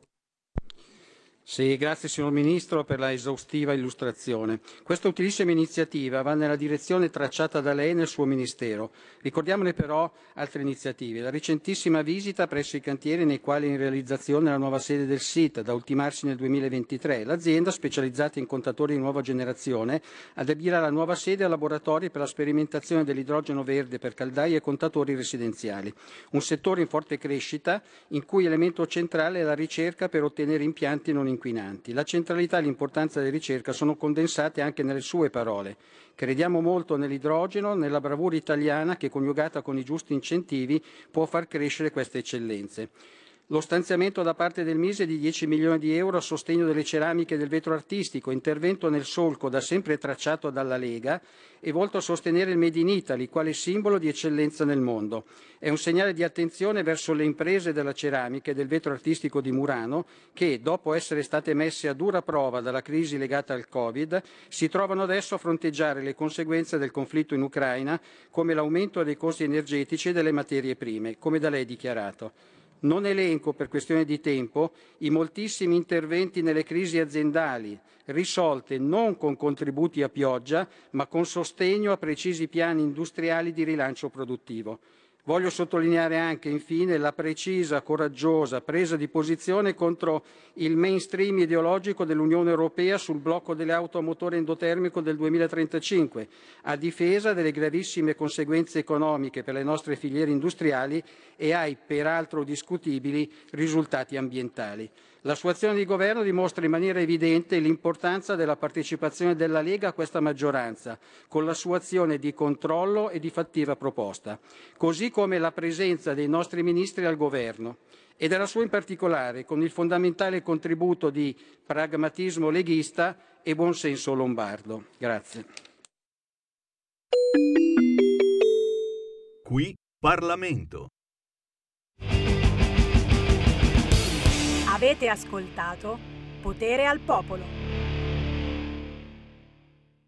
Sì, grazie signor Ministro per la esaustiva illustrazione. Questa utilissima iniziativa va nella direzione tracciata da lei nel suo Ministero. Ricordiamone però altre iniziative. La recentissima visita presso i cantieri nei quali è in realizzazione la nuova sede del S I T, da ultimarsi nel duemilaventitré. L'azienda, specializzata in contatori di nuova generazione, adibirà la nuova sede a laboratori per la sperimentazione dell'idrogeno verde per caldaie e contatori residenziali. Un settore in forte crescita, in cui elemento centrale è la ricerca per ottenere impianti non inquinanti. La centralità e l'importanza della ricerca sono condensate anche nelle sue parole. Crediamo molto nell'idrogeno, nella bravura italiana che, coniugata con i giusti incentivi, può far crescere queste eccellenze. Lo stanziamento da parte del Mise di dieci milioni di euro a sostegno delle ceramiche e del vetro artistico, intervento nel solco da sempre tracciato dalla Lega e volto a sostenere il Made in Italy, quale simbolo di eccellenza nel mondo. È un segnale di attenzione verso le imprese della ceramica e del vetro artistico di Murano che, dopo essere state messe a dura prova dalla crisi legata al Covid, si trovano adesso a fronteggiare le conseguenze del conflitto in Ucraina, come l'aumento dei costi energetici e delle materie prime, come da lei dichiarato. Non elenco, per questione di tempo, i moltissimi interventi nelle crisi aziendali, risolte non con contributi a pioggia, ma con sostegno a precisi piani industriali di rilancio produttivo. Voglio sottolineare anche, infine, la precisa, coraggiosa presa di posizione contro il mainstream ideologico dell'Unione Europea sul blocco delle auto a motore endotermico del duemilatrentacinque, a difesa delle gravissime conseguenze economiche per le nostre filiere industriali e ai, peraltro discutibili, risultati ambientali. La sua azione di governo dimostra in maniera evidente l'importanza della partecipazione della Lega a questa maggioranza, con la sua azione di controllo e di fattiva proposta, così come la presenza dei nostri ministri al governo e della sua in particolare con il fondamentale contributo di pragmatismo leghista e buonsenso lombardo. Grazie. Qui Parlamento. Avete ascoltato Potere al Popolo.